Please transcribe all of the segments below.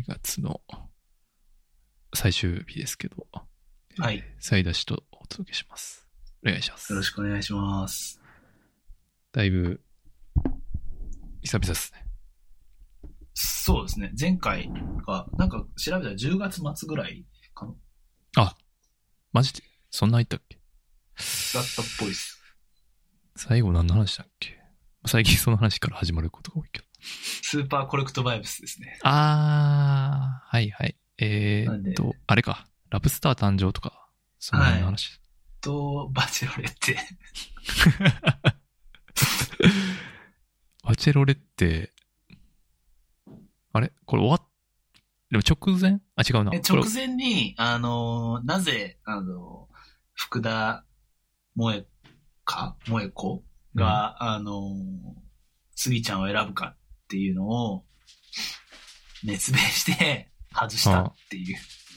2月の最終日ですけど、 はい。 再出しとお届けします。お願いします。 よろしくお願いします。 だいぶ、久々ですね。 そうですね。前回が、なんか調べたら10月末ぐらいかな。 あ、マジでそんな入ったっけ？ だったっぽいです。 最後何の話だっけ？最近その話から始まることが多いけど。 スーパーコレクトバイブスですね。 はいはい。あれか。ラブスター誕生とか、その辺の話。 バチェロレッテ。 バチェロレッテ、あれこれ終わっ、でも直前？あ、違うな。 直前に、なぜ、福田萌子が、スギちゃんを選ぶかっていうのを、熱弁して外したっていう。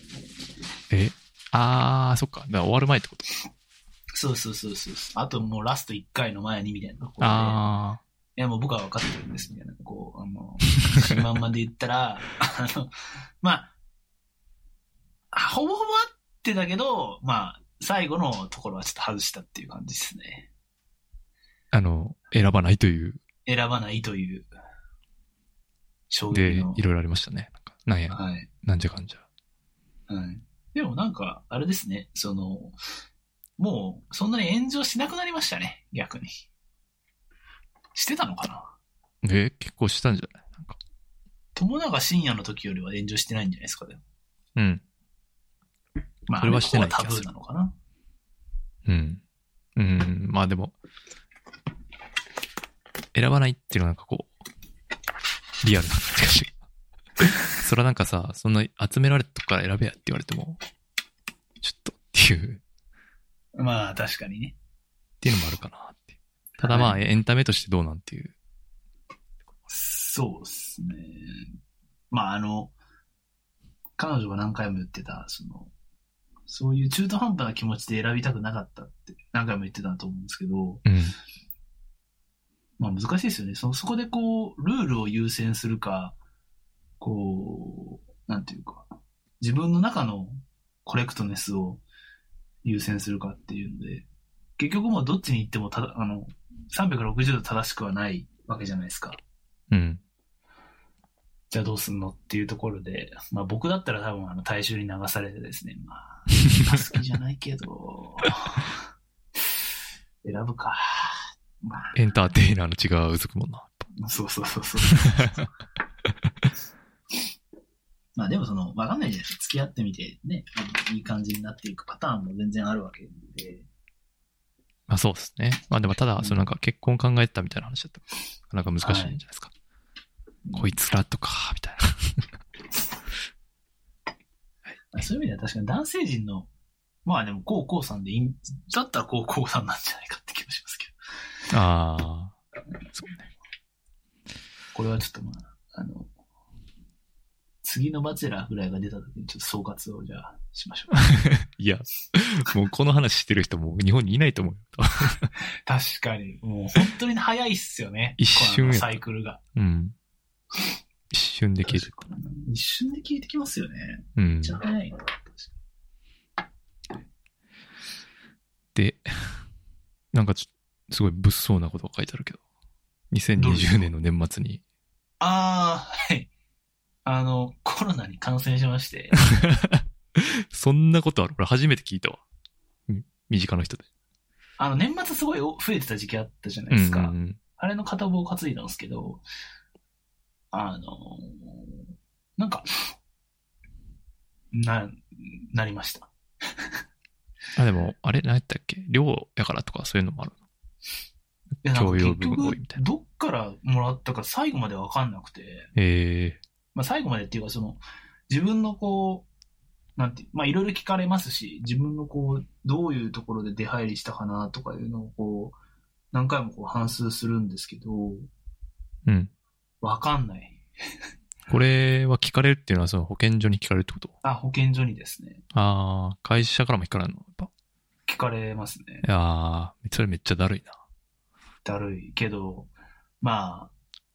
そっか。だから終わる前ってこと？ そう。あともうラスト1回の前にみたいなところで。いやもう僕は分かってるんですみたいな。自信満々で言ったら、まあ、ほぼほぼ合ってたけど、まあ、最後のところはちょっと外したっていう感じですね。 選ばないという。 選ばないという。衝撃の。 で、いろいろありましたね。なんや。 はい。 なんじゃかんじゃ。 はい。でもなんか、あれですね。もう、そんなに炎上しなくなりましたね。逆に。してたのかな？ 結構したんじゃない？なんか。 友永深夜の時よりは炎上してないんじゃないですか、でも。 うん。 まあ、 それはしてない気がする。 タブーなのかな？ うん。まあでも、選ばないっていうのはなんかこう、リアルな感じがして。それはなんかさ、そんな集められたとこから選べやって言われても、ちょっとっていう。 まあ、確かにね。 っていうのもあるかなって。ただまあ、エンタメとしてどうなんていう。 そうですね。まあ彼女が何回も言ってた、そういう中途半端な気持ちで選びたくなかったって何回も言ってたと思うんですけど、まあ難しいですよね。そこでこう、ルールを優先するか、こう、なんていうか、自分の中のコレクトネスを優先するかっていうので、結局もうどっちに行っても360度正しくはないわけじゃないですか。じゃあどうすんのっていうところで、まあ僕だったら多分大衆に流されてですね、まあ、好きじゃないけど、選ぶか。まあ、 エンターテイナーの血がうずくもんな。 そう。まあでもわかんないじゃないですか。付き合ってみてね、いい感じになっていくパターンも全然あるわけで。 まあそうですね。まあでもただ、なんか結婚考えてたみたいな話だったら、なんか難しいんじゃないですか。こいつらとか、みたいな。そういう意味では確かに男性陣の、まあでも、こうさんでだったらこうさんなんじゃないかって気もしますけど。 そうね。 これはちょっとまあ、次のバチェラーぐらいが出た時にちょっと総括をじゃあしましょう。 いや、もうこの話してる人も日本にいないと思うよ。 確かに。もう本当に早いっすよね。 一瞬や。 サイクルが。 一瞬で消えてる。 一瞬で消えてきますよね。 めっちゃ早いな。 で、なんかすごい物騒なことが書いてあるけど、2020年の年末に。 はい。コロナに感染しまして。 そんなことある？俺初めて聞いたわ。身近な人で。 年末すごい増えてた時期あったじゃないですか。あれの片棒を担いだんですけど、なんか、なりました。 でも、あれ何やったっけ？量やからとかそういうのもあるの？共用部分多いみたいな。 どっからもらったか最後までわかんなくて。まあ最後までっていうか自分のこう、 なんて、まあいろいろ聞かれますし、自分のこう、どういうところで出入りしたかなとかいうのをこう、何回もこう反芻するんですけど、 うん。 わかんない。 これは聞かれるっていうのはその保健所に聞かれるってこと？ あ、保健所にですね。 ああ、会社からも聞かれるのやっぱ。 聞かれますね。 いやー、それめっちゃだるいな。 だるいけど、まあ、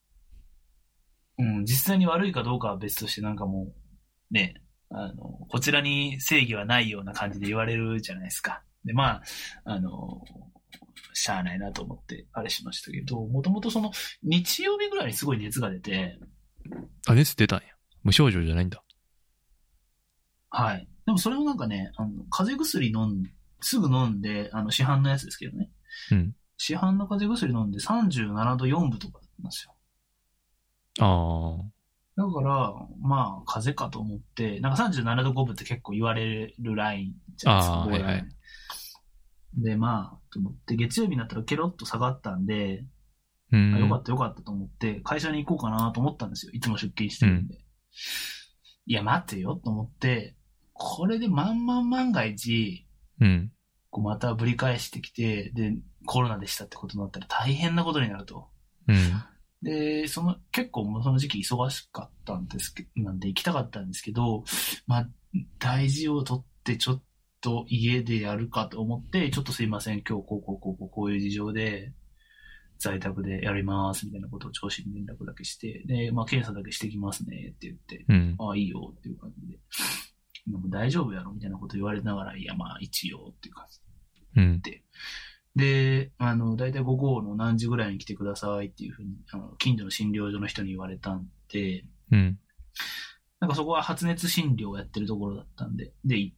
実際に悪いかどうかは別としてなんかもう、ね、こちらに正義はないような感じで言われるじゃないですか。で、まあ、しゃあないなと思ってあれしましたけど、もともとその日曜日ぐらいにすごい熱が出て、 あ、熱出たんや。無症状じゃないんだ。 はい。でもそれもなんかね、風邪薬すぐ飲んで、市販のやつですけどね。 うん。 市販の風邪薬飲んで37度4分とかだったんですよ。 ああ。 だから、まあ、風邪かと思って、なんか37度5分って結構言われるラインじゃないですか、 はいはい。 で、まあ、と思って、月曜日になったらケロッと下がったんで、よかったよかったと思って、会社に行こうかなと思ったんですよ。いつも出勤してるんで。いや、待てよと思って、これで万が一、こうまたぶり返してきて、で、コロナでしたってことになったら大変なことになると。で、結構その時期忙しかったんですけど、なんで行きたかったんですけど、まあ、大事を取ってちょっと家でやるかと思って、ちょっとすいません、今日こういう事情で、在宅でやりますみたいなことを上司に連絡だけして、で、まあ検査だけしてきますねって言って、ああ、いいよっていう感じで、大丈夫やろみたいなこと言われながら、いや、まあ一応っていう感じで。で、だいたい午後の何時ぐらいに来てくださいっていうふうに、近所の診療所の人に言われたんで、なんかそこは発熱診療をやってるところだったんで、で、行って、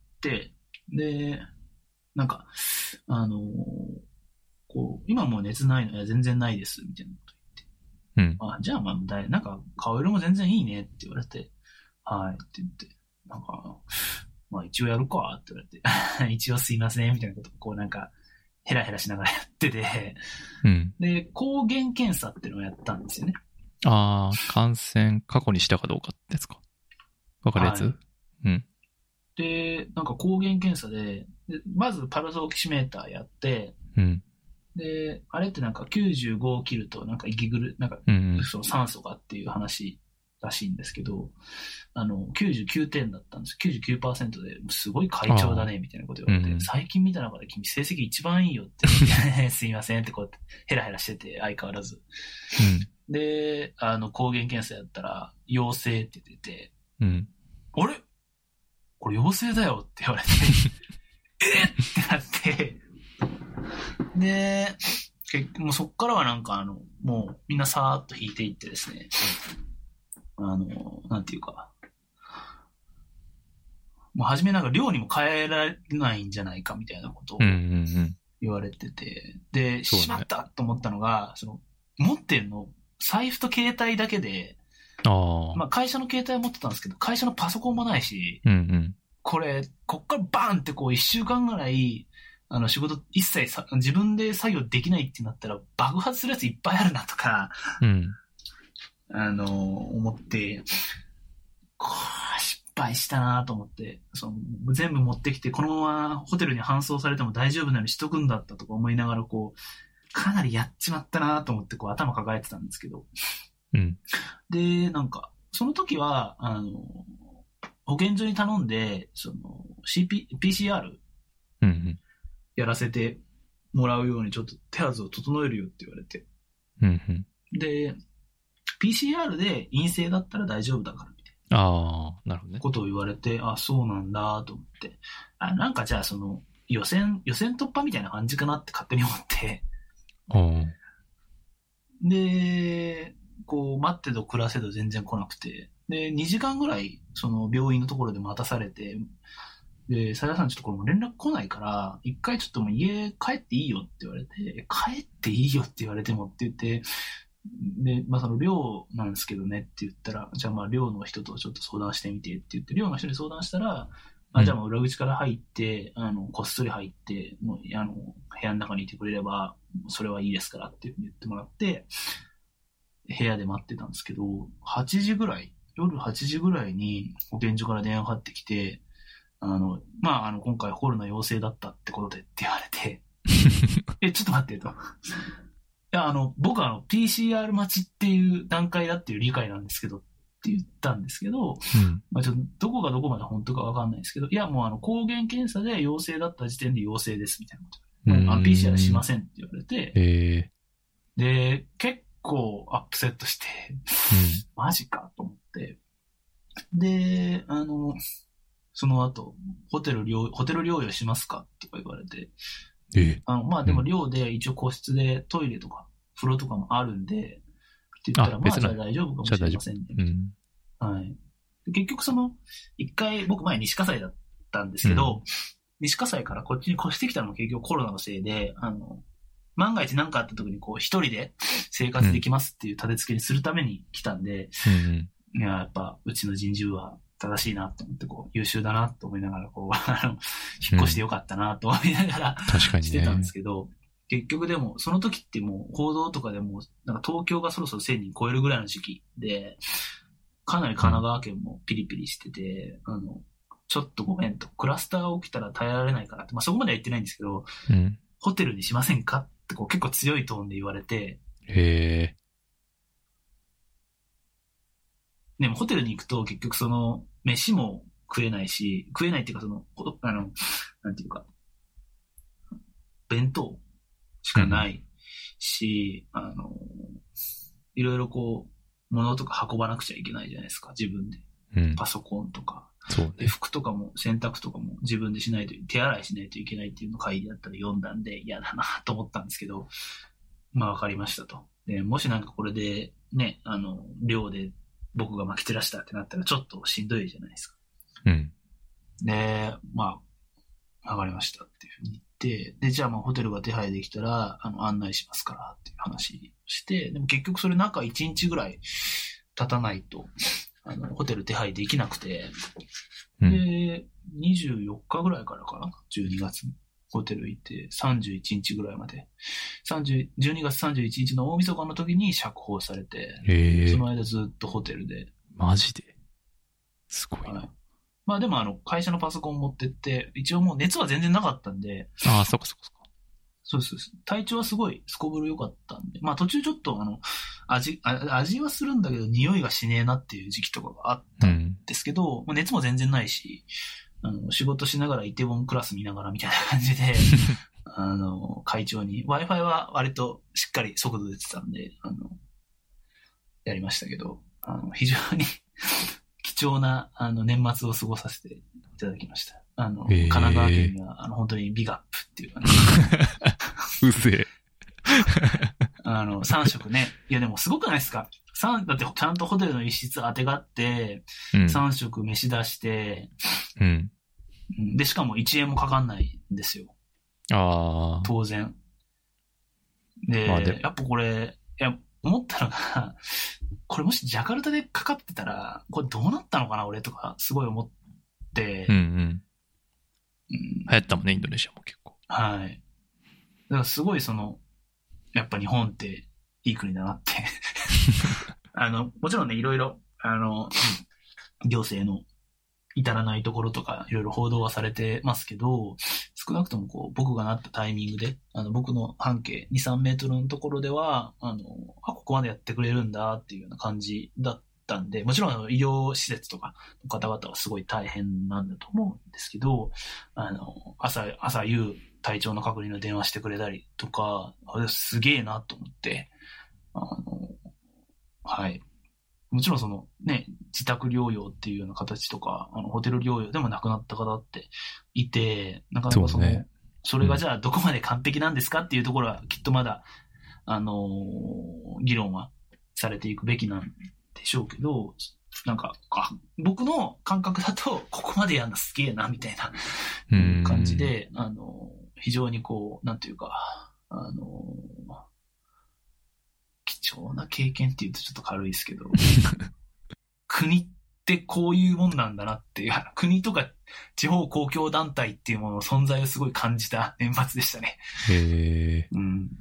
で、なんか、こう、今もう熱ないの？いや、全然ないです、みたいなこと言って。あ、じゃあまあ、なんか、顔色も全然いいねって言われて、はいって言って、なんか、まあ一応やるかって言われて、一応すいません、みたいなことをこうなんか、ヘラヘラしながらやってて、で、抗原検査っていうのをやったんですよね。 ああ、感染過去にしたかどうかってやつか。わかるやつ？ で、なんか抗原検査で、まずパルスオキシメーターやって、で、あれってなんか95を切ると、なんかなんか、その酸素がっていう話らしいんですけど、99点だったんです。99% で、すごい快調だね、みたいなこと言われて、最近見た中で君成績一番いいよって、すいませんってこうやってヘラヘラしてて、相変わらず。で、抗原検査やったら、陽性って出て、あれこれ陽性だよって言われて、ってなって、で、もうそっからはなんかもうみんなさーっと引いていってですね、なんていうか、もう初めなんか寮にも帰られないんじゃないかみたいなことを言われてて、で、しまったと思ったのが、持ってんの、財布と携帯だけで、まあ会社の携帯は持ってたんですけど、会社のパソコンもないし、こっからバーンってこう一週間ぐらい、仕事一切自分で作業できないってなったら爆発するやついっぱいあるなとか、思って、失敗したなと思って、全部持ってきて、このままホテルに搬送されても大丈夫なようにしとくんだったとか思いながら、こう、かなりやっちまったなと思って、こう頭抱えてたんですけど。で、なんか、その時は、保健所に頼んで、PCR やらせてもらうようにちょっと手はずを整えるよって言われて。で、PCR で陰性だったら大丈夫だからみたいな。 なるほどね。 ことを言われて、あ、そうなんだと思って。なんかじゃあ予選突破みたいな感じかなって勝手に思って。で、こう待ってと暮らせど全然来なくて。で、2時間ぐらい病院のところで待たされて、で、斉田さんちょっとこれも連絡来ないから、一回ちょっともう家帰っていいよって言われて、帰っていいよって言われてもって言って、で、まあ寮なんですけどねって言ったら、じゃあまあ寮の人とちょっと相談してみてって言って、寮の人に相談したら、じゃあもう裏口から入って、こっそり入って、もう、部屋の中にいてくれれば、それはいいですからって言ってもらって、部屋で待ってたんですけど、夜8時ぐらいに保健所から電話かかってきて、 今回コロナ陽性だったってことでって言われて、ちょっと待ってと。いや、僕はPCR 待ちっていう段階だっていう理解なんですけどって言ったんですけど、ちょっとどこがどこまで本当かわかんないですけど、いや、もう抗原検査で陽性だった時点で陽性ですみたいなことで、PCR しませんって言われて、で、結構アップセットして、マジかと思って、で、その後、ホテル療養しますかとか言われて、でも寮で一応個室でトイレとか風呂とかもあるんで、って言ったら、じゃあ大丈夫かもしれませんね。はい。結局一回僕前西葛西だったんですけど、西葛西からこっちに越してきたのも結局コロナのせいで、万が一何かあった時に一人で生活できますっていう立て付けにするために来たんで、いや、やっぱうちの人事部は正しいなと思って優秀だなと思いながら引っ越してよかったなと思いながら、してたんですけど、結局でもその時ってもう報道とかでもなんか東京がそろそろ1000人超えるぐらいの時期で、かなり神奈川県もピリピリしてて、ちょっとごめんと、クラスターが起きたら耐えられないからって、そこまでは言ってないんですけど、ホテルにしませんかって結構強いトーンで言われて、でもホテルに行くと結局飯も食えないっていうかなんていうか、弁当しかないし、いろいろ物とか運ばなくちゃいけないじゃないですか、自分で。パソコンとか。で服とかも洗濯とかも自分でしないと、手洗いしないといけないっていうのを会議だったら読んだんで嫌だなと思ったんですけど、わかりましたと。で、もしなんかこれでね、寮で僕がまき散らしたってなったらちょっとしんどいじゃないですか。で、わかりましたっていうふうに言って、で、じゃあホテルが手配できたら、案内しますからっていう話をして、でも結局それ中1日ぐらい経たないと、ホテル手配できなくて、で、24日ぐらいからかな、12月にホテル行って、31日ぐらいまで、12月31日の大晦日の時に釈放されて、その間ずっとホテルで。 マジですごいな。 でも会社のパソコン持ってって、一応もう熱は全然なかったんで。 そっか。 そうです。体調はすごいすこぶる良かったんで。途中ちょっと味はするんだけど、匂いがしねえなっていう時期とかがあったんですけど、熱も全然ないし、仕事しながらイテウォンクラス見ながらみたいな感じで、会長に、Wi-Fi は割としっかり速度出てたんで、やりましたけど、非常に貴重な、年末を過ごさせていただきました。神奈川県には、本当にビッグアップっていうかね。 うぜえ。 3食ね。いやでもすごくないですか？だってちゃんとホテルの一室当てがって、3食飯出して、で、しかも1円もかかんないんですよ。当然。で、やっぱこれ、思ったのが、これもしジャカルタでかかってたら、これどうなったのかな俺とか、すごい思って。 流行ったもんね、インドネシアも結構。 はい。だからすごいやっぱ日本っていい国だなって。もちろんね、いろいろ、行政の至らないところとか、いろいろ報道はされてますけど、少なくとも僕がなったタイミングで、僕の半径2、3メートルのところでは、ここまでやってくれるんだっていうような感じだったんで、もちろん医療施設とかの方々はすごい大変なんだと思うんですけど、朝夕体調の確認の電話してくれたりとか、すげえなと思って、はい。もちろん自宅療養っていうような形とか、ホテル療養でも亡くなった方っていて、なかなかそれがじゃあどこまで完璧なんですかっていうところはきっとまだ、議論はされていくべきなんでしょうけど、僕の感覚だと、ここまでやるのすげえな、みたいな感じで、非常になんていうか、貴重な経験って言うとちょっと軽いですけど、国ってこういうもんなんだなっていう、国とか地方公共団体っていうものの存在をすごい感じた年末でしたね。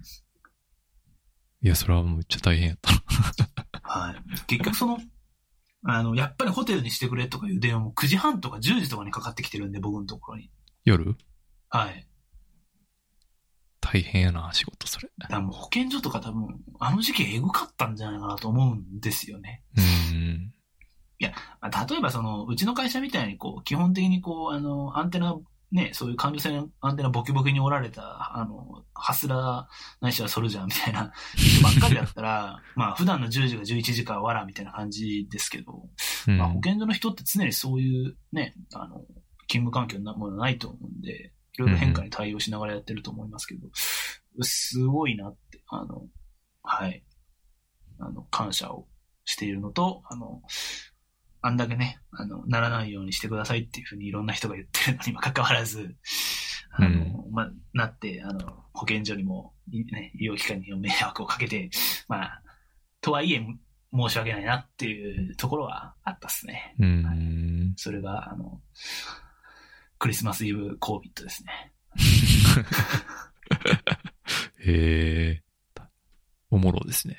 いや、それはめっちゃ大変やった。 はい。結局やっぱりホテルにしてくれとかいう電話も9時半とか10時とかにかかってきてるんで、僕のところに。 夜？ はい。 大変やな、仕事それ。 だからもう保健所とか多分、あの時期エグかったんじゃないかなと思うんですよね。いや、例えばうちの会社みたいに基本的にアンテナ、ね、そういう感受性アンテナボキボキに折られた、ハスラーないしはソルジャーみたいな人ばっかりだったら、まあ普段の10時が11時かわらみたいな感じですけど、まあ保健所の人って常にそういうね、勤務環境なものないと思うんで、いろいろ変化に対応しながらやってると思いますけど、すごいなって、はい、感謝をしているのと、あんだけね、ならないようにしてくださいっていうふうにいろんな人が言ってるのにもかかわらず、なって、保健所にも、ね、医療機関にも迷惑をかけて、まあ、とはいえ、申し訳ないなっていうところはあったっすね。はい、それが、クリスマスイブコービットですね。 おもろですね。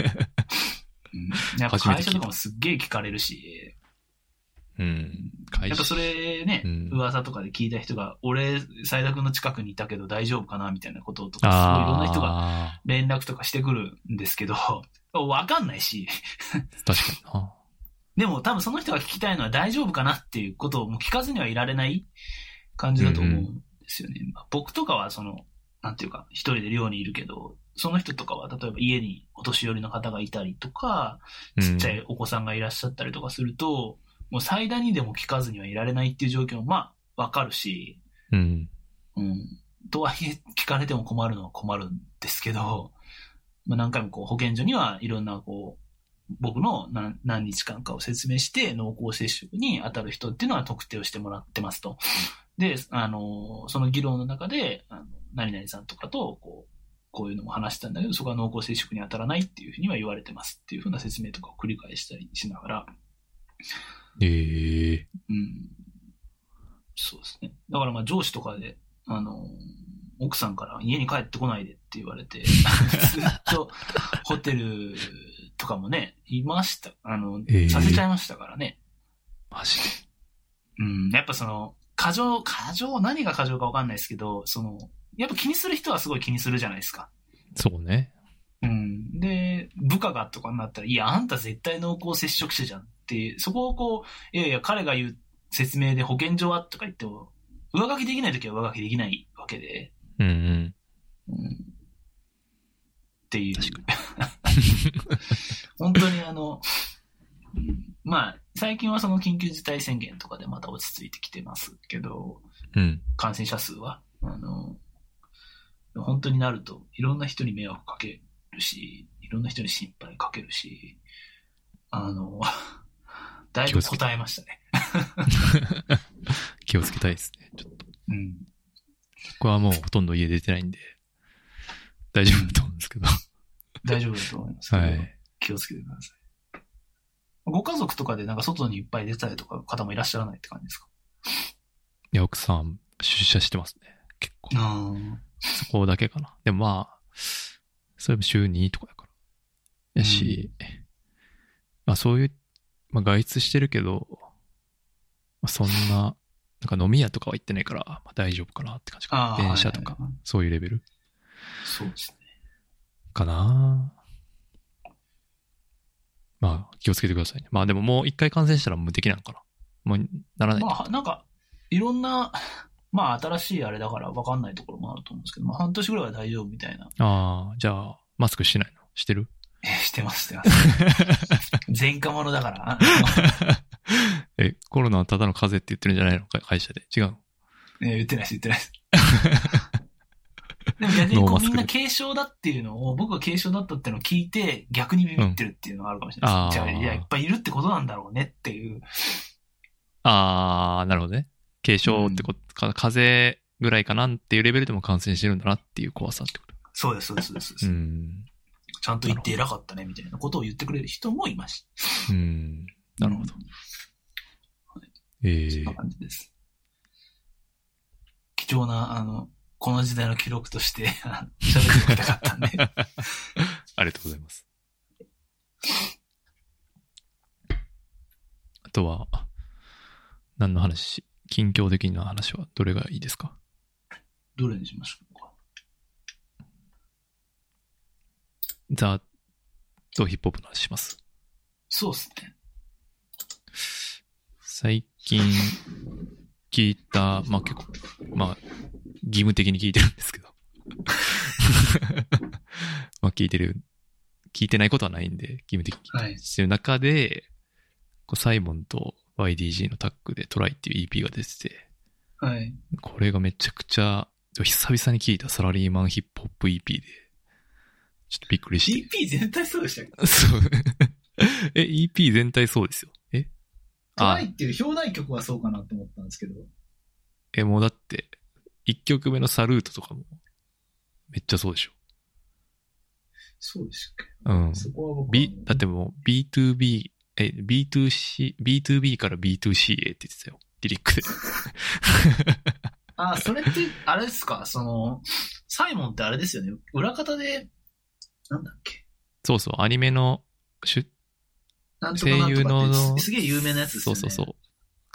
やっぱ会社とかもすっげえ聞かれるし、やっぱそれね、噂とかで聞いた人が、俺、斉田君の近くにいたけど大丈夫かなみたいなこととか、すごいいろんな人が連絡とかしてくるんですけど、わかんないし。 確かにな。 でも多分その人が聞きたいのは大丈夫かなっていうことをもう聞かずにはいられない感じだと思うんですよね。僕とかはなんていうか、一人で寮にいるけど、その人とかは例えば家にお年寄りの方がいたりとか、ちっちゃいお子さんがいらっしゃったりとかすると、もう最大にでも聞かずにはいられないっていう状況もまあわかるし、とはいえ聞かれても困るのは困るんですけど、まあ、何回も保健所にはいろんな僕の何日間かを説明して濃厚接触に当たる人っていうのは特定をしてもらってますと。で、その議論の中で、何々さんとかとこういうのも話したんだけど、そこは濃厚接触に当たらないっていうふうには言われてますっていうふうな説明とかを繰り返したりしながら。そうですね。だからまあ上司とかで、奥さんから家に帰ってこないでって言われて、ずっとホテルとかもね、いました。させちゃいましたからね。 マジで。やっぱ何が過剰かわかんないですけど、やっぱ気にする人はすごい気にするじゃないですか。 そうね。 で、部下がとかになったら、いや、あんた絶対濃厚接触者じゃんって、そこをいやいや、彼が言う説明で保健所はとか言っても、上書きできないときは上書きできないわけで。っていう。確かに。本当にまあ、最近はその緊急事態宣言とかでまた落ち着いてきてますけど、感染者数は、本当になるといろんな人に迷惑かけるし、いろんな人に心配かけるし、だいぶ答えましたね。 気をつけたいですね、ちょっと。僕はもうほとんど家出てないんで、大丈夫だと思うんですけど。 大丈夫だと思いますけど、 はい、 気をつけてください。ご家族とかでなんか外にいっぱい出たりとか方もいらっしゃらないって感じですか？ いや、奥さん出社してますね、結構。そこだけかな。でもまあ、そういえば週2とかやから。やし、まあそういう、まあ外出してるけど、まあ、そんな、なんか飲み屋とかは行ってないから、まあ大丈夫かなって感じかな。電車とか、そういうレベル。 そうですね。 かな。まあ気をつけてくださいね。まあでももう一回感染したら無敵なのかな。もうならない。 まあなんか、いろんな、まあ新しいあれだから分かんないところもあると思うんですけど、まあ半年ぐらいは大丈夫みたいな。 じゃあ、マスクしてないの？してる？ してます。前科者だから。 コロナはただの風邪って言ってるんじゃないの？会社で。違うの？ 言ってないです。でも逆にみんな軽症だっていうのを、僕が軽症だったっていうのを聞いて、逆にビビってるっていうのがあるかもしれないです。じゃあ、いや、いっぱいいるってことなんだろうねっていう。なるほどね。軽症ってこと、風邪ぐらいかなっていうレベルでも感染してるんだなっていう怖さってこと。 そうです。ちゃんと言って偉かったねみたいなことを言ってくれる人もいました。 なるほど。 そんな感じです。貴重な、この時代の記録として、喋ってみたかったんで。 ありがとうございます。 とは、何の話、近況的な話はどれがいいですか？ どれにしましょうか。 ざーっとヒップホップの話します。 そうっすね。 最近聞いた、まあ結構、まあ義務的に聞いてるんですけど。まあ聞いてないことはないんで、義務的にしてる中で、こうサイモンと YDG のタッグでトライっていう EP が出てて、 はい。 これがめちゃくちゃ、久々に聞いたサラリーマンヒップホップ EP で、ちょっとびっくりして。 EP 全体そうでしたっけ？ そう。EP 全体そうですよ。 トライっていう表題曲はそうかなって思ったんですけど。 もうだって、1曲目のサルートとかも、めっちゃそうでしょ。 そうでしたっけ？ うん。 そこは僕はだってもう B2B、B2B から B2C へって言ってたよ。リリックで。 それって、あれですか？サイモンってあれですよね。裏方で、なんだっけ？ そうそう、アニメの、 なんとかなんとかってすげえ有名なやつですよね。 そうそうそう。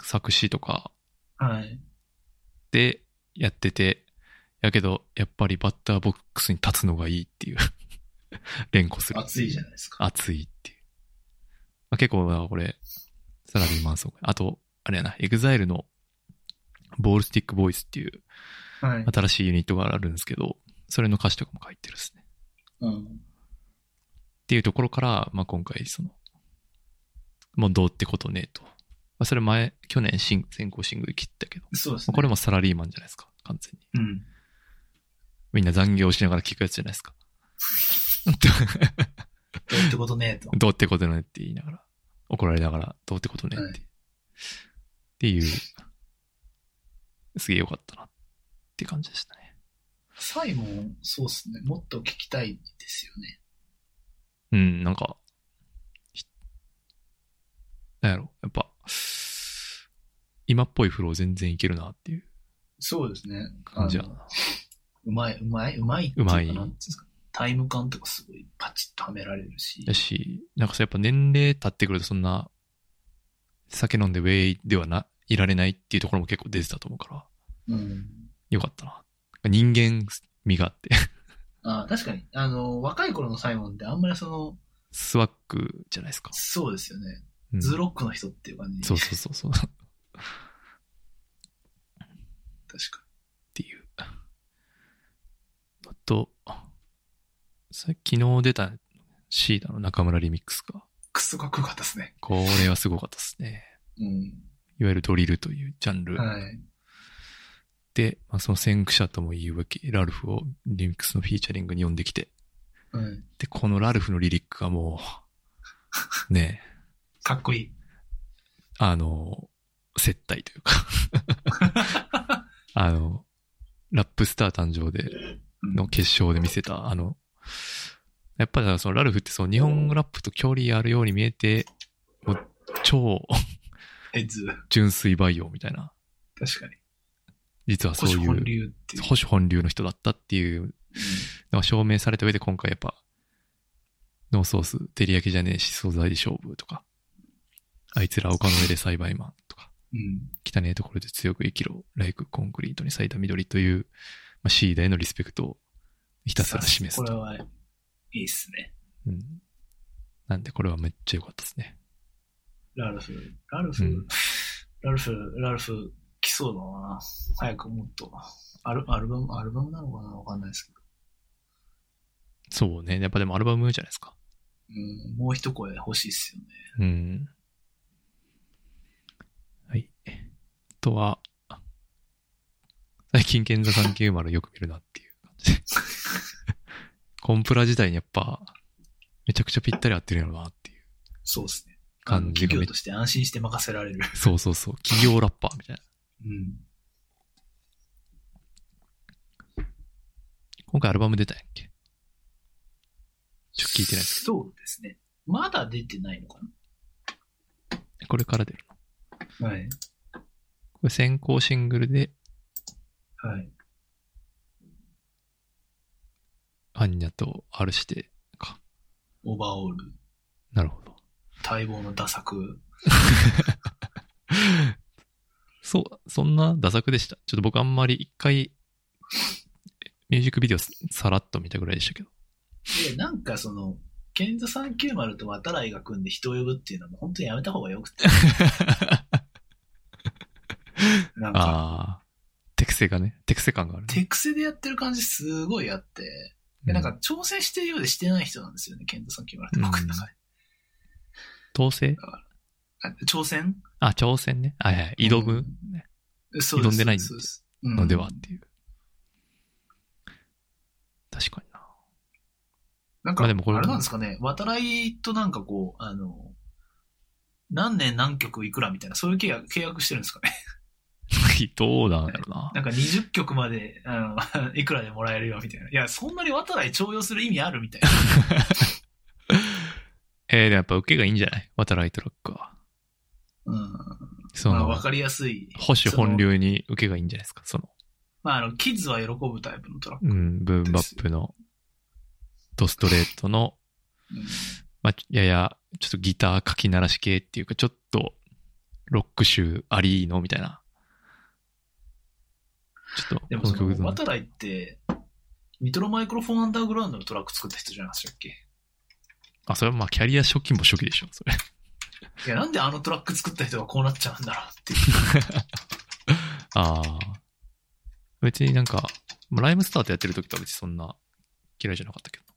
作詞とか。 はい。で、 やってて、やけど、やっぱりバッターボックスに立つのがいいっていう。連呼する。 熱いじゃないですか。 熱いっていう。まあ、結構、これ、サラリーマンソング。あと、あれやな、エグザイルのボールスティックボーイスっていう、新しいユニットがあるんですけど、それの歌詞とかも書いてるですね。 うん。 っていうところから、まあ、今回、もうどうってことねえと。まあ、それ去年先行シングル切ったけど。 そうですね。 これもサラリーマンじゃないですか、完全に。 うん。 みんな残業しながら聞くやつじゃないですか。 どうってことねえと。 どうってことねえって言いながら、怒られながら、どうってことねえって。はい、っていう、すげえ良かったなっていう感じでしたね。 サイモン、そうっすね。もっと聞きたいですよね。 うん、なんか、なんやろ、やっぱ、今っぽいフロー全然いけるなっていう。 そうですね。 感じやな。 うまいっていうかなんていうんですか。タイム感とかすごいパチッとはめられるし。 だし、なんかやっぱ年齢経ってくるとそんな、酒飲んでウェイではいられないっていうところも結構出てたと思うから。うん。よかったな。人間味があって。 確かに。若い頃のサイモンってあんまりスワッグじゃないですか。 そうですよね。ズロックの人っていう感じ。 そう。確かっていう。あと、昨日出たシーダの中村リミックスが。 クソかっこよかったですね。 これはすごかったですね。うん。いわゆるドリルというジャンル。はい。で、まあ、その先駆者とも言うわけ、ラルフをリミックスのフィーチャリングに呼んできて。はい。で、このラルフのリリックがもう、ねえ。 かっこいい。 接待というかラップスター誕生で、の決勝で見せた、やっぱりそのラルフって日本ラップと距離あるように見えて、もう超、純粋培養みたいな。 確かに。 実はそういう、保守本流の人だったっていうのが証明された上で今回やっぱ、ノーソース、照り焼きじゃねえし、素材で勝負とか、あいつら丘の上で栽培マンとか、汚ねえところで強く生きろ、ライクコンクリートに咲いた緑という、まあ、シーダへのリスペクトをひたすら示すと。 これはいいっすね。 うん。なんでこれはめっちゃ良かったですね。 ラルフ、来そうだな。早くもっと。アルバムなのかなわかんないですけど。 そうね。やっぱでもアルバムじゃないですか。 もう一声欲しいっすよね。 うん。はい。あとは、最近ケンザ390よく見るなっていう感じで。コンプラ自体にやっぱ、めちゃくちゃぴったり合ってるやろなっていう。 そうですね。 感じが。 企業として安心して任せられる。 そう。企業ラッパーみたいな。今回アルバム出たんやっけ？ちょっと聞いてないですけど。 そうですね。まだ出てないのかな？ これから出るの？はい。 これ先行シングルで、 はい。 アンニャと R してか。 オーバーオール。 なるほど。 待望のダ作。 そう、そんなダ作でした。ちょっと僕あんまり一回、ミュージックビデオさらっと見たぐらいでしたけど。 なんかケンズ390と渡来が組んで人を呼ぶっていうのはもう本当にやめた方がよくて。 なんか手癖感がある、ね。 手癖でやってる感じすごいあって、なんか挑戦してるようでしてない人なんですよね、ケンズ390って僕の中で。 統制？ 挑戦？ 挑戦ね。はいはい。挑む、ね。挑んでないのではっていう。確かにな。 なんか、あれなんですかね、渡来となんか何年何曲いくらみたいな、そういう契約してるんですかね。 どうなんだろうな。 なんか20曲まで、いくらでもらえるよみたいな。いや、そんなに渡来重用する意味あるみたいな。 でもやっぱ受けがいいんじゃない？渡来トラックは。 わかりやすい。 保守本流に受けがいいんじゃないですか、 キッズは喜ぶタイプのトラック。 ブーンバップの、ドストレートの、やや、ちょっとギターかき鳴らし系っていうか、ちょっと、ロック集ありのみたいな。ちょっと、 でも渡来って、ニトロマイクロフォンアンダーグラウンドのトラック作った人じゃないですかっけ？ それはキャリア初期も初期でしょ、それ。 いや、なんであのトラック作った人がこうなっちゃうんだろうっていう。 別になんか、ライムスタートやってる時とは別にそんな嫌いじゃなかったけ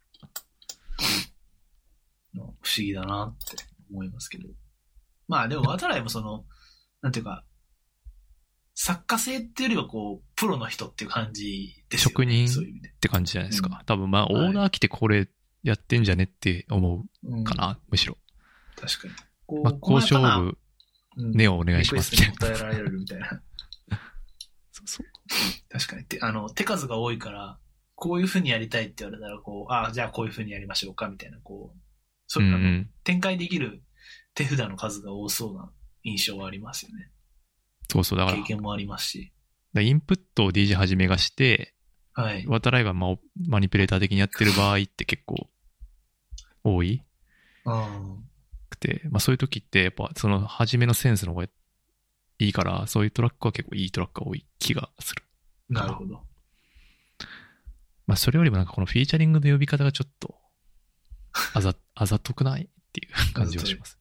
ど。不思議だなって思いますけど。でも渡来もなんていうか、作家性っていうよりはプロの人っていう感じですよね。 職人って感じじゃないですか。多分オーダー来てこれやってんじゃねって思うかな、むしろ。 確かに。 真っ向勝負、ネオお願いしますみたいな。 答えられるみたいな。 そう。 確かに。手数が多いから、こういう風にやりたいって言われたら、じゃあこういう風にやりましょうかみたいな、そういう展開できる手札の数が多そうな印象はありますよね。 そう、だから。 経験もありますし。 インプットを DJ はじめがして、 はい。 渡来がマニピュレーター的にやってる場合って結構多い。そういう時ってやっぱ初めのセンスの方がいいから、そういうトラックは結構いいトラックが多い気がする。 なるほど。 それよりもなんかこのフィーチャリングの呼び方がちょっとあざとくないっていう感じはします。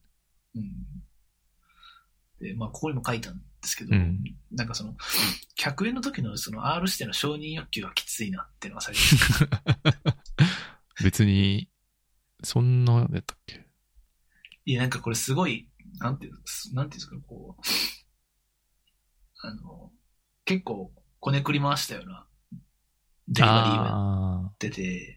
で、ここにも書いたんですけど、なんか100円の時のR 指定の承認欲求がきついなっていうのが最初別に、そんなやったっけ？ いや、なんかこれすごい、なんていうんですか、結構、こねくり回したような、デリバリーをやってて、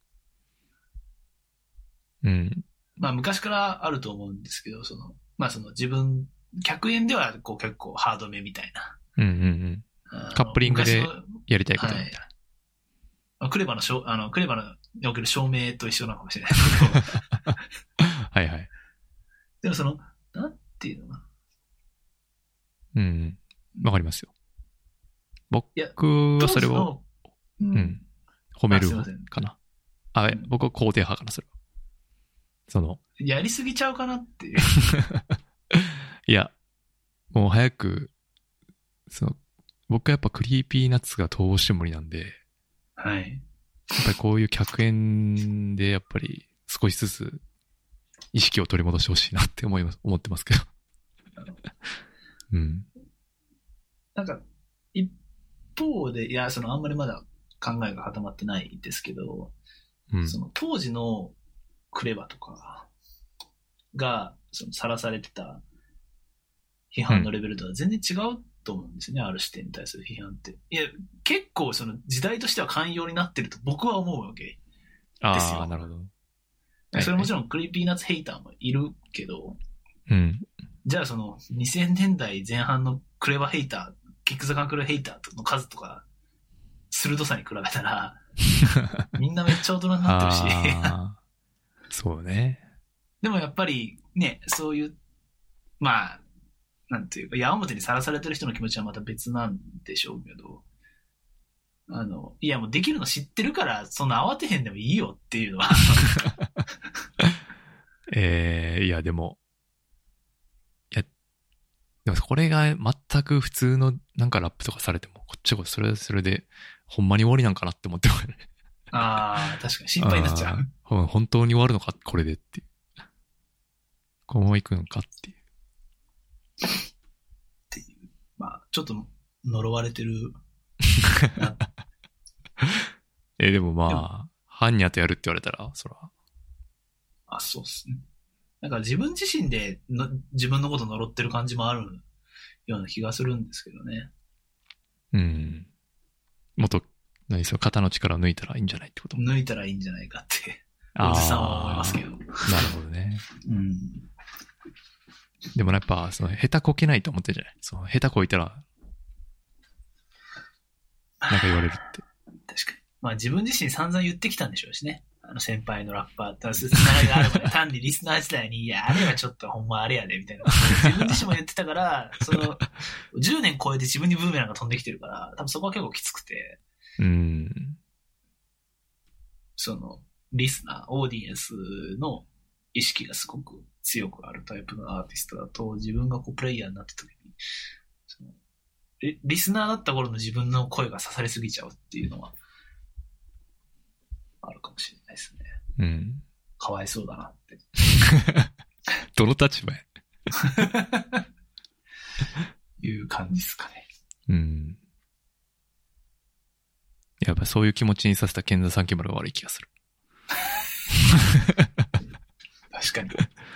昔からあると思うんですけど、自分、100円では結構ハードめみたいな。 カップリングでやりたいことみたいな。クレバにおける証明と一緒なのかもしれないですけど。 はいはい。 でもなんていうのかな。わかりますよ。僕はそれを、褒めるかな。僕は肯定派かな、それは。 やりすぎちゃうかなっていう。 いや、もう早く、僕はやっぱクリーピーナッツがどうしても無理なんで、 はい。 やっぱりこういう100円でやっぱり少しずつ意識を取り戻してほしいなって思ってますけど。 なんか、一方で、いや、あんまりまだ考えが固まってないですけど、当時のクレバとかが、さらされてた批判のレベルとは全然違うと思うんですよね、ある視点に対する批判って。いや、結構時代としては寛容になってると僕は思うわけですよ。 なるほど。 それもちろんクリーピーナッツヘイターもいるけど、じゃあ2000年代前半のクレバヘイター、キックザカンクルヘイターの数とか、鋭さに比べたら、みんなめっちゃ大人になってるし。 そうね。 でもやっぱりね、そういう、なんていうか、矢面にさらされてる人の気持ちはまた別なんでしょうけど、いやもうできるの知ってるから、そんな慌てへんでもいいよっていうのは。 いやでも、 でもこれが全く普通のなんかラップとかされても、こっちはそれで、ほんまに終わりなんかなって思ってるからね。 ああ、確かに心配になっちゃう。 本当に終わるのかこれでっていう。このまま行くのかっていう。 っていう。まあ、ちょっと呪われてる。 でもまあ、ハンニャとやるって言われたら、そら。 あ、そうっすね。なんか自分自身で自分のこと呪ってる感じもあるような気がするんですけどね。 うん。もっと、その肩の力を抜いたらいいんじゃないってこと？ 抜いたらいいんじゃないかって、おじさんは思いますけど。なるほどね。 うん。 でもやっぱ、その、下手こけないと思ってるじゃない？その、下手こいたら、なんか言われるって。 確かに。まあ自分自身散々言ってきたんでしょうしね。先輩のラッパーとつながりがあるまで、単にリスナー時代に、いや、あれはちょっとほんまあれやで、みたいな。自分自身も言ってたから、10年超えて自分にブーメランが飛んできてるから、多分そこは結構きつくて。リスナー、オーディエンスの意識がすごく強くあるタイプのアーティストだと、自分がプレイヤーになった時に、リスナーだった頃の自分の声が刺されすぎちゃうっていうのは、あるかもしれないですね。 うん。 かわいそうだなって。 どの立場やいう感じですかね。 うん。やっぱそういう気持ちにさせたケンザ390が悪い気がする。 確かに。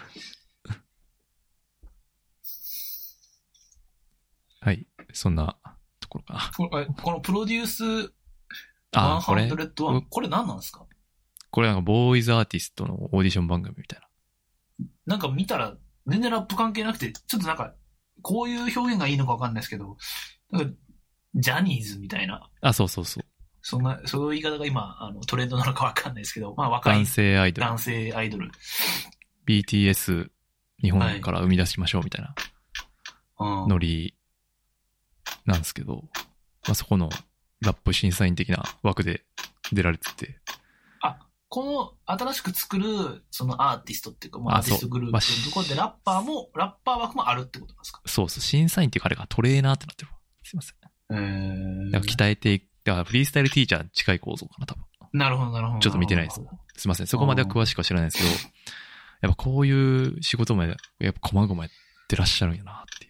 はい。そんなところかな。このプロデュース、101、これ何なんですか？ これなんかボーイズアーティストのオーディション番組みたいな。 なんか見たら全然ラップ関係なくて、ちょっとなんかこういう表現がいいのかわかんないですけど、なんかジャニーズみたいな。 あ、そうそうそう。 そういう言い方が今トレンドなのかわかんないですけど、まあ若い男性アイドル。BTS 日本から生み出しましょうみたいなノリなんですけど、まあそこのラップ審査員的な枠で出られてて。 あ、この新しく作るそのアーティストっていうか、アーティストグループのところでラッパー枠もあるってことなんですか？ そうそう、審査員っていうかあれがトレーナーってなってるわ。すいません。だから鍛えていく、だからフリースタイルティーチャー近い構造かな、多分。 なるほど、なるほど。 ちょっと見てないです。すいません。そこまでは詳しくは知らないですけど、やっぱこういう仕事もやっぱ細々やってらっしゃるんやなっていう。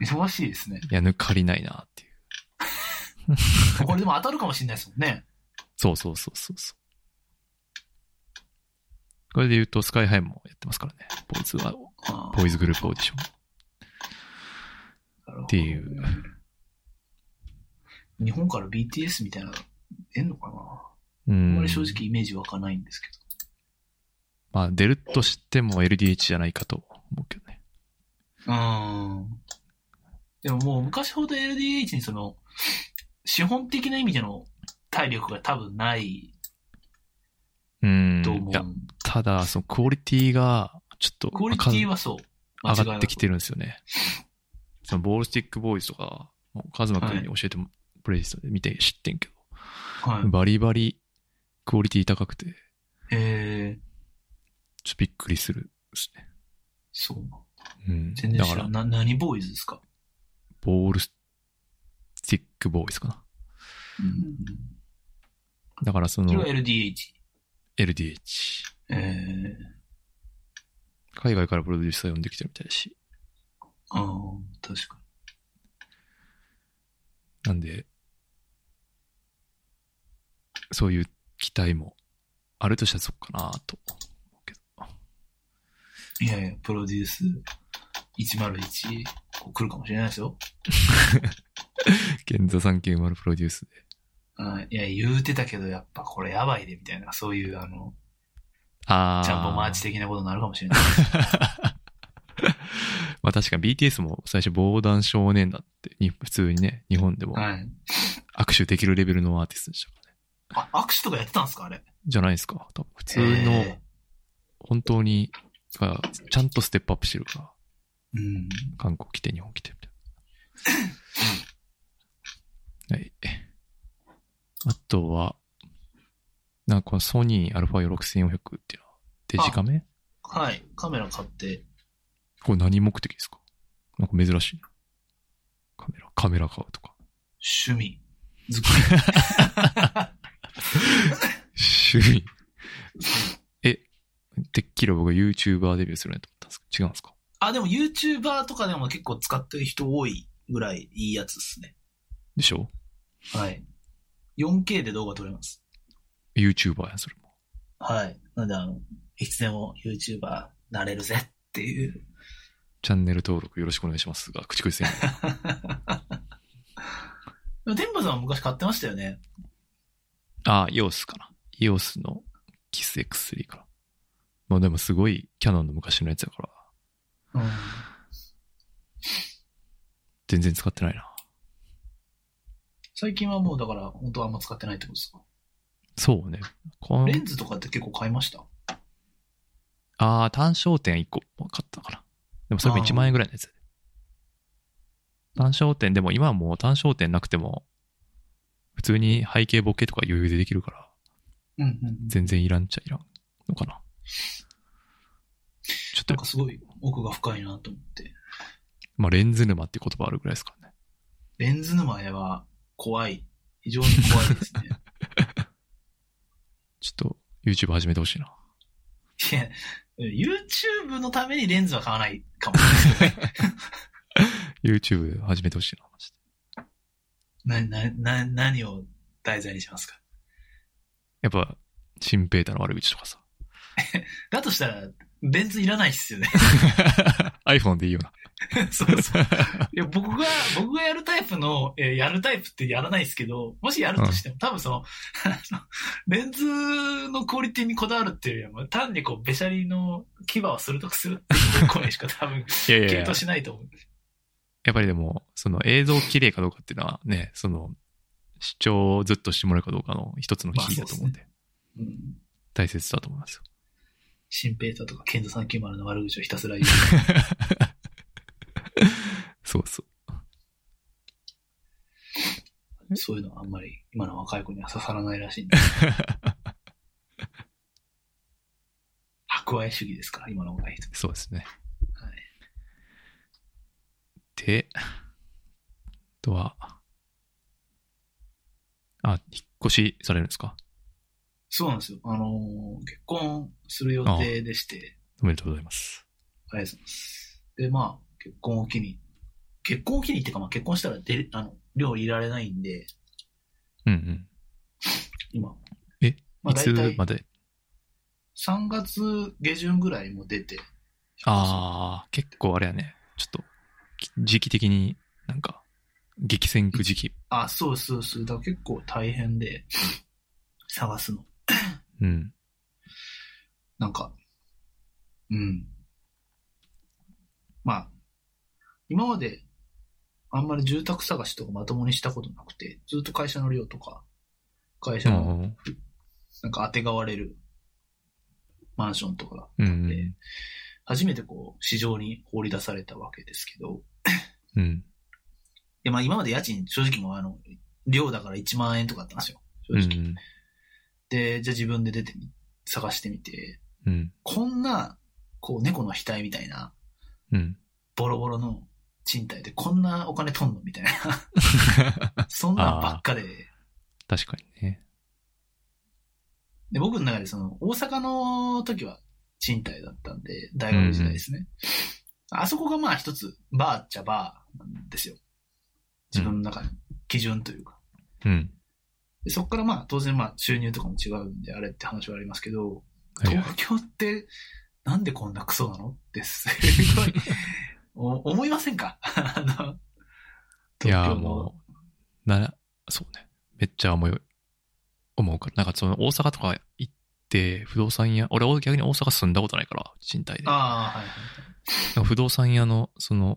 忙しいですね。 いや、抜かりないなっていう。 これでも当たるかもしれないですもんね。 そう。これで言うとスカイハイもやってますからね。ボーイズグループオーディション。っていう。 日本から BTS みたいなの出んのかな？あんまり正直イメージ湧かないんですけど。 まあ出るとしても LDH じゃないかと思うけどね。 でももう昔ほど LDH に資本的な意味での体力が多分ないと思う。 いや、ただ、そのクオリティが、ちょっと、 クオリティはそう。 上がってきてるんですよね。そのボールスティックボーイズとか、カズマ君に教えても、プレイリストで見て知ってんけど、バリバリクオリティ高くて、ちょっとびっくりするですね。 そう。 全然知らん。 何ボーイズですか？ ボールスティックボーイズかな。だからそれは LDH。 海外からプロデューサー呼んできてるみたいだし。 確かに。 なんで、そういう期待もあるとしたらそっかなと思うけど。いや、プロデュース101、来るかもしれないですよ。 現座390プロデュースで。 いや、言うてたけど、やっぱこれやばいで、みたいな、そういうジャンボマーチ的なことになるかもしれない。 まあ確かに BTS も最初防弾少年だって、普通にね、日本でも握手できるレベルのアーティストでしたからね。 握手とかやってたんですかあれ？ じゃないですか。多分普通の、本当に、ちゃんとステップアップしてるから。韓国来て日本来てみたいな。はい。あとは、なんかソニー α6400 っていうのはデジカメ？ はい。カメラ買って。 これ何目的ですか？ なんか珍しい。カメラ買うとか。 趣味。作り。趣味。てっきり僕が YouTuber デビューするねと思ったんですけど、違うんですか？ でも YouTuber とかでも結構使ってる人多いぐらいいいやつですね。 でしょ？ はい。4K で動画撮れます。 YouTuber や、それも。 はい。なんでいつでも YouTuber なれるぜっていう。 チャンネル登録よろしくお願いしますが、口せん。 天馬さんは昔買ってましたよね。 EOS かな。EOS の KISS-X3 かな。まあでもすごいキャノンの昔のやつだから。全然使ってないな。 最近はもうだから本当はあんま使ってないってことですか？ そうね。 レンズとかって結構買いました？ 単焦点1個買ったかな。でもそれも1万円ぐらいのやつ。単焦点、でも今はもう単焦点なくても、普通に背景ボケとか余裕でできるから、全然いらんちゃいらんのかな。 ちょっとなんかすごい奥が深いなと思って。 まあレンズ沼っていう言葉あるぐらいですからね。 レンズ沼は怖い。非常に怖いですね。 ちょっと YouTube 始めてほしいな。 いや、YouTube のためにレンズは買わないかもしれない。 YouTube 始めてほしいな、マジで。 何を題材にしますか？ やっぱ、シンペーターの悪口とかさ。 だとしたら、レンズいらないっすよね。 iPhone でいいよな。 そうそう。いや僕がやるタイプの、やるタイプってやらないですけど、もしやるとしても、多分レンズのクオリティにこだわるっていうよりは、単にべしゃりの牙を鋭くするっていう声しか多分、系統しないと思う。 やっぱりでも、映像綺麗かどうかっていうのはね、視聴をずっとしてもらうかどうかの一つのキーだと思うんで、大切だと思いますよ。 シンペーターとかケンゾ390の悪口をひたすら言う。 そうそう。 そういうのはあんまり今の若い子には刺さらないらしいんで。博愛主義ですから、今の若い人。 そうですね。 はい。 で、あとは、引っ越しされるんですか？ そうなんですよ。結婚する予定でして。 おめでとうございます。 ありがとうございます。で、結婚を機にっていうか、結婚したら寮いられないんで。今。 いつまで ？3月下旬ぐらいも出て。 結構あれやね。ちょっと、時期的になんか、激戦区時期。 そう。だから結構大変で、探すの。なんか、今まで、あんまり住宅探しとかまともにしたことなくて、ずっと会社の寮とか、会社の、なんか当てがわれるマンションとかだったんで、初めて市場に放り出されたわけですけど、で、今まで家賃、正直も寮だから1万円とかあったんですよ、正直。で、じゃあ自分で探してみて、こんな、猫の額みたいな、ボロボロの賃貸でこんなお金取んのみたいな。そんなんばっかで。 確かにね。 で、僕の中で大阪の時は賃貸だったんで、大学時代ですね。あそこが一つ、バーっちゃバーなんですよ。自分の中の基準というか。でそこから当然収入とかも違うんであれって話はありますけど、東京ってなんでこんなクソなのってすごい思いませんか？ いやもうそうね、めっちゃ思うから、なんか大阪とか行って不動産屋、俺逆に大阪住んだことないから賃貸で、不動産屋の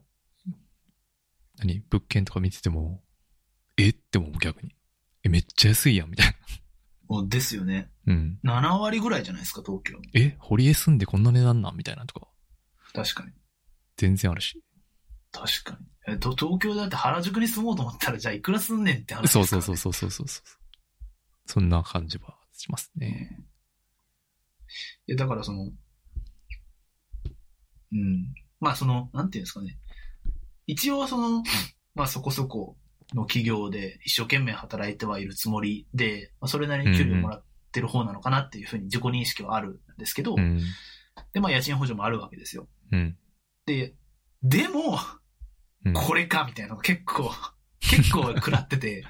物件とか見ててもっても逆にめっちゃ安いやんみたいな。 ですよね。7割ぐらいじゃないですか、東京。 堀江住んでこんな値段なんみたいなとか。 確かに。 全然あるし。 確かに。東京だって原宿に住もうと思ったら、じゃあいくら住んねんって話ですからね。 そう。そんな感じはしますね。 いや、だからなんていうんですかね。 一応まあそこそこの企業で一生懸命働いてはいるつもりで、まあ、それなりに給料もらってる方なのかなっていうふうに自己認識はあるんですけど、で、まあ家賃補助もあるわけですよ。でも、これかみたいなのが結構食らってて、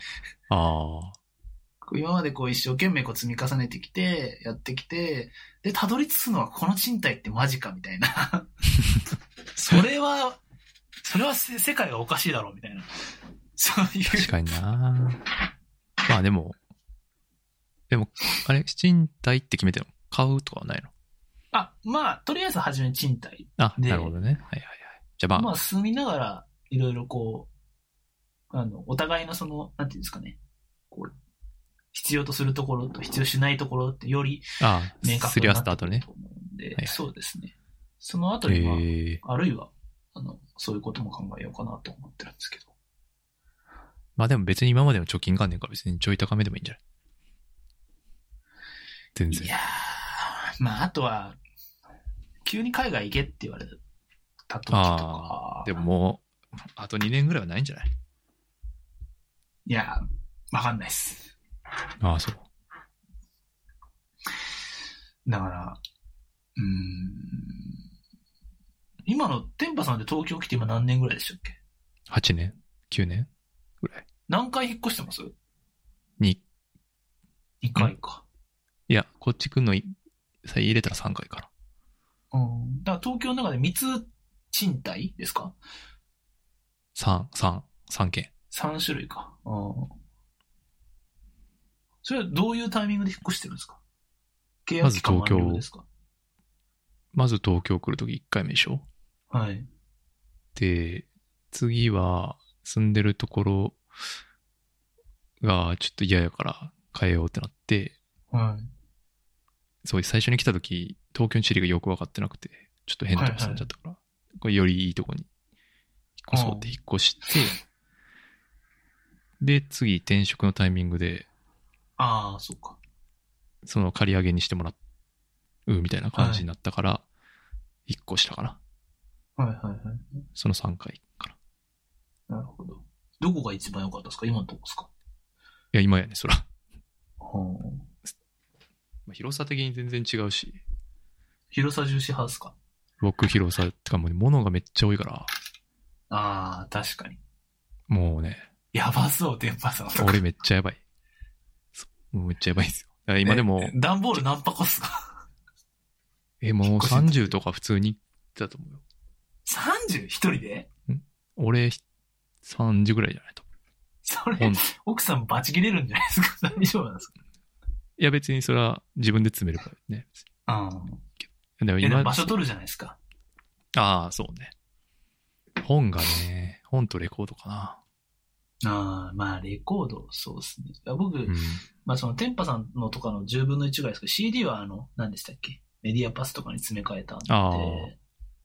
今までこう一生懸命こう積み重ねてきて、やってきて、で、たどり着くのはこの賃貸ってマジかみたいな。それは世界がおかしいだろうみたいな。そういう。 確かにな。まあでも、あれ、賃貸って決めてるの？買うとかはないの？ まあ、とりあえず初め賃貸で。なるほどね。はいはいはい。じゃあまあ。 住みながら、いろいろこう、お互いのなんていうんですかね、こう、必要とするところと必要しないところってより明確になってくると思うんで、そうですね。その後にあるいは、そういうことも考えようかなと思ってるんですけど。 まあでも別に今までの貯金があんねんから別にちょい高めでもいいんじゃない？全然。 いやー、まああとは、急に海外行けって言われた時とか。 でももう、あと2年ぐらいはないんじゃない？ いや、わかんないっす。 そう。 だから、今のテンパさんで東京来て今何年ぐらいでしたっけ？ 8 年 ?9 年ぐらい。 何回引っ越してます？ 2 回か。 いや、こっち来んの入れたら3回かな。 だから東京の中で3つ賃貸ですか ？3件。 3種類か。それはどういうタイミングで引っ越してるんですか？契約期間満了ですか？ まず東京来るとき1回目でしょ？ はい。 で、次は住んでるところがちょっと嫌やから変えようってなって、 はい。 そう、最初に来たとき、東京の地理がよく分かってなくて、ちょっと変なとこ住んじゃったから、これよりいいとこに引っ越そうって引っ越して、で、次転職のタイミングで、 そうか。 その借り上げにしてもらうみたいな感じになったから、引っ越したかな。その3回かな。なるほど。どこが一番良かったですか？今のとこですか？ いや、今やね、そら。広さ的に全然違うし。 広さ重視派ですか？ 僕広さってかもう物がめっちゃ多いから。 確かに。 もうね。 やばそう、電波さん。 俺めっちゃやばい。もうめっちゃやばいんですよ。今でも。 段ボール何箱っすか？ もう30とか普通に行ったと思うよ。 30？ 一人で？ 俺、30ぐらいじゃないと。 それ、奥さんバチ切れるんじゃないですか？大丈夫なんですか？ いや別にそれは自分で詰めるからね。 でも今場所取るじゃないですか。 そうね。本とレコードかな。まあレコード、そうですね。僕、まあそのテンパさんのとかの10分の1ぐらいですけど、CD は何でしたっけ？メディアパスとかに詰め替えたんで。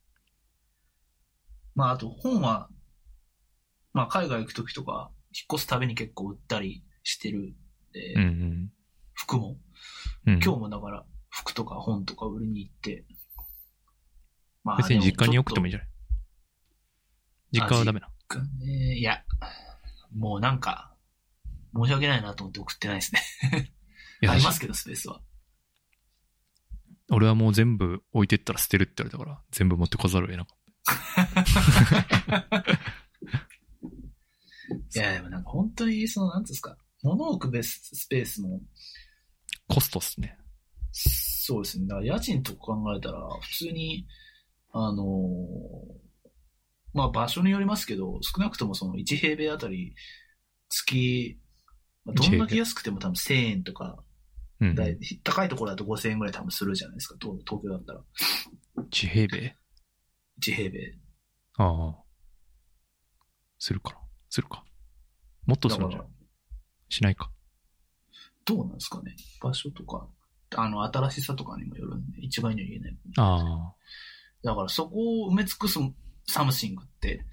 まああと本は、まあ海外行くときとか、引っ越すたびに結構売ったりしてるんで、服も、今日もだから服とか本とか売りに行って、 まあ別に実家に送ってもいいんじゃない？実家はダメな。 いや、もうなんか、申し訳ないなと思って送ってないですね。ありますけど、スペースは。 俺はもう全部置いてったら捨てるって言われたから、全部持ってこざるを得なかった。 いや、でもなんか本当に、なんつうんですか、物を置くスペースも。 コストっすね。 そうですね。だから家賃とか考えたら、普通に、まあ場所によりますけど、少なくともその1平米あたり、月、どんだけ安くても多分1000円とか、高いところだと5000円ぐらい多分するじゃないですか、東京だったら。 1平米 ?1 平米。 するか。もっとするんじゃん。しないか。 どうなんですかね。場所とか、新しさとかにもよるんで、一概には言えない。だからそこを埋め尽くすサムシングって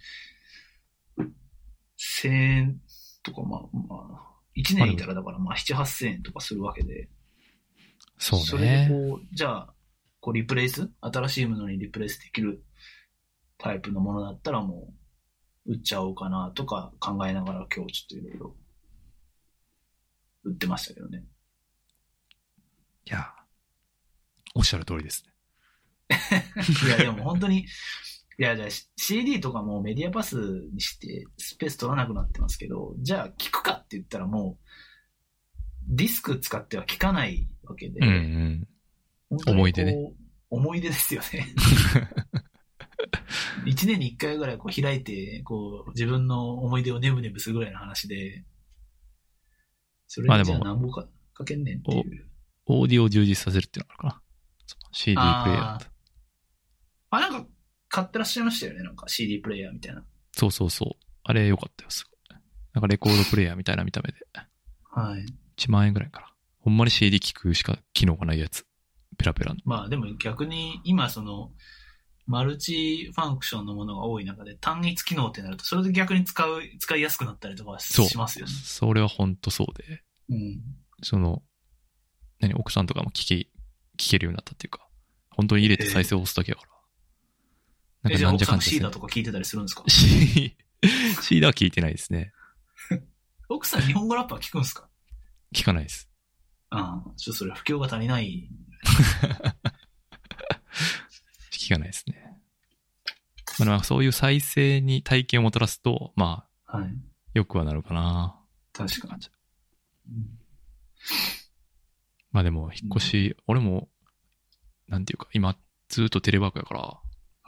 、1000円とか、まあ、1年いたらだからまあ7、8000円とかするわけで。 そうね。 それでじゃあ、リプレイス？新しいものにリプレイスできるタイプのものだったらもう、 売っちゃおうかなとか考えながら今日ちょっといろいろ売ってましたけどね。 いや、おっしゃる通りですね。いや、でも本当に、いや、じゃあ CD とかもメディアパスにしてスペース取らなくなってますけど、じゃあ聞くかって言ったらもう、ディスク使っては聞かないわけで。 うんうん。思い出ね。 思い出ですよね。1年に1回ぐらいこう開いて、こう自分の思い出をネブネブするぐらいの話で、それにじゃあ何本かけんねんっていう。 オーディオを充実させるっていうのがあるかな。CD プレイヤー。 なんか買ってらっしゃいましたよね。なんか CD プレイヤーみたいな。 そうそうそう。あれ良かったよ、すごい。なんかレコードプレイヤーみたいな見た目で。 はい。 1万円ぐらいかな。ほんまに CD 聞くしか機能がないやつ。ペラペラの。 まあでも逆に今マルチファンクションのものが多い中で単一機能ってなると、それで逆に使いやすくなったりとかしますよね。 それは本当そうで。 うん。 奥さんとかも聞けるようになったっていうか、本当に入れて再生を押すだけやから。 じゃあ奥さんシーダとか聞いてたりするんですか？ シーダは聞いてないですね。 奥さん日本語ラップは聞くんですか？ 聞かないです。 ああ、ちょっとそれ不況が足りない。 聞かないですね。まあそういう再生に体験をもたらすと、まあ、はい、よくはなるかな。 確かに。 まあでも、引っ越し、俺も、なんていうか、今、ずっとテレワークやから、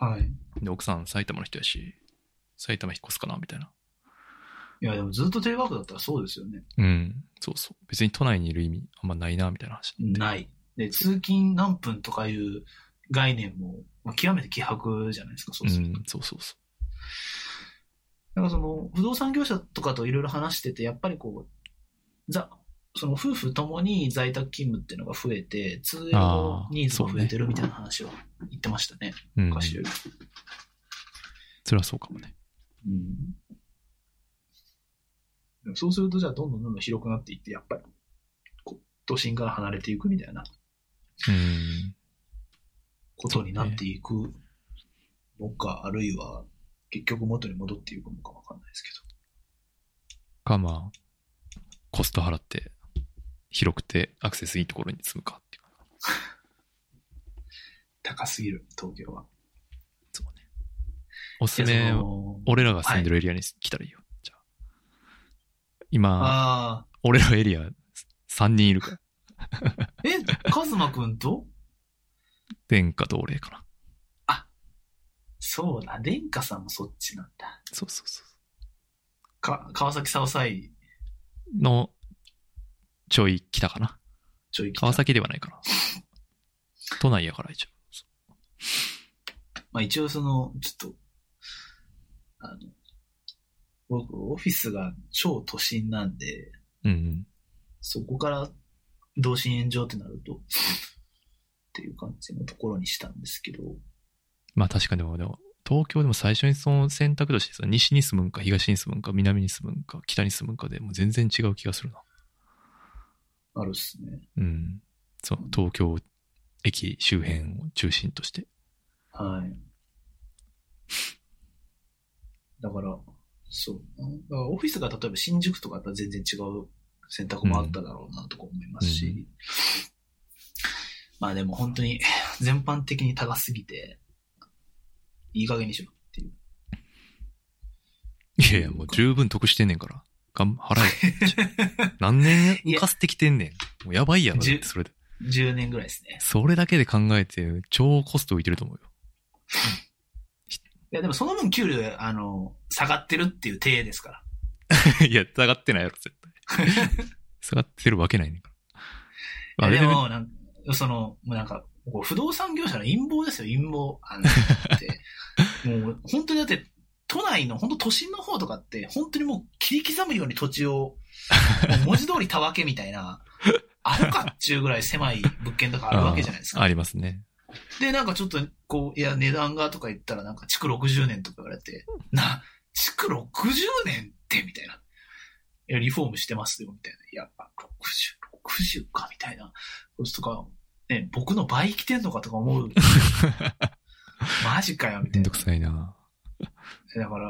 はい。 で、奥さん埼玉の人やし、埼玉引っ越すかな、みたいな。 いや、でもずっとテレワークだったらそうですよね。 うん。そうそう。別に都内にいる意味あんまないな、みたいな話。 ない。で、通勤何分とかいう概念も、まあ、極めて希薄じゃないですか、そうすると。 うん、そうそうそう。 なんか不動産業者とかといろいろ話してて、やっぱり夫婦ともに在宅勤務っていうのが増えて、2L のニーズが増えてるみたいな話を言ってましたね。昔より。 それはそうかもね。 うん。そうすると、じゃあどんどん広くなっていって、やっぱり、都心から離れていくみたいな、ことになっていくのか、あるいは、結局元に戻っていくのかわかんないですけど。まあ、コスト払って、広くてアクセスいいところに住むかっていう。 高すぎる、東京は。 そうね。おすすめ、俺らが住んでるエリアに来たらいいよ。はい、じゃあ。今、俺らエリア3人いるから。 カズマくんと殿下と俺かな。 あ、そうだ、殿下さんもそっちなんだ。 そうそうそう。 川崎サウサイの、ちょい北かな。 ちょい北。 川崎ではないかな。都内やから一応。 まあ一応ちょっと、僕、オフィスが超都心なんで、 うんうん、 そこから同心円状ってなると、っていう感じのところにしたんですけど。 まあ確かにでも、東京でも最初にその選択としてさ、西に住むんか、東に住むんか、南に住むんか、北に住むんかでもう全然違う気がするな。 あるっすね。 うん。そう、東京駅周辺を中心として。 はい。だから、そう。だからオフィスが例えば新宿とかだったら全然違う選択もあっただろうなとか思いますし。うん、まあでも本当に全般的に高すぎて、いい加減にしろっていう。 いやいや、もう十分得してんねんから。払え。何年浮かせてきてんねん。もうやばいやろ、ってそれで。 10年ぐらいですね。 それだけで考えて、超コスト浮いてると思うよ。 いや、でもその分給料、下がってるっていう体ですから。 いや、下がってないやろ、絶対。下がってるわけないねんから。 でも、なんか、不動産業者の陰謀ですよ、陰謀。もう、本当にだって、都内の本当都心の方とかって、本当にもう切り刻むように土地を、文字通りたわけみたいな、あるかっちゅうぐらい狭い物件とかあるわけじゃないですか。 ありますね。 で、なんかちょっと、いや、値段がとか言ったら、なんか、築60年とか言われて、築60年ってみたいな。いや、リフォームしてますよ、みたいな。いや、60か、みたいな。とか、ね、僕の倍来てんのかとか思う。マジかよ、みたいな。 めんどくさいな。 だから、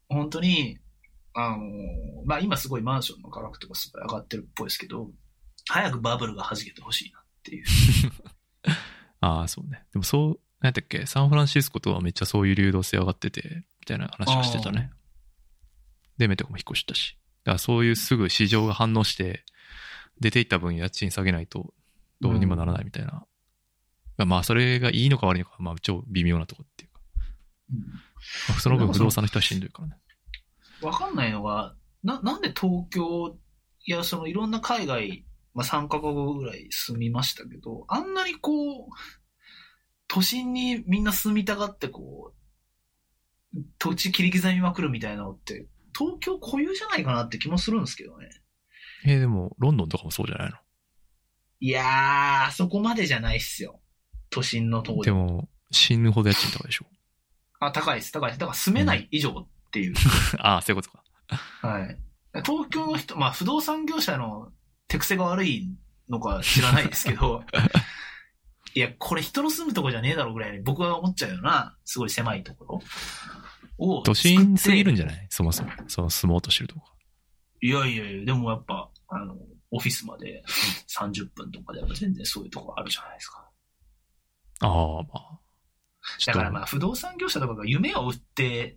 本当に、まあ今すごいマンションの価格とかすごい上がってるっぽいですけど、早くバブルが弾けてほしいなっていう。 ああ、そうね。でもそう、何だっけ、サンフランシスコとはめっちゃそういう流動性上がってて、みたいな話をしてたね。で、メテコも引っ越したし。だからそういうすぐ市場が反応して、出ていった分家賃下げないとどうにもならないみたいな。まあそれがいいのか悪いのか、まあ超微妙なとこっていうか。まあ、その分不動産の人はしんどいからね。 わかんないのが、なんで東京、いやそのいろんな海外、まあ3カ国ぐらい住みましたけど、あんなにこう、都心にみんな住みたがってこう、土地切り刻みまくるみたいなのって、東京固有じゃないかなって気もするんですけどね。 でも、ロンドンとかもそうじゃないの？ いやー、そこまでじゃないっすよ。都心のとこでも、死ぬほど家賃高いでしょ？ あ、高いです、高いです。だから住めない以上っていう。 ああ、そういうことか。 はい。東京の人、まあ不動産業者の手癖が悪いのか知らないですけど、いや、これ人の住むとこじゃねえだろうぐらいに僕は思っちゃうような、すごい狭いところを。 都心すぎるんじゃない？そもそも。その住もうとしてるとこ。 いやいやいや、でもやっぱ、オフィスまで30分とかでやっぱ全然そういうとこあるじゃないですか。 ああ、まあ。 だからまあ不動産業者とかが夢を売って、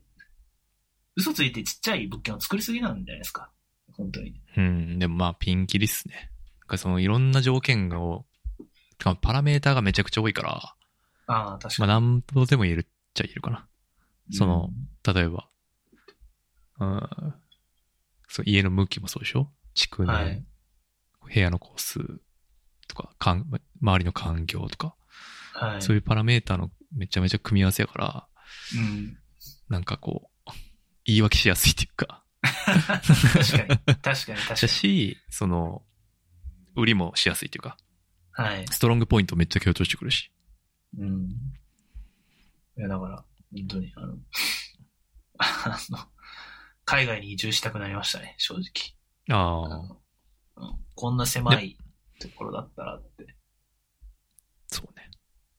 嘘ついてちっちゃい物件を作りすぎなんじゃないですか。本当に。 でもまあピンキリっすね。そのいろんな条件を、パラメーターがめちゃくちゃ多いから、 ああ、確かに。 まあ何とでも言えるっちゃ言えるかな。その、例えば、そう家の向きもそうでしょ？築年、はい、部屋の個数とか、周りの環境とか、はい、そういうパラメーターのめちゃめちゃ組み合わせやから、なんかこう、言い訳しやすいっていうか。 確かに。 だし、その、売りもしやすいっていうか、 はい。 ストロングポイントめっちゃ強調してくるし。 いや、だから、本当に、海外に移住したくなりましたね、正直。こんな狭いところだったらって。 そうね。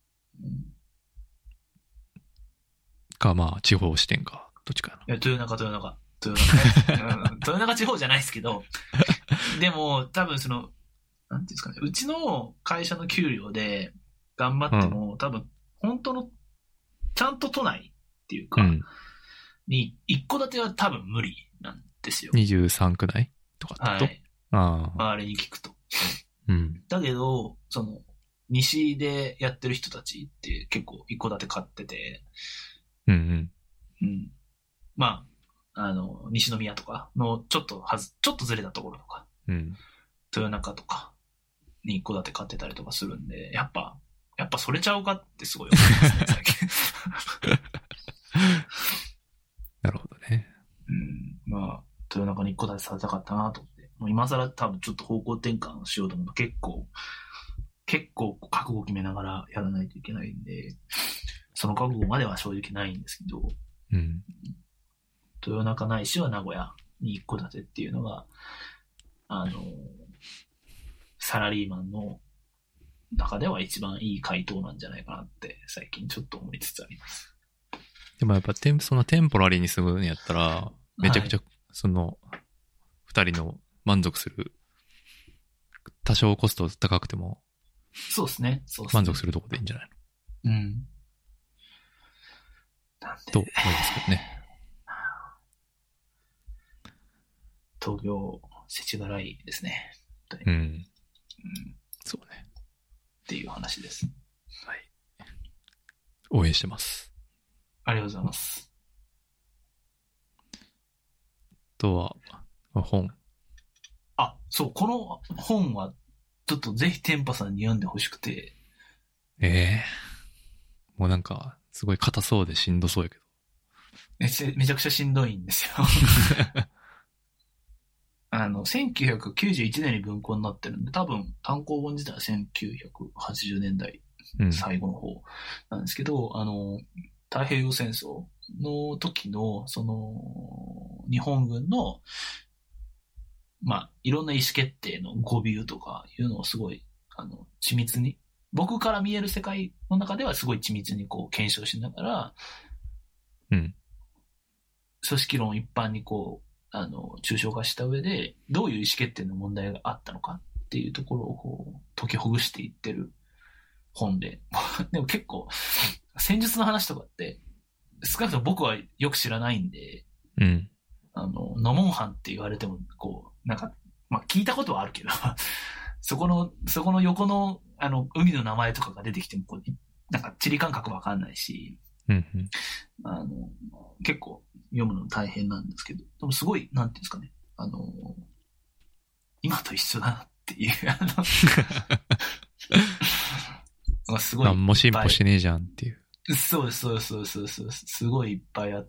か、まあ、地方視点か、どっちかな。 いや、豊中。豊中地方じゃないですけど、でも、多分その、なんていうんですかね、うちの会社の給料で頑張っても、多分、本当の、ちゃんと都内っていうか、に、一戸建ては多分無理なんですよ。 23区内とかってこと？ はい。周りに聞くと。だけど、その、西でやってる人たちって結構一戸建て買ってて、まあ、西宮とかのちょっとずれたところとか、豊中とかに一戸建て買ってたりとかするんで、やっぱそれちゃうかってすごい思いますね、最近。 なるほどね。 まあ、豊中に一戸建てされたかったなと思って、もう今更多分ちょっと方向転換しようと思うと結構覚悟決めながらやらないといけないんで、その覚悟までは正直ないんですけど、豊中ないしは名古屋に一戸建てっていうのが、サラリーマンの中では一番いい回答なんじゃないかなって最近ちょっと思いつつあります。 でもやっぱそのテンポラリーに住むんやったら、めちゃくちゃその二人の満足する、多少コスト高くても、 そうですね。 満足するところでいいんじゃないの？と思いますけどね。 東京、世知辛いですね。 そうね。 っていう話です。 はい。応援してます。 ありがとうございます。 あとは、本。 そう、この本は、ちょっとぜひテンパさんに読んでほしくて。 もうなんか、すごい硬そうでしんどそうやけど。 めちゃくちゃしんどいんですよ。1991年に文庫になってるんで、多分単行本自体は1980年代最後の方なんですけど、太平洋戦争の時の、その、日本軍の、まあ、いろんな意思決定の誤謬とかいうのをすごい、緻密に、僕から見える世界の中ではすごい緻密にこう検証しながら、 組織論を一般に抽象化した上で、どういう意思決定の問題があったのかっていうところを解きほぐしていってる本で、でも結構、戦術の話とかって、少なくとも僕はよく知らないんで、 うん。 ノモンハンって言われても、なんか、まあ、聞いたことはあるけど、そこの横の、海の名前とかが出てきても、なんか地理感覚わかんないし、 うんうん、 結構読むの大変なんですけど、でもすごい、なんていうんですかね、今と一緒だなっていう、すごい。 何も進歩しねえじゃんっていう。 そうです。すごいいっぱいあって、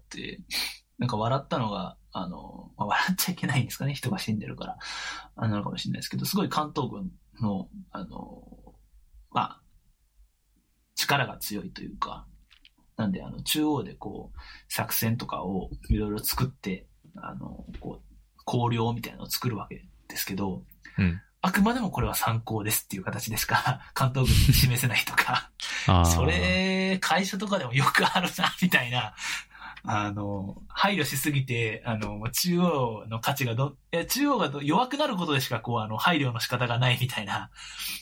なんか笑ったのが、笑っちゃいけないんですかね、人が死んでるから。なのかもしれないですけど、すごい関東軍の、まあ、力が強いというか、なんで、中央で作戦とかをいろいろ作って、綱領みたいなのを作るわけですけど、 うん、 あくまでもこれは参考ですっていう形でしか関東軍に示せないとか、それ、会社とかでもよくあるな、みたいな、配慮しすぎて、中央の価値が中央が弱くなることでしか、配慮の仕方がないみたいな、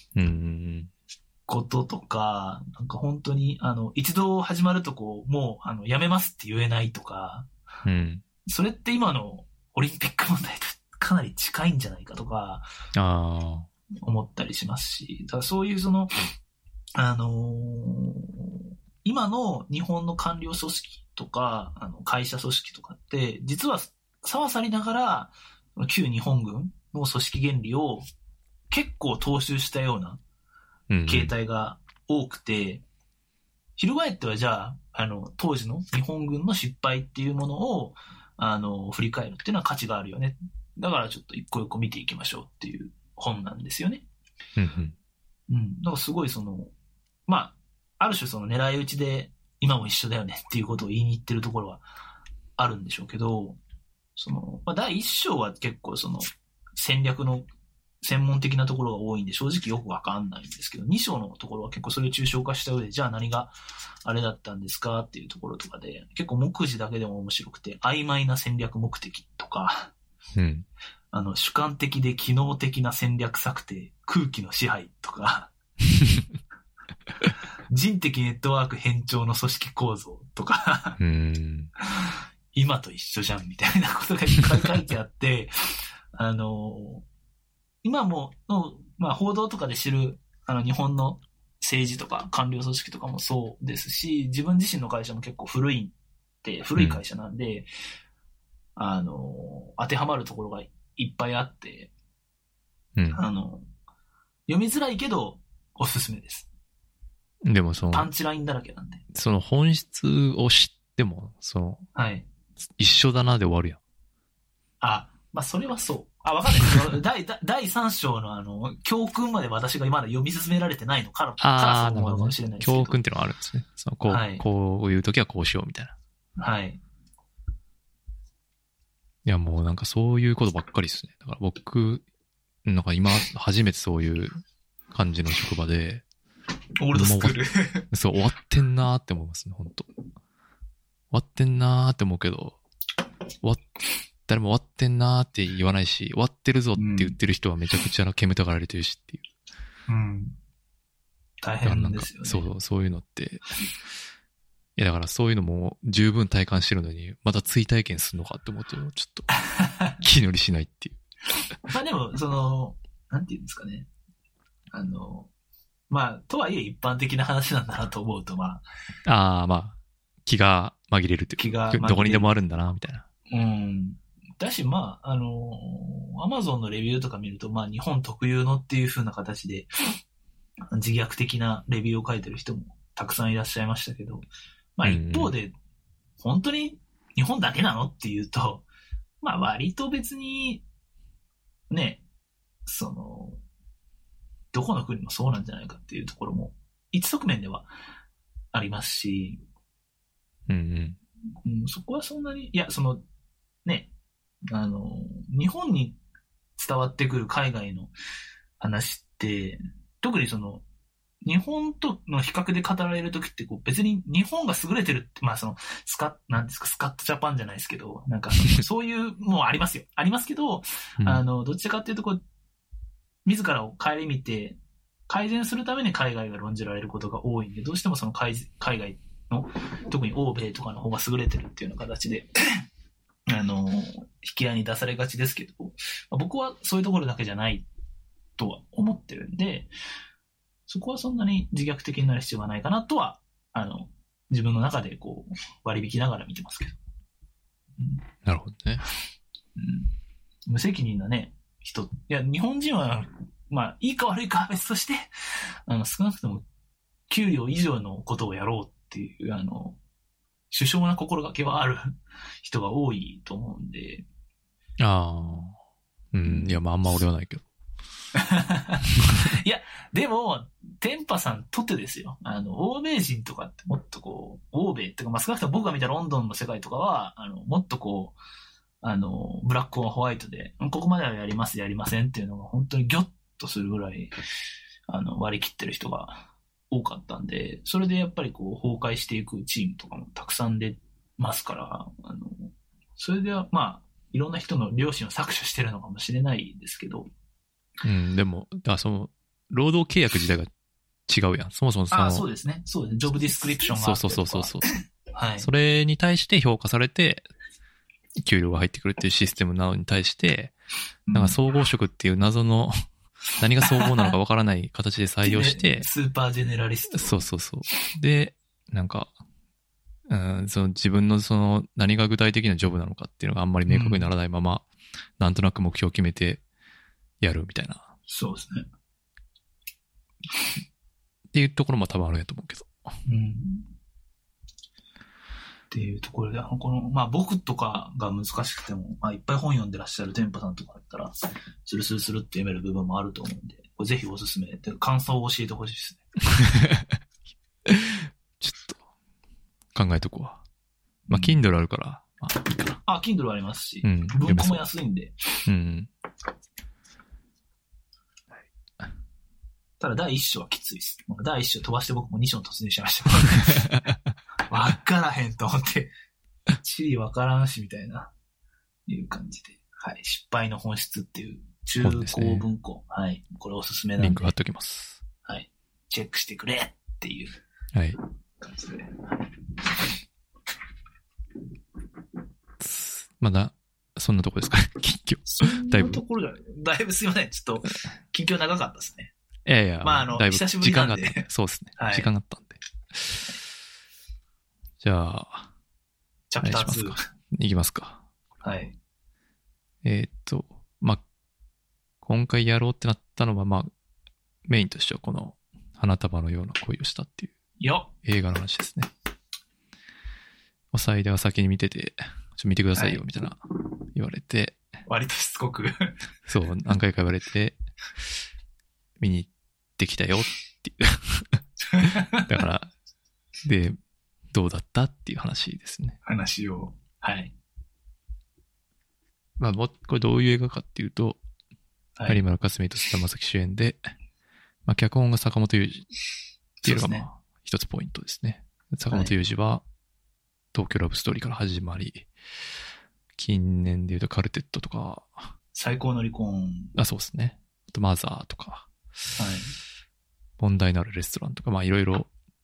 こととか、なんか本当に、一度始まるともう、やめますって言えないとか、 うん、 それって今のオリンピック問題とかなり近いんじゃないかとか、思ったりしますし、だからそういう今の日本の官僚組織とか、会社組織とかって、実は、さわさりながら、旧日本軍の組織原理を結構踏襲したような形態が多くて、翻ってはじゃあ、当時の日本軍の失敗っていうものを、振り返るっていうのは価値があるよね。だからちょっと一個一個見ていきましょうっていう本なんですよね。 うん。 だからすごいまあ、ある種狙い撃ちで今も一緒だよねっていうことを言いに行ってるところはあるんでしょうけど、まあ、第一章は結構戦略の専門的なところが多いんで正直よくわかんないんですけど、2章のところは結構それを抽象化した上で、じゃあ何があれだったんですかっていうところとかで、結構目次だけでも面白くて、曖昧な戦略目的とか、 うん、 主観的で機能的な戦略策定、空気の支配とか、人的ネットワーク偏重の組織構造とか今と一緒じゃんみたいなことがいっぱい書いてあって、今もの、まあ、報道とかで知る日本の政治とか官僚組織とかもそうですし、自分自身の会社も結構古い会社なんで、当てはまるところがいっぱいあって、読みづらいけどおすすめです。 でもパンチラインだらけなんで。 その本質を知っても、 はい。 一緒だなで終わるやん。 まあそれはそう。わかんないです。第3章の教訓まで私がまだ読み進められてないのからそう思うのかもしれないですけど。 教訓っていうのがあるんですね。はい、こういう時はこうしようみたいな。 はい。 いやもうなんかそういうことばっかりですね。だから僕、なんか今初めてそういう感じの職場で、 オールドスクール。 そう、終わってんなーって思いますね、本当。終わってんなーって思うけど、誰も終わってんなーって言わないし、終わってるぞって言ってる人はめちゃくちゃ煙たがられてるしっていう。 大変ですよね。 そういうのって。いや、だからそういうのも十分体感してるのに、また追体験するのかって思うと、ちょっと、気乗りしないっていう。 まあでも、なんていうんですかね。まあ、とはいえ一般的な話なんだなと思うと、まあ。まあ、気が紛れるというか、どこにでもあるんだな、みたいな。 だし、まあ、Amazon のレビューとか見ると、まあ、日本特有のっていう風な形で、自虐的なレビューを書いてる人もたくさんいらっしゃいましたけど、まあ、一方で、本当に日本だけなのっていうと、まあ、割と別に、ね、どこの国もそうなんじゃないかっていうところも一側面ではありますし、そこはそんなに、いや、ね、日本に伝わってくる海外の話って、特に日本との比較で語られるときって、こう別に日本が優れてるって、まあその、なんですか、スカットジャパンじゃないですけど、なんか、そういう、もうありますよ。ありますけど、どっちかっていうと、こう、自らを顧みて、改善するために海外が論じられることが多いんで、どうしてもその海外の、特に欧米とかの方が優れてるっていうような形で、引き合いに出されがちですけど、僕はそういうところだけじゃないとは思ってるんで、そこはそんなに自虐的になる必要はないかなとは、自分の中でこう割り引きながら見てますけど。 なるほどね。 無責任なね、人。いや、日本人は、まあ、いいか悪いかは別として、少なくとも、給料以上のことをやろうっていう、首相な心がけはある人が多いと思うんで。 いや、まあ、あんま俺はないけど。 いや、でも、天パさんとってですよ。欧米人とかってもっとこう、欧米っていうか、まあ、少なくとも僕が見たロンドンの世界とかは、もっとこう、ブラックオンホワイトで、ここまではやります、やりませんっていうのが本当にギョッとするぐらい、割り切ってる人が多かったんで、それでやっぱりこう、崩壊していくチームとかもたくさん出ますから、それでは、まあ、いろんな人の良心を搾取してるのかもしれないですけど、 でも、その、労働契約自体が違うやん。そもそもそうですね。そうですね。ジョブディスクリプションがあってとか。そう。 はい。それに対して評価されて、給料が入ってくるっていうシステムなのに対して、なんか総合職っていう謎の、何が総合なのかわからない形で採用して、 スーパージェネラリスト。 そう。で、なんか、その自分のその何が具体的なジョブなのかっていうのがあんまり明確にならないまま、なんとなく目標を決めてやるみたいな。 そうですね。 っていうところも多分あるんやと思うけど。 っていうところで、まあ僕とかが難しくても、まあいっぱい本読んでらっしゃる天パさんとかだったら、スルスルスルって読める部分もあると思うんで、これぜひおすすめで、感想を教えてほしいですね。 ちょっと、考えとこう。まあ Kindle あるから、まあいいかな。 Kindle ありますし、文庫も安いんで。ただ第1章はきついです。第1章飛ばして僕も2章に突入しました。わからへんと思って。地理わからんしみたいな、いう感じで。はい。失敗の本質っていう中高文庫。はい。これおすすめなんで。 リンク貼っときます。 はい。チェックしてくれっていう感じで。はい。 まだ、そんなとこですか近況。 そんなところじゃない。だいぶすいません。ちょっと、近況長かったですね。 いや、 まあだいぶ久しぶりなんで。 時間があった。そうですね。 はい、 時間があったんで。じゃあ、 チャプター2。 いきますか。 はい。 まあ、今回やろうってなったのは、まあ、メインとしてはこの、花束のような恋をしたっていう映画の話ですね。おさいでは先に見てて、見てくださいよ、みたいな言われて。 割としつこく。 そう、何回か言われて、見に行ってきたよっていう。だから、で、どうだったっていう話ですね。 話を。はい。 まあ、これどういう映画かっていうと、有村架純と菅田将暉主演で、まあ、脚本が坂本龍二っていうのが、まあ、一つポイントですね。坂本龍二は、東京ラブストーリーから始まり、近年で言うとカルテットとか、 最高の離婚。 そうですね。あとマザーとか、 はい。 問題のあるレストランとか、まあいろいろ、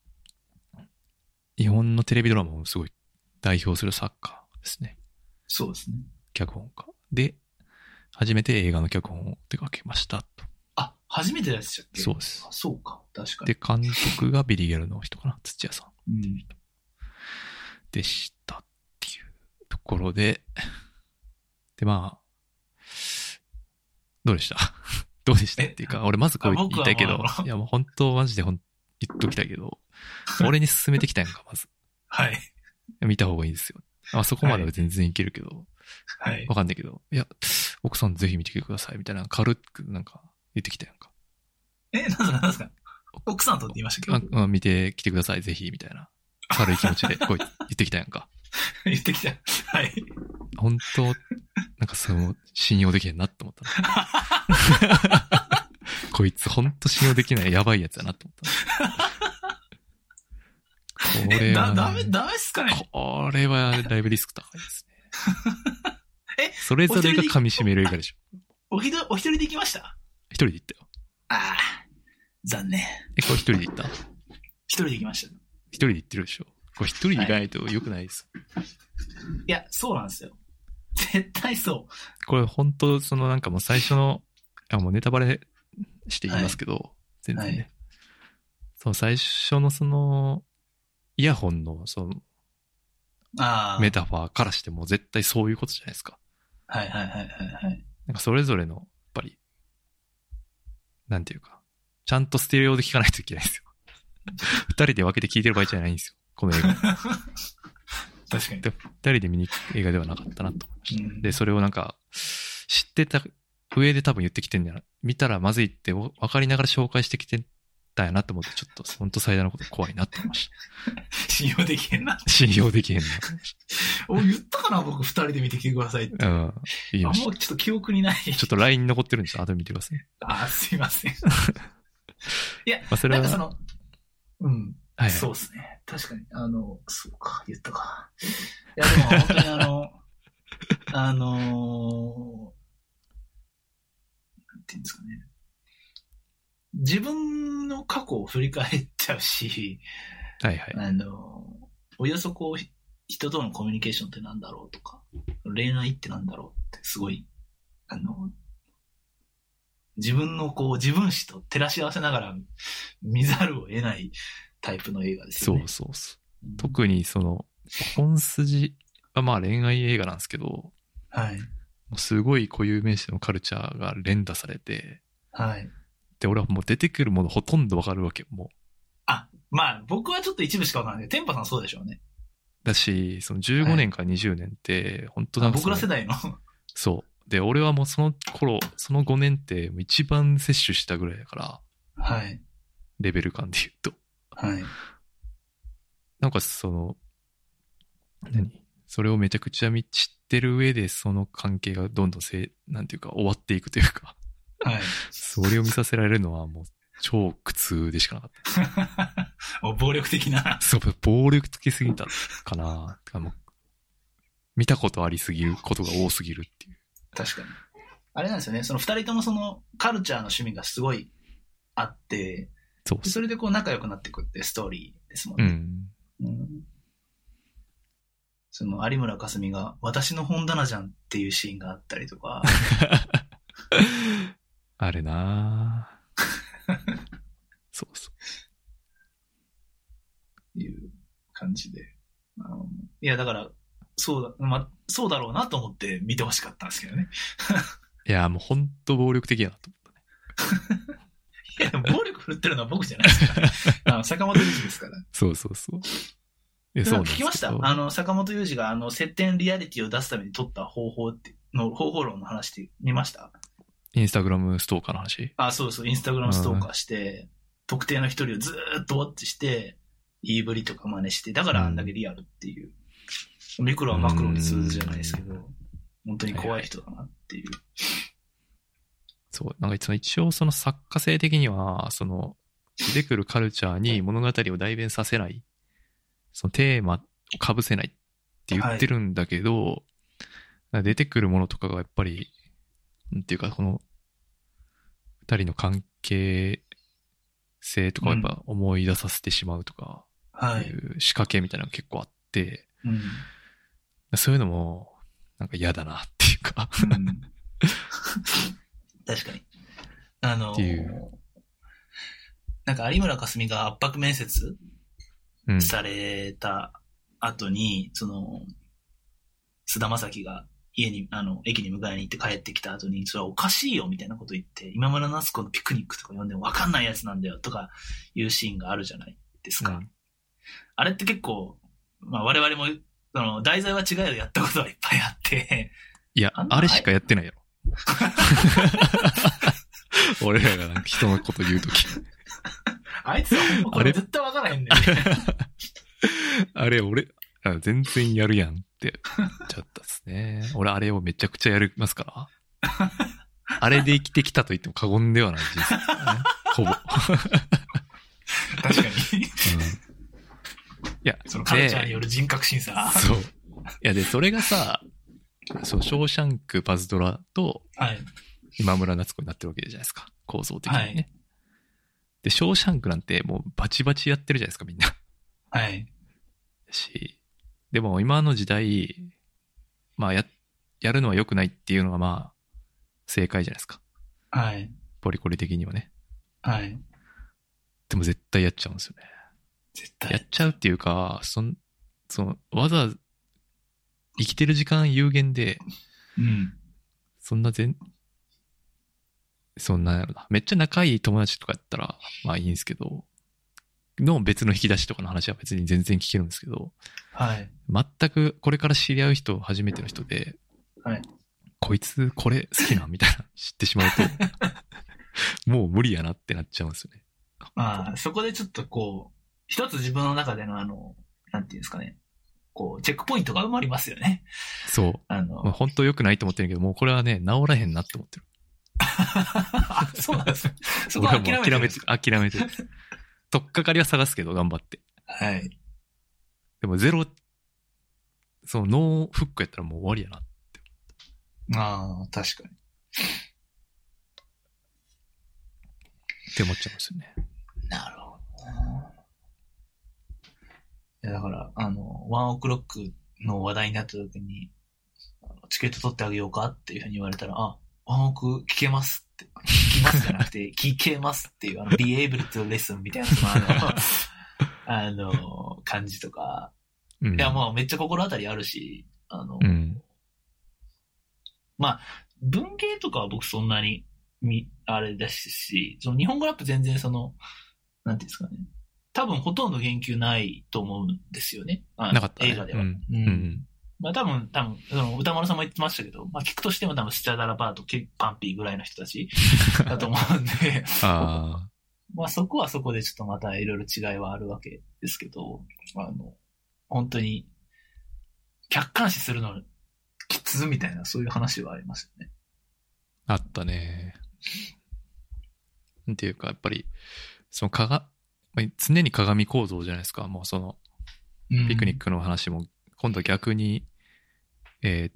日本のテレビドラマをすごい代表する作家ですね。 そうですね。 脚本家。で、初めて映画の脚本を手掛けましたと。 初めてでしたっけ？ そうです。 そうか、確かに。 で、監督がビリギャルの人かな、土屋さん。でしたっていうところで、で、まあ、どうでしたどうでしたっていうか、俺まずこう言いたいけど、いやもう本当マジで言っときたいけど、俺に勧めてきたやんか、まず。 はい。 見た方がいいですよ。そこまでは全然いけるけど、 はい。 わかんないけど、いや、奥さんぜひ見てきてください、みたいな、軽くなんか言ってきたやんか。 なんですか奥さんとって言いましたけど。 見てきてください、ぜひ、みたいな。軽い気持ちで、こう言ってきたやんか。 言ってきた。はい。 本当、なんか信用できへんなって思ったこいつ本当信用できないやばいやつだなって思っこれは、 ダメっすかね。 これはだいぶリスク高いですね。それぞれが噛み締める映画でしょ。 お一人で行きました？ 一人で行ったよ。 ああ、残念。 これ一人で行った？ 一人で行きました。 一人で行ってるでしょ。これ一人で行かないと良くないです。 いや、そうなんですよ。絶対そう。 これ本当なんかもう最初の、もうネタバレして言いますけど、全然ね。はい、最初のイヤホンのメタファーからしても絶対そういうことじゃないですか。 はいはいはいはいはい。 なんかそれぞれの、やっぱり、なんていうか、ちゃんとステレオで聞かないといけないんですよ。二人で分けて聞いてる場合じゃないんですよ、この映画。 確かに。 二人で見に行く映画ではなかったなと思いました。で、それをなんか、知ってた上で多分言ってきてんだよな。見たらまずいって分かりながら紹介してきてたやなと思って、ちょっと本当最大のこと怖いなって思いました。 信用できへんな。 信用できへんな。 言ったかな僕二人で見てきてくださいって。 うん。言いました。 もうちょっと記憶にない。 ちょっと LINE 残ってるんですよ。後で見てください。 すいません。いや、 それはなんかうん。 はい、 そうですね。確かに。そうか、言ったか。いや、でも本当になんていうんですかね。自分の過去を振り返っちゃうし、 はいはい。 およそ人とのコミュニケーションってなんだろうとか、恋愛ってなんだろうってすごい、自分の自分史と照らし合わせながら見ざるを得ないタイプの映画ですよね。 そう。特に本筋はまあ恋愛映画なんですけど、 はい。 すごい固有名詞のカルチャーが連打されて、 はい。 で、俺はもう出てくるものほとんどわかるわけ、もう。 まあ僕はちょっと一部しかわからないけど、テンパさんそうでしょうね。 だし、15年から20年って、本当なんか僕ら世代の。 そう。で、俺はもうその5年って一番摂取したぐらいだから、 はい。 レベル感で言うと。 はい。 なんかそれをめちゃくちゃ知ってる上で、その関係がどんどんなんていうか終わっていくというか、 はい。 それを見させられるのはもう超苦痛でしかなかった。 暴力的な。 そう、暴力的すぎたかな。もう見たことありすぎることが多すぎるっていう。 確かに。あれなんですよね。二人ともカルチャーの趣味がすごいあって、それで仲良くなっていくってストーリーですもんね。有村架純が私の本棚じゃんっていうシーンがあったりとか。 あれなぁ。そう。 いう感じで。いや、だから、そうだろうなと思って見てほしかったんですけどね。 いや、もうほんと暴力的やなと思ったね。 いや、暴力振ってるのは僕じゃないですから。坂本龍二ですから。 そう。 聞きました坂本龍二が接点リアリティを出すために取った方法論の話って見ました？ インスタグラムストーカーの話？ そう、インスタグラムストーカーして、特定の一人をずーっとウォッチして、言いぶりとか真似して、だからあんだけリアルっていう。ミクロはマクロに通ずじゃないですけど、本当に怖い人だなっていう。 そう、なんか一応その作家性的には、出てくるカルチャーに物語を代弁させない、そのテーマを被せないって言ってるんだけど、出てくるものとかがやっぱり、なんていうか、この二人の関係性とかをやっぱ思い出させてしまうとか、いう仕掛けみたいなのが結構あって、そういうのもなんか嫌だなっていうか、 確かに。なんか有村架純が圧迫面接された後に、菅田将暉が家に、駅に迎えに行って帰ってきた後に、それはおかしいよみたいなこと言って、今村夏子のピクニックとか呼んでも分かんないやつなんだよとかいうシーンがあるじゃないですか。あれって結構、我々も、題材は違うよやったことはいっぱいあって。 いや、あれしかやってないやろ。俺らがなんか人のこと言うとき。 あいつはこれ絶対分からへんねん。 あれ、全然やるやんって言っちゃったっすね。俺、あれをめちゃくちゃやりますから。あれで生きてきたと言っても過言ではない人生、ね。ほぼ。 確かに。 いや、 そのカルチャーによる人格審査。 そう。いや、で、それがさ、そう、ショーシャンク、パズドラと、 はい。 今村夏子になってるわけじゃないですか。構造的にね。 はい、 で、ショーシャンクなんてもうバチバチやってるじゃないですか、みんな。 はい。 でも今の時代、まあやるのは良くないっていうのがまあ、正解じゃないですか。 はい。 ポリコレ的にはね。 はい。 でも絶対やっちゃうんですよね。 絶対。 やっちゃうっていうか、わざわざ生きてる時間有限で、 うん。 そんなめっちゃ仲いい友達とかやったら、まあいいんですけど、別の引き出しとかの話は別に全然聞けるんですけど、 はい。 全くこれから知り合う人、初めての人で、 はい。 こいつこれ好きなみたいな知ってしまうと、もう無理やなってなっちゃうんですよね。 まあ、そこでちょっとこう、一つ自分の中でのなんていうんですかね、こう、チェックポイントが生まれますよね。 そう。まあ、本当良くないと思ってるけど、もうこれはね、治らへんなって思ってる。 そうなんですね。そこはは諦めてる。とっかかりは探すけど、頑張って。 はい。 でもノーフックやったらもう終わりやなって。 ああ、確かに。 って思っちゃうんですよね。 なるほどな。いや、だから、ワンオクロックの話題になった時に、チケット取ってあげようかっていうふうに言われたら、ワンオク聞けますって、聞きますじゃなくて、聞けますっていう、be able to listen みたいな、感じとか、いや、もうめっちゃ心当たりあるし、まあ、文芸とかは僕そんなに、あれだし、その日本語ラップ全然なんていうんですかね。多分ほとんど言及ないと思うんですよね。 なかったね。 映画では。まあ多分、歌丸さんも言ってましたけど、まあ聞くとしても多分スチャダラパーとパンピーぐらいの人たちだと思うんで、まあそこはそこでちょっとまたいろいろ違いはあるわけですけど、本当に、客観視するのきつみたいなそういう話はありますよね。 あったね。っていうか、やっぱり、常に鏡構造じゃないですか。もうピクニックの話も、今度逆に、有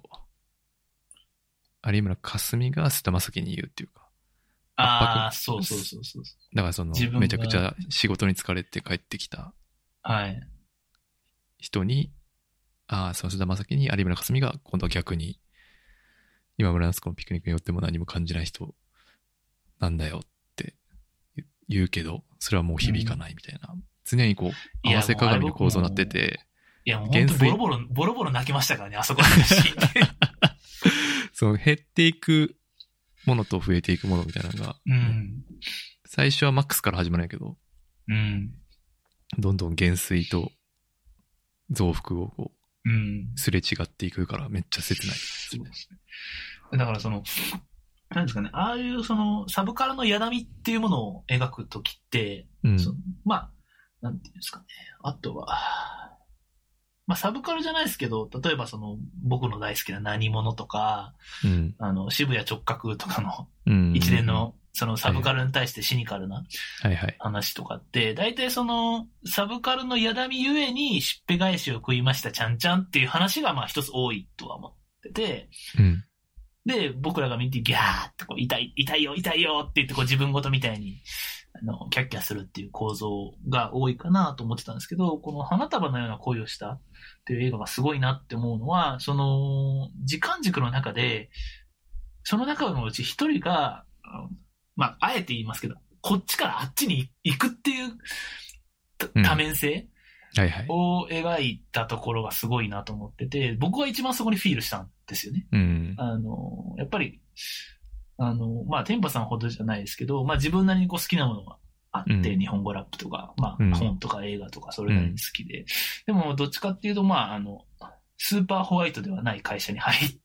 村架純が菅田将暉に言うっていうか。 ああ、そう。 だからめちゃくちゃ仕事に疲れて帰ってきた。 はい。 人に、菅田将暉に有村架純が今度は逆に、今村夏子のピクニックによっても何も感じない人なんだよって言うけど、それはもう響かないみたいな。常にこう、合わせ鏡の構造になってて。 いや、もう本当ボロボロ泣きましたからね、あそこのシーンで。 減っていくものと増えていくものみたいなのが、最初はマックスから始まるんやけど、どんどん減衰と増幅をこう、すれ違っていくからめっちゃ切ない、 そうですね。だからなんですかね、ああいうサブカルのやだみっていうものを描くときって、まあ、なんていうんですかね、あとは、まあサブカルじゃないですけど、例えば僕の大好きな何者とか、渋谷直角とかの一連のサブカルに対してシニカルな話とかって、大体サブカルのやだみゆえにしっぺ返しを食いましたちゃんちゃんっていう話がまあ一つ多いとは思ってて、で、僕らが見てギャーってこう痛いよって言ってこう自分ごとみたいにキャッキャするっていう構造が多いかなと思ってたんですけど、この花束のような恋をしたっていう映画がすごいなって思うのは、時間軸の中で、その中のうち一人が、まあ、あえて言いますけど、こっちからあっちに行くっていう多面性を描いたところがすごいなと思ってて、僕は一番そこにフィールしたんですよね。やっぱり、まあ、テンパさんほどじゃないですけど、まあ自分なりにこう好きなものがあって、日本語ラップとか、まあ本とか映画とかそれなりに好きで。でもどっちかっていうと、まあスーパーホワイトではない会社に入って、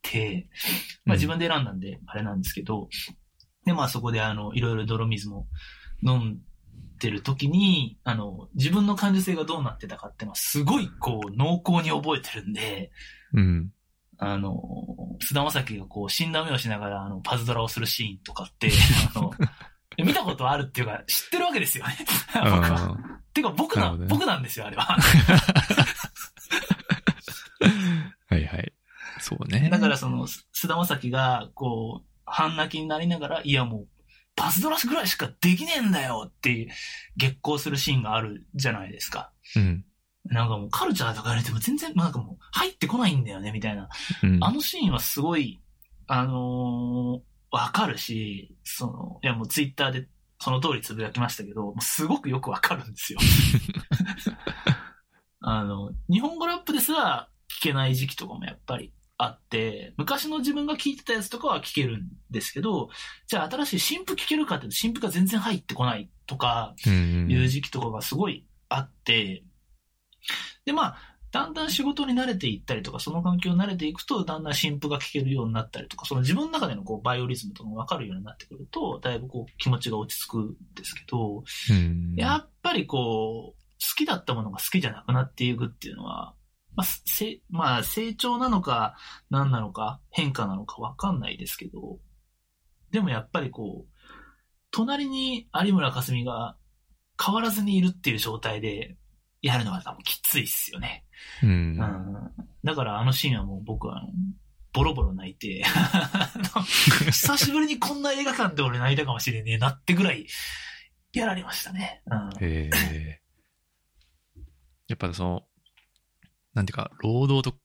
まあ自分で選んだんで、あれなんですけど、で、まあそこでいろいろ泥水も飲んでる時に、自分の感受性がどうなってたかっていうのはすごいこう濃厚に覚えてるんで、菅田将暉がこう死んだ目をしながらパズドラをするシーンとかって、見たことあるっていうか知ってるわけですよね。僕は。 てか僕なんですよ、あれは。 はいはい。そうね。 だから菅田将暉が、こう、半泣きになりながら、いやもう、パズドラぐらいしかできねえんだよって激高するシーンがあるじゃないですか。 うん。 なんかもうカルチャーとか言われても全然、なんかもう入ってこないんだよね、みたいな。 うん、 あのシーンはすごい、わかるし、いやもうツイッターでその通りつぶやきましたけど、もうすごくよくわかるんですよ。日本語ラップですら聞けない時期とかもやっぱりあって、昔の自分が聞いてたやつとかは聞けるんですけど、じゃあ新しい新譜聞けるかっていうと新譜が全然入ってこないとかいう時期とかがすごいあって、でまあ、だんだん仕事に慣れていったりとか、その環境に慣れていくと、だんだん新譜が聞けるようになったりとか、その自分の中でのこうバイオリズムとかが分かるようになってくると、だいぶこう気持ちが落ち着くんですけど、やっぱりこう、好きだったものが好きじゃなくなっていくっていうのは、まあ成長なのか何なのか変化なのか分かんないですけど、でもやっぱりこう、隣に有村架純が変わらずにいるっていう状態でやるのが多分きついっすよね。だからあのシーンはもう僕はボロボロ泣いて久しぶりにこんな映画館で俺泣いたかもしれねえなってぐらいやられましたね。 やっぱなんていうか、労働と、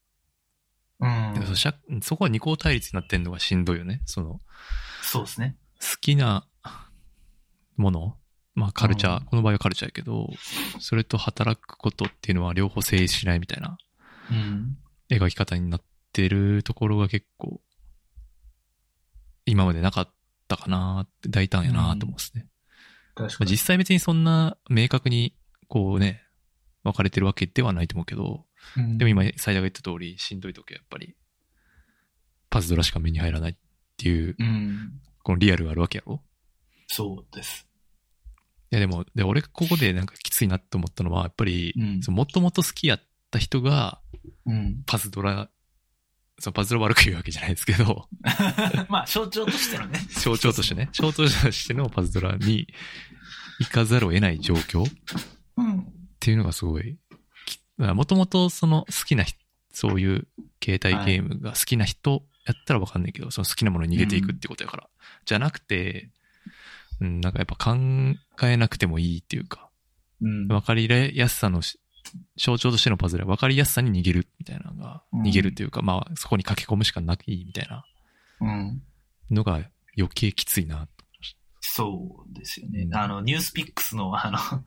そこは二項対立になってんのがしんどいよね。 そうですね。 好きなもの、まあカルチャー、この場合はカルチャーやけど、それと働くことっていうのは両方成立しないみたいな、描き方になってるところが結構、今までなかったかなって、大胆やなと思うんですね。 確かに。 実際別にそんな明確に、こうね、分かれてるわけではないと思うけど、でも今、斉田が言った通り、しんどい時はやっぱり、パズドラしか目に入らないっていう、このリアルがあるわけやろ？ そうです。 いやでも、俺がここでなんかきついなって思ったのは、やっぱり、もともと好きやった人が、パズドラ悪く言うわけじゃないですけど。 まあ、象徴としてのね。 象徴としてのパズドラに行かざるを得ない状況っていうのがすごい、もともと好きな人、そういう携帯ゲームが好きな人やったらわかんないけど、その好きなものに逃げていくってことやから。じゃなくて、なんかやっぱ考えなくてもいいっていうか、わかりやすさの象徴としてのパズルはわかりやすさに逃げるみたいなのが、逃げるというか、まあそこに駆け込むしかないみたいなのが余計きついなと。 そうですよね。ニュースピックスの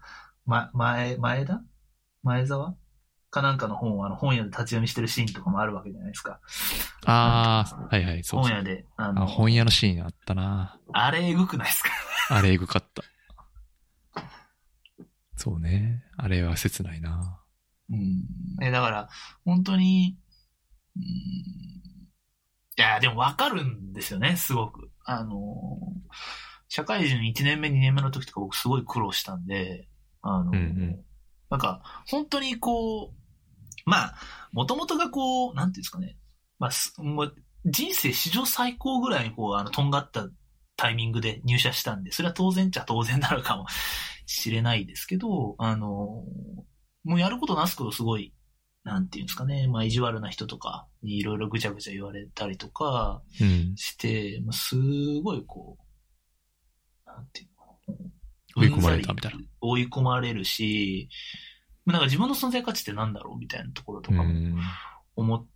前澤かなんかの本を本屋で立ち読みしてるシーンとかもあるわけじゃないですか。 はいはい、そう。 本屋で。 本屋のシーンあったな。 あれエグくないですか？ あれエグかった。そうね。あれは切ないな。 だから、本当に、いや、でもわかるんですよね、すごく。社会人1年目、2年目の時とか僕すごい苦労したんで、なんか、本当にこう、まあ、もともとがこう、なんていうんですかね、まあ、もう人生史上最高ぐらいにこう、とんがったタイミングで入社したんで、それは当然っちゃ当然なのかもしれないですけど、もうやることなすことすごい、なんていうんですかね、まあ、意地悪な人とかにいろいろぐちゃぐちゃ言われたりとかして、すごいこう、なんていうの、 追い込まれたみたいな。 追い込まれるし、なんか自分の存在価値ってなんだろうみたいなところとかも思って、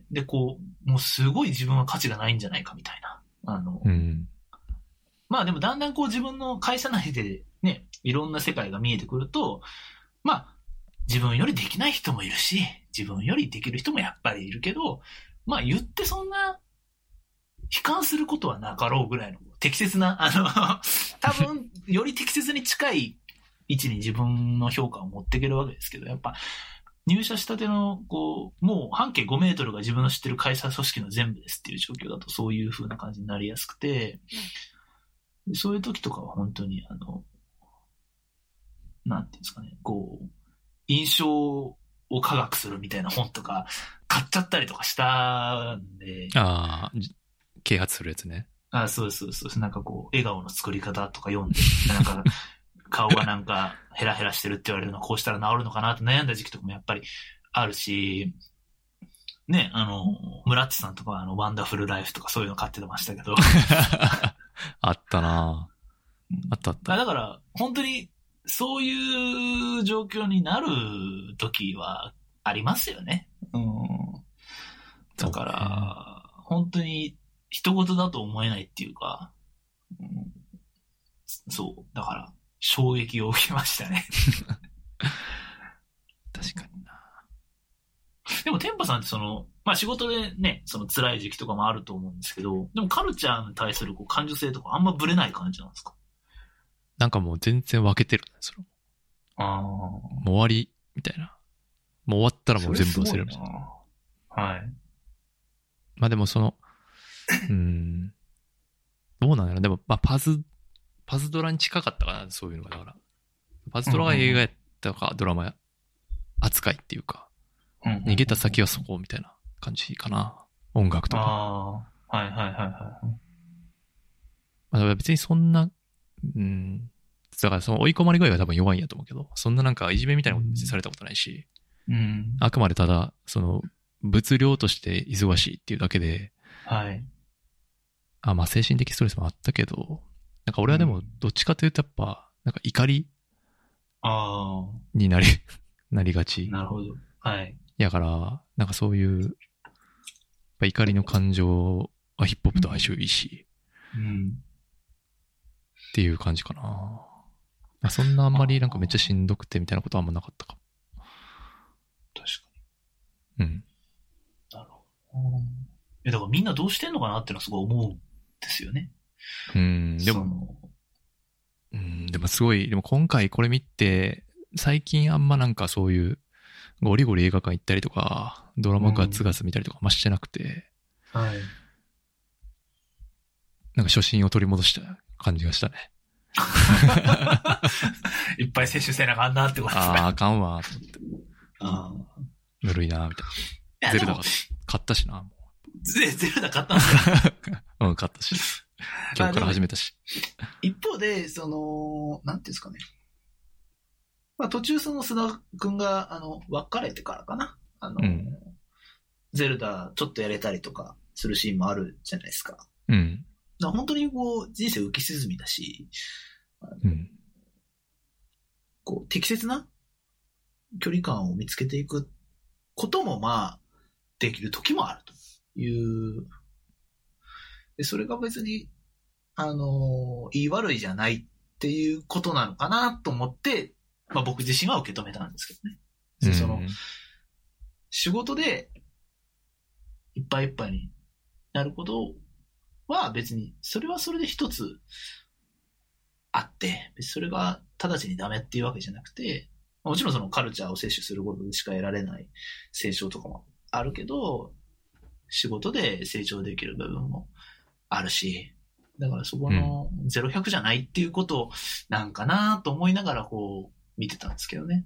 で、こう、もうすごい自分は価値がないんじゃないかみたいな。まあでもだんだんこう自分の会社内でね、いろんな世界が見えてくると、まあ、自分よりできない人もいるし、自分よりできる人もやっぱりいるけど、まあ言ってそんな、悲観することはなかろうぐらいの適切な、多分、より適切に近い位置に自分の評価を持っていけるわけですけど、やっぱ、入社したての、こう、もう半径5メートルが自分の知ってる会社組織の全部ですっていう状況だとそういう風な感じになりやすくて、そういう時とかは本当に、なんていうんですかね、こう、印象を科学するみたいな本とか買っちゃったりとかしたんで。 啓発するやつね。 そうです。なんかこう、笑顔の作り方とか読んで、なんか、 顔がなんかヘラヘラしてるって言われるのはこうしたら治るのかなと悩んだ時期とかもやっぱりあるし、ね、村地さんとかはワンダフルライフとかそういうの買ってましたけど。 あったなぁ。あったあった。 だから、本当に、そういう状況になる時はありますよね。うん。だから、本当に、人事だと思えないっていうか、うん、そう。だから、衝撃を受けましたね。 確かにな。 でも、テンパさんってまあ仕事でね、辛い時期とかもあると思うんですけど、でもカルチャーに対する感受性とかあんまブレない感じなんですか？ なんかもう全然分けてるね、それも。 ああ。 もう終わり、みたいな。もう終わったらもう全部忘れるみたいな。 はい。 まあでもどうなんだろう。でも、まあパズドラに近かったかな、そういうのが。だから。パズドラが映画やったか、ドラマ扱いっていうか、逃げた先はそこみたいな感じかな。音楽とか。 ああ、はいはいはいはい。 まあ別にそんな、だから追い込まれ具合が多分弱いんやと思うけど、そんななんかいじめみたいなこと別にされたことないし、あくまでただ、物量として忙しいっていうだけで、 はい。 まあ精神的ストレスもあったけど、なんか俺はでもどっちかというとやっぱ、なんか怒りになりがち。 なるほど。はい。 やから、なんかそういう、やっぱ怒りの感情はヒップホップと相性いいし、っていう感じかな。そんなあんまりなんかめっちゃしんどくてみたいなことはあんまなかったかも。 確かに。うん。 なるほど。だからみんなどうしてんのかなってのはすごい思うんですよね。 でもすごい、でも今回これ見て、最近あんまなんかそういう、ゴリゴリ映画館行ったりとか、ドラマガツガツ見たりとかましてなくて、 はい。 なんか初心を取り戻した感じがしたね。 いっぱい摂取せなあかんなってことですね。 あかんわ、と思って。ぬるいな、みたいな。ゼルダ買ったしな、もう。ゼルダ買ったんですか？ うん、買ったし。今日から始めたし。 一方で、なんていうんですかね。まあ途中須田くんが、別れてからかな。ゼルダちょっとやれたりとかするシーンもあるじゃないですか。本当に人生浮き沈みだし、適切な距離感を見つけていくこともまあ、できる時もあるという。でそれが別に、言い悪いじゃないっていうことなのかなと思って、まあ僕自身は受け止めたんですけどね。で仕事でいっぱいいっぱいになることは別に、それはそれで一つあって、それが直ちにダメっていうわけじゃなくて、もちろんカルチャーを摂取することでしか得られない成長とかもあるけど、仕事で成長できる部分もあるし、だからそこの0-100じゃないっていうことなんかなと思いながら見てたんですけどね。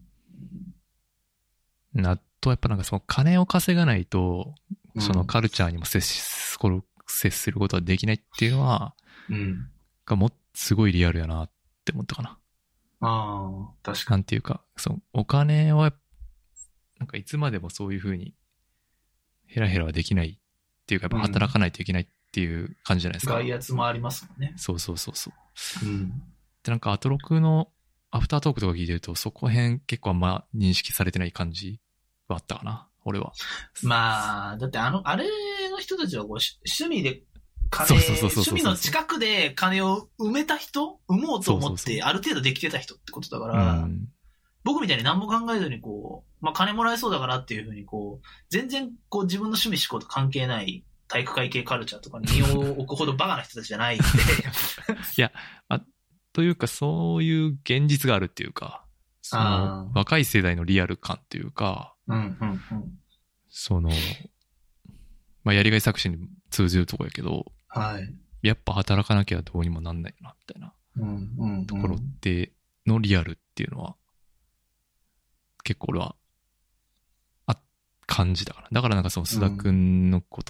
あとやっぱなんか金を稼がないと、そのカルチャーにも接することはできないっていうのは、がすごいリアルやなって思ったかな。 確かに。 なんていうか、お金は、なんかいつまでもそういう風に、ヘラヘラはできないっていうか、やっぱ働かないといけないっていう感じじゃないですか。 外圧もありますもんね。 そう。で、なんかアトロクのアフタートークとか聞いてると、そこへん結構あんま認識されてない感じはあったかな、俺は。 まあ、だってあれの人たちは趣味で趣味の近くで金を生もうと思ってある程度できてた人ってことだから、僕みたいに何も考えずにまあ金もらえそうだからっていうふうに全然自分の趣味思考と関係ない体育会系カルチャーとかに身を置くほどバカな人たちじゃないんで。 いや、というかそういう現実があるっていうか、若い世代のリアル感っていうか、まあやりがい作詞に通じるとこやけど、やっぱ働かなきゃどうにもなんないな、みたいなところってのリアルっていうのは、結構俺は、感じだから。だからなんか須田くんのこと、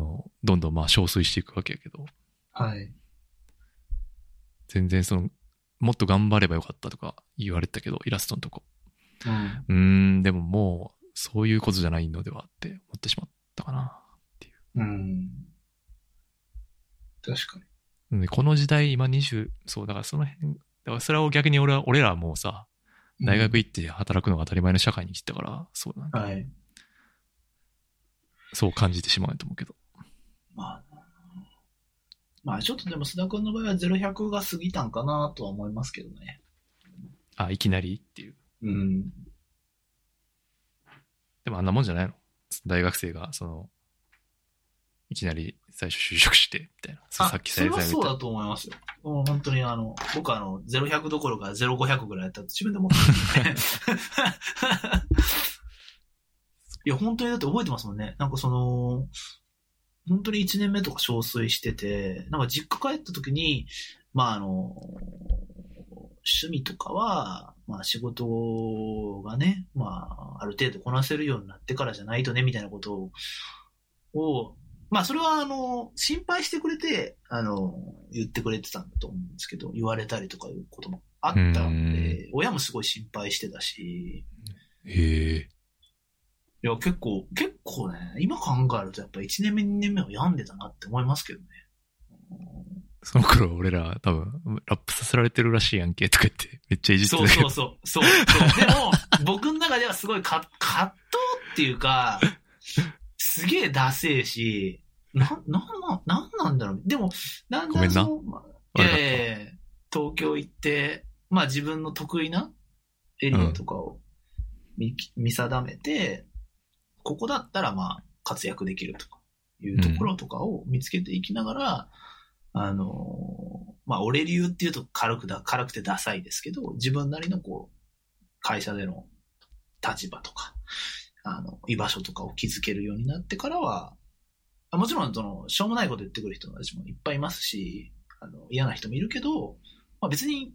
どんどんまあ憔悴していくわけやけど、 はい。 全然もっと頑張ればよかったとか言われてたけど、イラストのとこ。でももう、そういうことじゃないのではって思ってしまったかなっていう。 確かに。この時代、今20、そう、だからその辺、だからそれを逆に俺らはもうさ、大学行って働くのが当たり前の社会に来てたから、そうなんか、はい、そう感じてしまうと思うけど。 まあちょっとでも須田君の場合は0-100が過ぎたんかなとは思いますけどね。 あ、いきなりっていう。でもあんなもんじゃないの？大学生が、いきなり最初就職して、みたいな。さっきそれはそうだと思いますよ。もう本当に僕は0-100どころか0-500ぐらいやったって自分で思ってるんで。いや、本当にだって覚えてますもんね。なんか本当に1年目とか憔悴してて、なんか実家帰った時に、まあ趣味とかは、まあ仕事がね、まあある程度こなせるようになってからじゃないとね、みたいなことを、まあそれは心配してくれて、言ってくれてたんだと思うんですけど、言われたりとかいうこともあったんで、親もすごい心配してたし。いや、結構ね、今考えるとやっぱ1年目、2年目は病んでたなって思いますけどね。 その頃俺ら多分、ラップさせられてるらしいやんけとか言って、めっちゃいじってたけど。 そう。でも、僕の中ではすごい葛藤っていうか、すげえダセえし、なんなんだろう。でも、なんだろう。東京行って、まあ自分の得意なエリアとかを見定めて、ここだったらまあ活躍できるとかいうところとかを見つけていきながら、まあ俺流っていうと軽くてダサいですけど、自分なりの会社での立場とか、居場所とかを築けるようになってからは、もちろんしょうもないこと言ってくる人たちもいっぱいいますし、嫌な人もいるけど、まあ別に、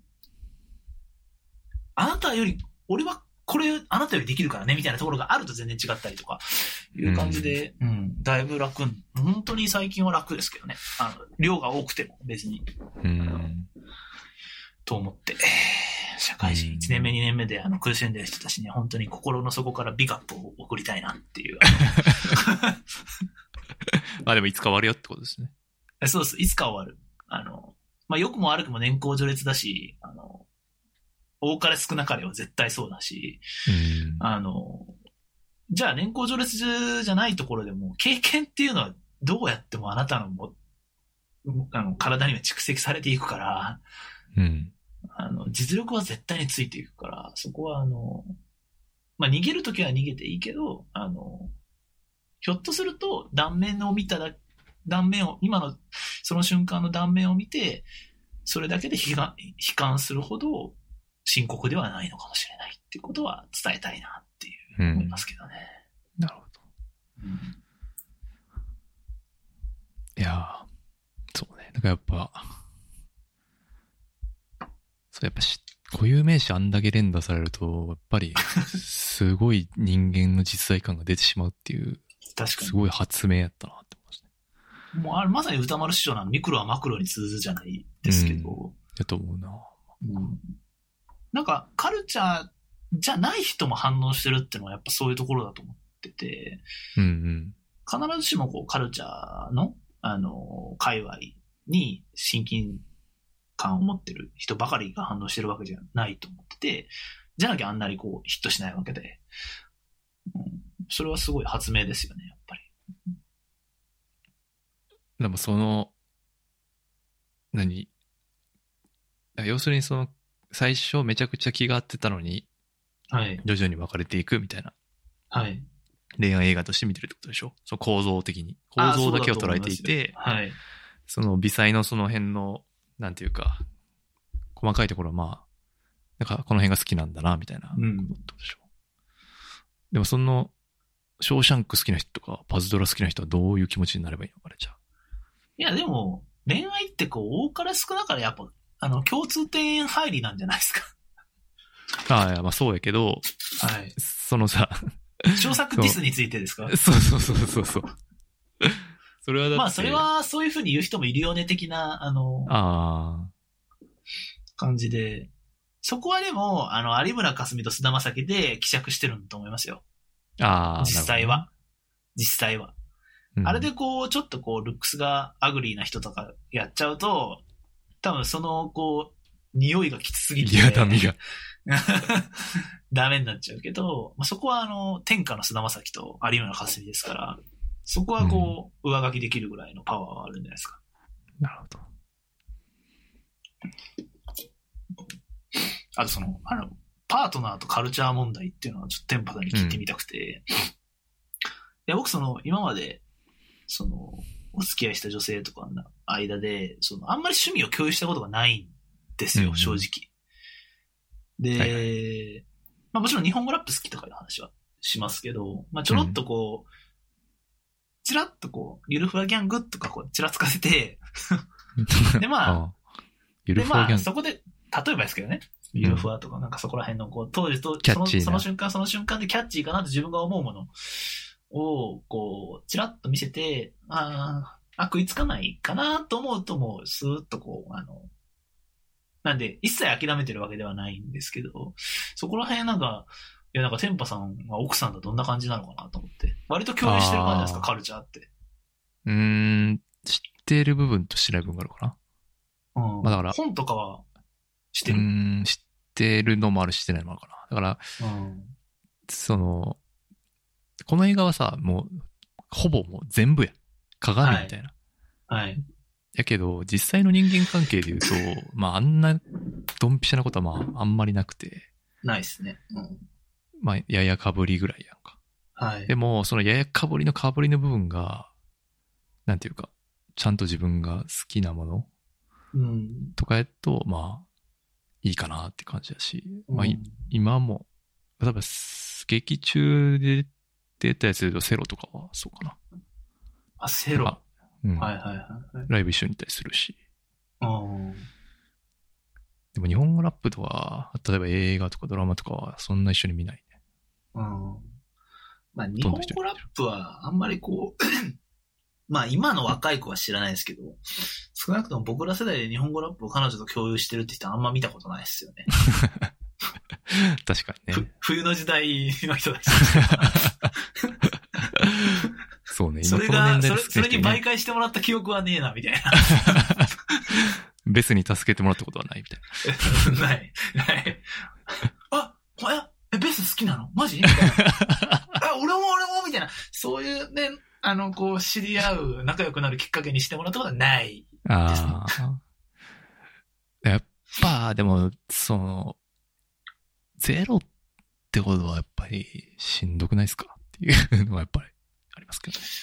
あなたより、俺はこれあなたよりできるからねみたいなところがあると全然違ったりとかいう感じで、だいぶ本当に最近は楽ですけどね。量が多くても別に。と思って、社会人1年目2年目で苦しんでる人たちに本当に心の底からビッグアップを送りたいなっていう。 まあでもいつか終わるよってことですね。 そうです。いつか終わる。まあ良くも悪くも年功序列だし、多かれ少なかれは絶対そうだし、じゃあ年功序列じゃないところでも、経験っていうのはどうやってもあなたの体には蓄積されていくから、実力は絶対についていくから、そこはまあ、逃げるときは逃げていいけど、ひょっとすると今のその瞬間の断面を見て、それだけで悲観するほど深刻ではないのかもしれないっていうことは伝えたいなっていう思いますけどね。 なるほど。いやー、そうね。だからやっぱ固有名詞あんだけ連打されると、やっぱりすごい人間の実在感が出てしまうっていう、確かにすごい発明やったなって思いましたね。 もうまさに歌丸師匠のミクロはマクロに通ずじゃないですけど。 だと思うな。 なんかカルチャーじゃない人も反応してるっていうのはやっぱそういうところだと思ってて、必ずしもカルチャーの界隈に親近感を持ってる人ばかりが反応してるわけじゃないと思ってて、じゃなきゃあんなにヒットしないわけで、それはすごい発明ですよね、やっぱり。 でも要するに最初めちゃくちゃ気が合ってたのに、徐々に分かれていくみたいな。恋愛映画として見てるってことでしょ？構造的に。構造だけを捉えていて、その微細のその辺の、なんていうか、細かいところはまあ、なんかこの辺が好きなんだな、みたいなことでしょ。でもショーシャンク好きな人とか、パズドラ好きな人はどういう気持ちになればいいのかね、じゃあ。 いや、でも、恋愛って多かれ少なかれやっぱ、共通点入りなんじゃないですか。 いや、まあそうやけど、 小作ディスについてですか？ そう。それはだって。 まあそれはそういうふうに言う人もいるよね的な、考感じで、そこはでも、有村架純と菅田将暉で希釈してるんだと思いますよ。実際は。実際は。あれでこう、ちょっとこう、ルックスがアグリーな人とかやっちゃうと、多分その、こう、匂いがきつすぎて。 嫌だみが。 ダメになっちゃうけど、そこは天下の菅田将暉と有村架純ですから、そこはこう、上書きできるぐらいのパワーはあるんじゃないですか。 なるほど。 あとパートナーとカルチャー問題っていうのはちょっとテンパさんに聞いてみたくて、いや僕今まで、お付き合いした女性とかの間で、あんまり趣味を共有したことがないんですよ、正直。で、はいもちろん日本語ラップ好きとかいう話はしますけど、ちょろっとこう、ちらっとこう、ゆるふわギャングとかこう、ちらつかせて、でゆるふわギャング。 そこで、例えばですけどね、ゆるふわとかなんかそこら辺のこう、当時と、その瞬間でキャッチーかなと自分が思うものを、こう、ちらっと見せて、食いつかないかなと思うともう、スーッとこう、なんで、一切諦めてるわけではないんですけど、そこら辺なんか天パさんは奥さんとどんな感じなのかなと思って。割と共有してる感じですか、カルチャーって。 知ってる部分と知らない部分があるかな。だから。 本とかは知ってる？ 知ってるのもあるし、知ってないのもあるかな。だから、この映画はさ、もう、ほぼもう全部や。鏡みたいな。 はい。 やけど、実際の人間関係で言うと、あんなドンピシャなことはあんまりなくて。 ないっすね。 ややかぶりぐらいやんか。 はい。 でも、そのややかぶりの部分が、なんていうか、ちゃんと自分が好きなものとかやと、いいかなって感じだし、今も、例えば、劇中で出たやつで言うとセロとかはそうかな。 セロ。はいはいはい。 ライブ一緒に行ったりするし。でも日本語ラップとか、例えば映画とかドラマとかはそんな一緒に見ないね。 日本語ラップはあんまりこう、今の若い子は知らないですけど、少なくとも僕ら世代で日本語ラップを彼女と共有してるって人はあんま見たことないですよね。 確かにね。 冬の時代の人たち。 そうね。 それに媒介してもらった記憶はねえな、みたいな。 ベスに助けてもらったことはないみたいな。ない。ベス好きなのマジみたいな。俺もみたいな。そういうね、こう、知り合う、仲良くなるきっかけにしてもらったことはないですね。 やっぱ、でも、ゼロってことはやっぱりしんどくないですかっていうのはやっぱりありますけどね。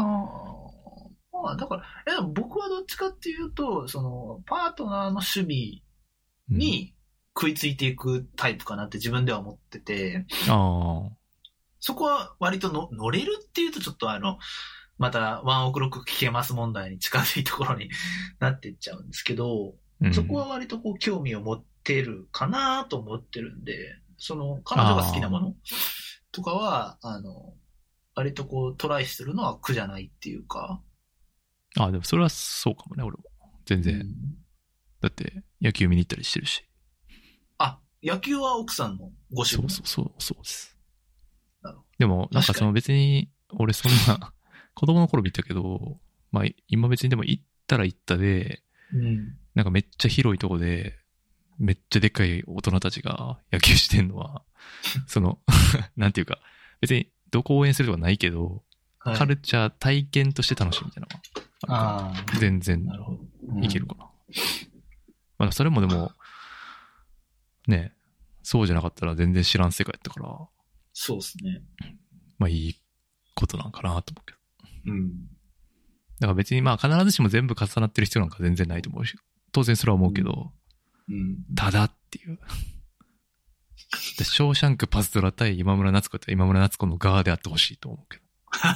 だから、僕はどっちかっていうと、パートナーの趣味に食いついていくタイプかなって自分では思ってて、そこは割と乗れるっていうとちょっとまたワンオクロック聞けます問題に近づいたところになっていっちゃうんですけど、そこは割とこう興味を持ってるかなと思ってるんで、彼女が好きなものとかは、割とこうトライするのは苦じゃないっていうか。 でもそれはそうかもね、俺も。全然。だって野球見に行ったりしてるし。 野球は奥さんのご趣味。 そうです。でも、なんか別に、俺そんな、子供の頃見たけど、今別にでも行ったら行ったで、なんかめっちゃ広いとこで、めっちゃでっかい大人たちが野球してんのは、なんていうか、別にどこを応援するとかないけど、カルチャー体験として楽しいみたいなのが全然いけるかな。それもでも、ね、そうじゃなかったら全然知らん世界やったから。 そうですね。 いいことなんかなと思うけど。だから別に必ずしも全部重なってる必要なんか全然ないと思うし、当然それは思うけど、ただっていう。でショーシャンクパズドラ対今村夏子と今村夏子の側であってほしいと思うけど。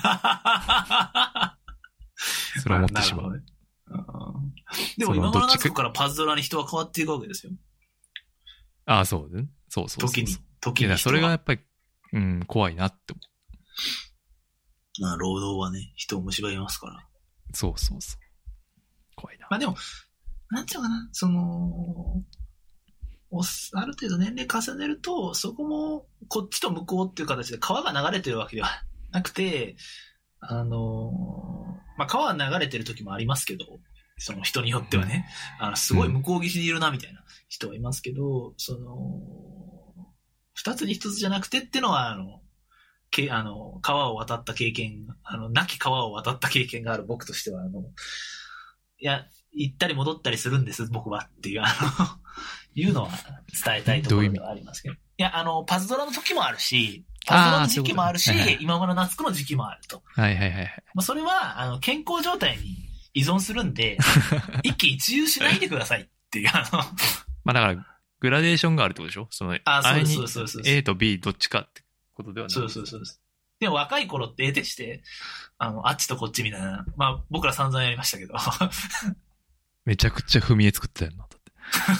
それは思ってしまう。 でも今村夏子からパズドラに人は変わっていくわけですよ。 そうね。そう。 時に。 それがやっぱり、怖いなって思う。労働はね、人を蝕みますから。 そう。怖いな。 でも、なんていうのかな、 ある程度年齢重ねると、そこもこっちと向こうっていう形で川が流れてるわけではなくて、まあ、川は流れてる時もありますけど、その人によってはね、すごい向こう岸にいるなみたいな人はいますけど、二つに一つじゃなくてっていうのは、川を渡った経験、亡き川を渡った経験がある僕としては、いや、行ったり戻ったりするんです、僕はっていう、いうのは伝えたいところではありますけど。いや、パズドラの時もあるし、パズドラの時期もあるし、今頃夏の時期もあると。 はいはいはい。 まあ、それは、健康状態に依存するんで、一喜一憂しないでくださいっていう、 まあだから、グラデーションがあるってことでしょ？そうそう。 A と B どっちかってことではない。 そう。でも若い頃って得てして、あっちとこっちみたいな、まあ僕ら散々やりましたけど。 めちゃくちゃ踏み絵作ってたよな、だって。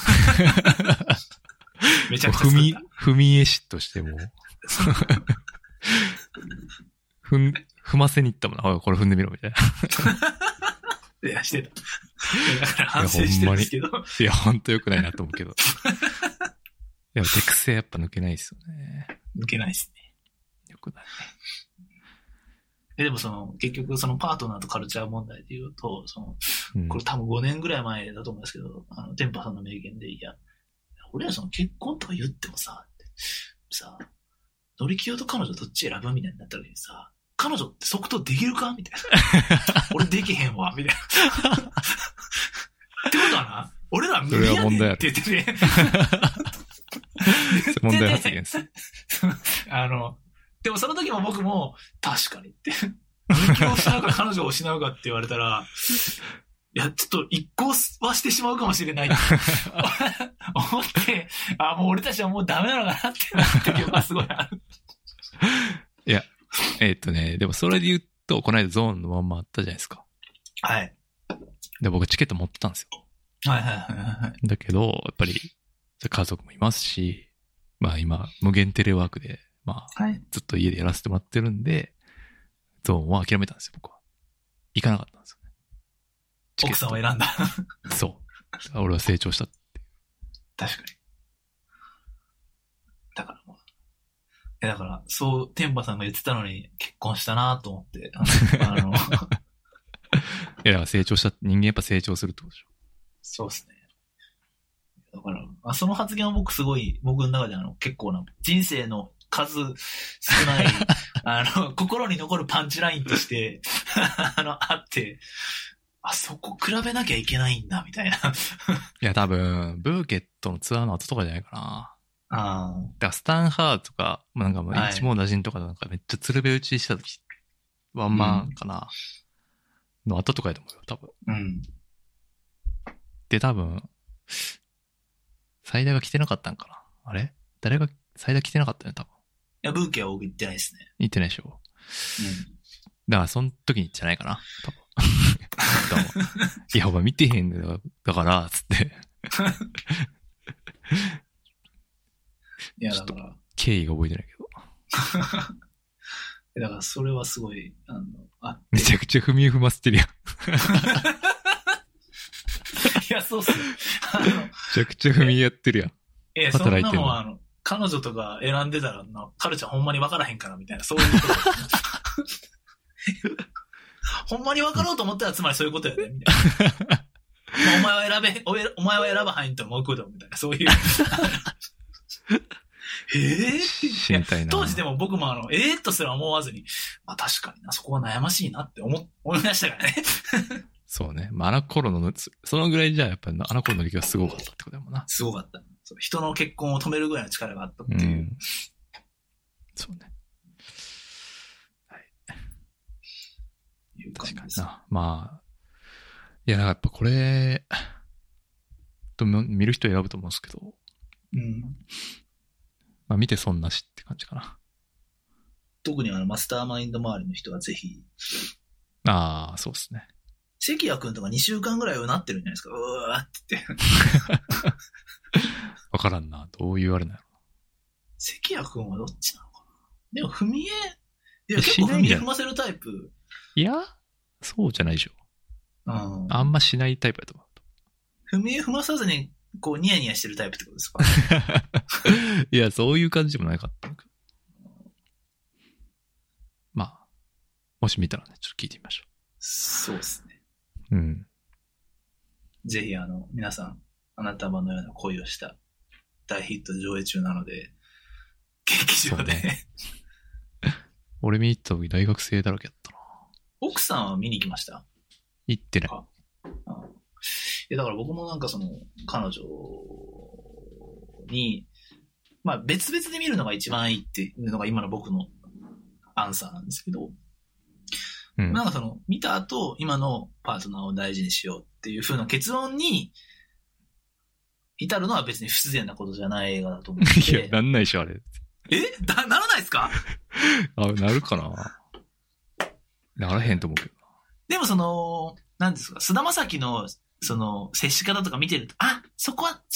めちゃくちゃ作った。 踏み絵師としても。踏ませに行ったもんな。おい、これ踏んでみろ、みたいな。 いや、してた。だから反省してるんですけど。 いや、ほんと良くないなと思うけど。いや、手癖やっぱ抜けないですよね。 抜けないですね。 よくない。 でも結局パートナーとカルチャー問題で言うと、これ多分5年ぐらい前だと思うんですけど、テンパさんの名言で、いや、俺ら結婚とか言ってもさ、乗り気と彼女どっち選ぶみたいになった時にさ、彼女って即答できるかみたいな。俺できへんわ、みたいな。ってことはな、俺ら無理やねんって言ってて。 問題発言です。 でもその時も僕も、確かにって。人気を失うか彼女を失うかって言われたら、いや、ちょっと一向はしてしまうかもしれないって思って、もう俺たちはもうダメなのかなってなった記憶がすごいある。 いや、でもそれで言うと、この間ゾーンのまんまあったじゃないですか。 はい。 で、僕チケット持ってたんですよ。 はい。 だけど、やっぱり、家族もいますし、まあ今、無限テレワークで、まあ、はい、ずっと家でやらせてもらってるんで、ゾーンは諦めたんですよ、僕は。行かなかったんですよね。 奥さんを選んだ。 そう。俺は成長したって。 確かに。だから、天馬さんが言ってたのに結婚したなと思って。 いや、成長した、人間やっぱ成長するってことでしょ。 そうですね。だから、その発言は僕の中で結構な、人生の数少ない、心に残るパンチラインとして、あって、そこ比べなきゃいけないんだ、みたいな。いや、多分、ブーケットのツアーの後とかじゃないかな。だからスタンハーとか、なんかもう一網打尽とかなんかめっちゃ鶴瓶打ちした時、ワンマンかな、の後とかやと思うよ、多分。 うん。 で、多分、サイダーが来てなかったんかな。あれ誰が、サイダー来てなかったよね、多分。 いや、ブーケは僕行ってないですね。 行ってないでしょ。うん。だから、その時にじゃないかな、多分。いや、お前見てへんのだから、つって。 いや、だから。 経緯が覚えてないけど。 だから、それはすごい、 めちゃくちゃ踏みませてるやん。 いや、そうっすね。 めちゃくちゃ踏みやってるやん。 そんなもん彼女とか選んでたらカルチャーほんまに分からへんからみたいな、そういうこと。ほんまに分かろうと思ったらつまりそういうことやね、みたいな。お前は選ばはんと思うことみたいな、そういう。当時でも僕もとすら思わずに、まあ確かにな、そこは悩ましいなって思いましたからね。 そうね。まあ、頃の、そのぐらいじゃやっぱり頃の力がすごかったってことだもんな。 すごかった。人の結婚を止めるぐらいの力があったっていう。うん、 そうね。はい。 いう感じです。 確かにな。まあ、いや、やっぱこれ、見る人選ぶと思うんですけど。 うん。 まあ見て損なしって感じかな。 特にマスターマインド周りの人はぜひ。 ああ、そうですね。 関谷くんとか2週間ぐらいはなってるんじゃないですか。うわーって言って。 わからんな。どう言われないの。 関谷くんはどっちなのかな。でも、踏み絵結構踏み絵踏ませるタイプ。 いや、そうじゃないでしょ。 あんましないタイプだと思う。 踏み絵踏まさずにこうニヤニヤしてるタイプってことですか？ いや、そういう感じでもなかったのか。まあ、もし見たらね、ちょっと聞いてみましょう。 そうですね。 うん。 ぜひ皆さん、花束のような恋をした大ヒット上映中なので、劇場で、ね。 俺見に行った時大学生だらけやったな。 奥さんは見に行きました？ 行ってない。 だから僕もなんか彼女に、まあ別々で見るのが一番いいっていうのが今の僕のアンサーなんですけど、うん、なんか見た後、今のパートナーを大事にしようっていう風な結論に至るのは別に不自然なことじゃない映画だと思って。 いや、なんないでしょ、あれ。 ならないですか？ なるかな？ならへんと思うけど。 でもなんですか、菅田将暉の接し方とか見てると、そこは違う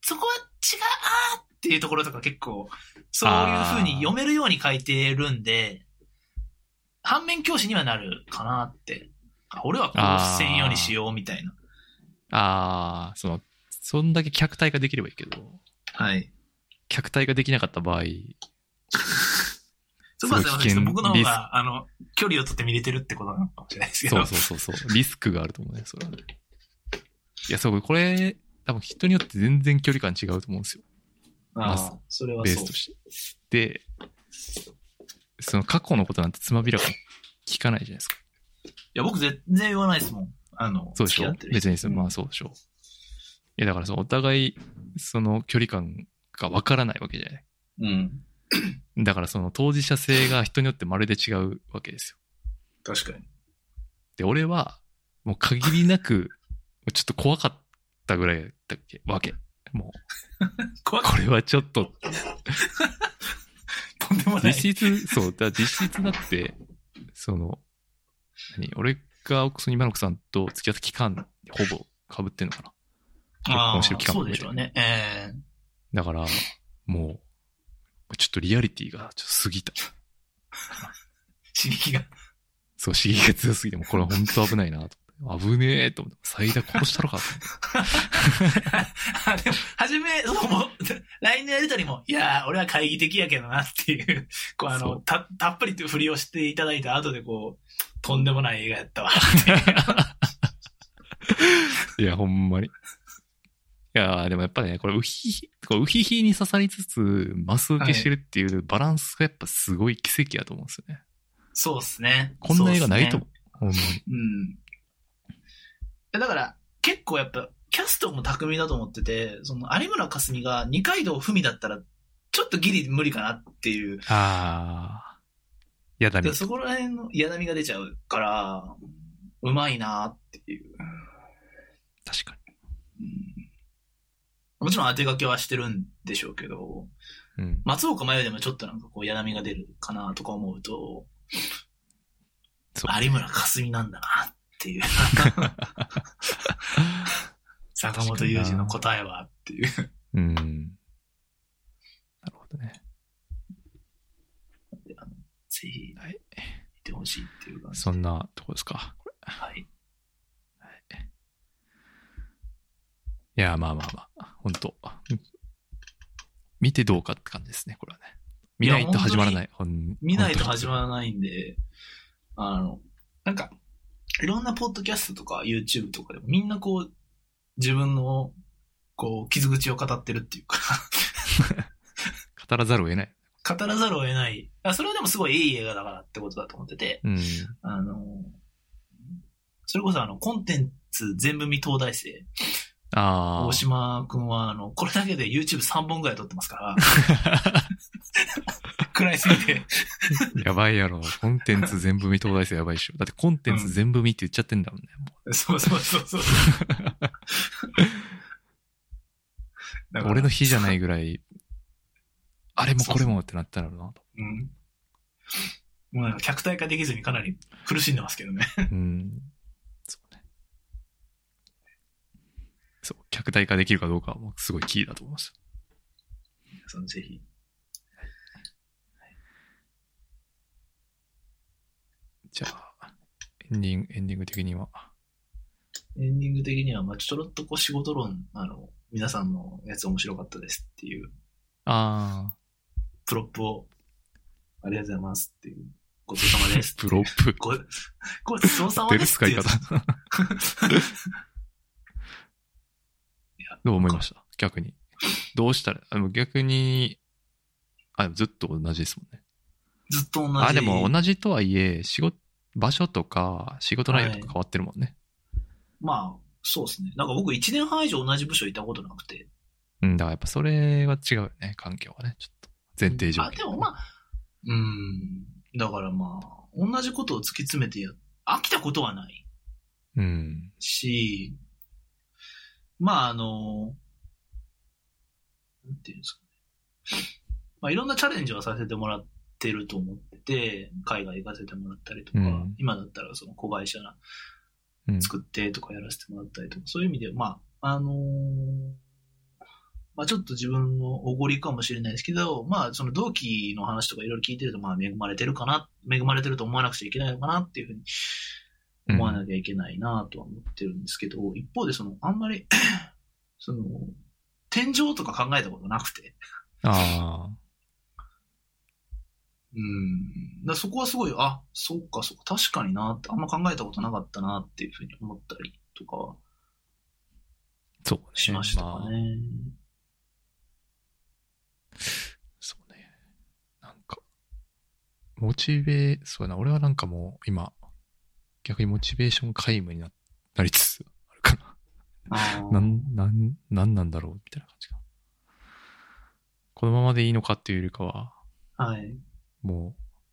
っていうところとか結構、そういう風に読めるように書いてるんで、反面教師にはなるかなって。俺はこうせんようにしようみたいな。 そんだけ客体化できればいいけど。 はい。 客体化できなかった場合。 そうですね。僕の方が、距離を取って見れてるってことなのかもしれないですけど。 そう。リスクがあると思うね、それは。いや、これ、多分人によって全然距離感違うと思うんですよ。 それはそう。 ベースとして。で、過去のことなんてつまびらかに聞かないじゃないですか。 いや、僕全然言わないですもん。 そうでしょ？別にまあそうでしょ。いや、だからお互い、距離感がわからないわけじゃない。 うん。 だから当事者性が人によってまるで違うわけですよ。 確かに。 で、俺は、もう限りなく、ちょっと怖かったぐらいだっけわけ。もう。これはちょっと。 とんでもない。 実質だって、俺が今の奥さんと付き合った期間、ほぼ被ってんのかな。結婚してる期間もそうでしょうね。 だから、もう、ちょっとリアリティがちょっと過ぎた。 刺激が。 そう、刺激が強すぎて、もうこれ本当危ないなと。危ねえと思って、最大殺したろかと思って。でも、初め、LINE のやりとりも、いやー、俺は懐疑的やけどなっていう、たっぷりと振りをしていただいた後でとんでもない映画やったわいや、ほんまに。いやでもやっぱね、これウヒヒに刺さりつつ、マス受けしてるっていうバランスがやっぱすごい奇跡やと思うんですよね。 そうですね。 こんな映画ないと思う。ほんまに。 うん。だから、結構やっぱ、キャストも巧みだと思ってて、有村架純が二階堂ふみだったら、ちょっとギリ無理かなっていう。 やだみ。 そこら辺のやだみが出ちゃうから、うまいなっていう。 確かに。 もちろん当て書きはしてるんでしょうけど、松岡茉優でもちょっとなんかやだみが出るかなとか思うと、有村架純なんだなっていう。坂本雄二の答えはっていう。 なるほどね。 ぜひ、見てほしいっていう感じ。 そんなとこですか。 はい。 いや、まあ、本当見てどうかって感じですね、これはね。見ないと始まらない。 見ないと始まらないんで、なんか、いろんなポッドキャストとか YouTube とかでもみんな自分の、傷口を語ってるっていうか語らざるを得ない。 語らざるを得ない。それはでもすごいいい映画だからってことだと思ってて、それこそコンテンツ全部見東大生。大島くんは、これだけで YouTube3 本ぐらい撮ってますから。くらいすぎて。 やばいやろ。コンテンツ全部見東大生やばいっしょ。だってコンテンツ全部見って言っちゃってんだもんね。 そう。 俺の日じゃないぐらい、あれもこれもってなったらなと。 もうなんか客体化できずにかなり苦しんでますけどね。 そうね。そう、客体化できるかどうかはもうすごいキーだと思います。 ぜひ。 じゃあ、エンディング的には。 エンディング的には、ちょろっと仕事論、 皆さんのやつ面白かったですっていう、プロップを、ありがとうございますっていう、ごちそうさまです。 プロップ。 ごちそうさまですっていう。 使い方。どう思いました？逆に。どうしたら、逆に、ずっと同じですもんね。 ずっと同じ。 でも同じとはいえ、場所とか仕事内容とか変わってるもんね。 まあ、そうですね。なんか僕1年半以上同じ部署いたことなくて。 だからやっぱそれは違うよね、環境はね。ちょっと、前提条件。 でもまあ、だからまあ、同じことを突き詰めて飽きたことはない。し、まあなんていうんですかね。まあいろんなチャレンジはさせてもらってると思ってて、海外行かせてもらったりとか、今だったらその子会社作ってとかやらせてもらったりとか、そういう意味で、まあちょっと自分のおごりかもしれないですけど、まあその同期の話とかいろいろ聞いてると、まあ恵まれてると思わなくちゃいけないのかなっていうふうに思わなきゃいけないなとは思ってるんですけど、一方であんまり天井とか考えたことなくて。そこはすごい、そうか、確かになって、あんま考えたことなかったなっていうふうに思ったりとかは、しましたかね。 そうね。なんか、そうやな、俺はなんかもう今、逆にモチベーション皆無になりつつあるかな。なんなんだろうみたいな感じが。このままでいいのかっていうよりかは、も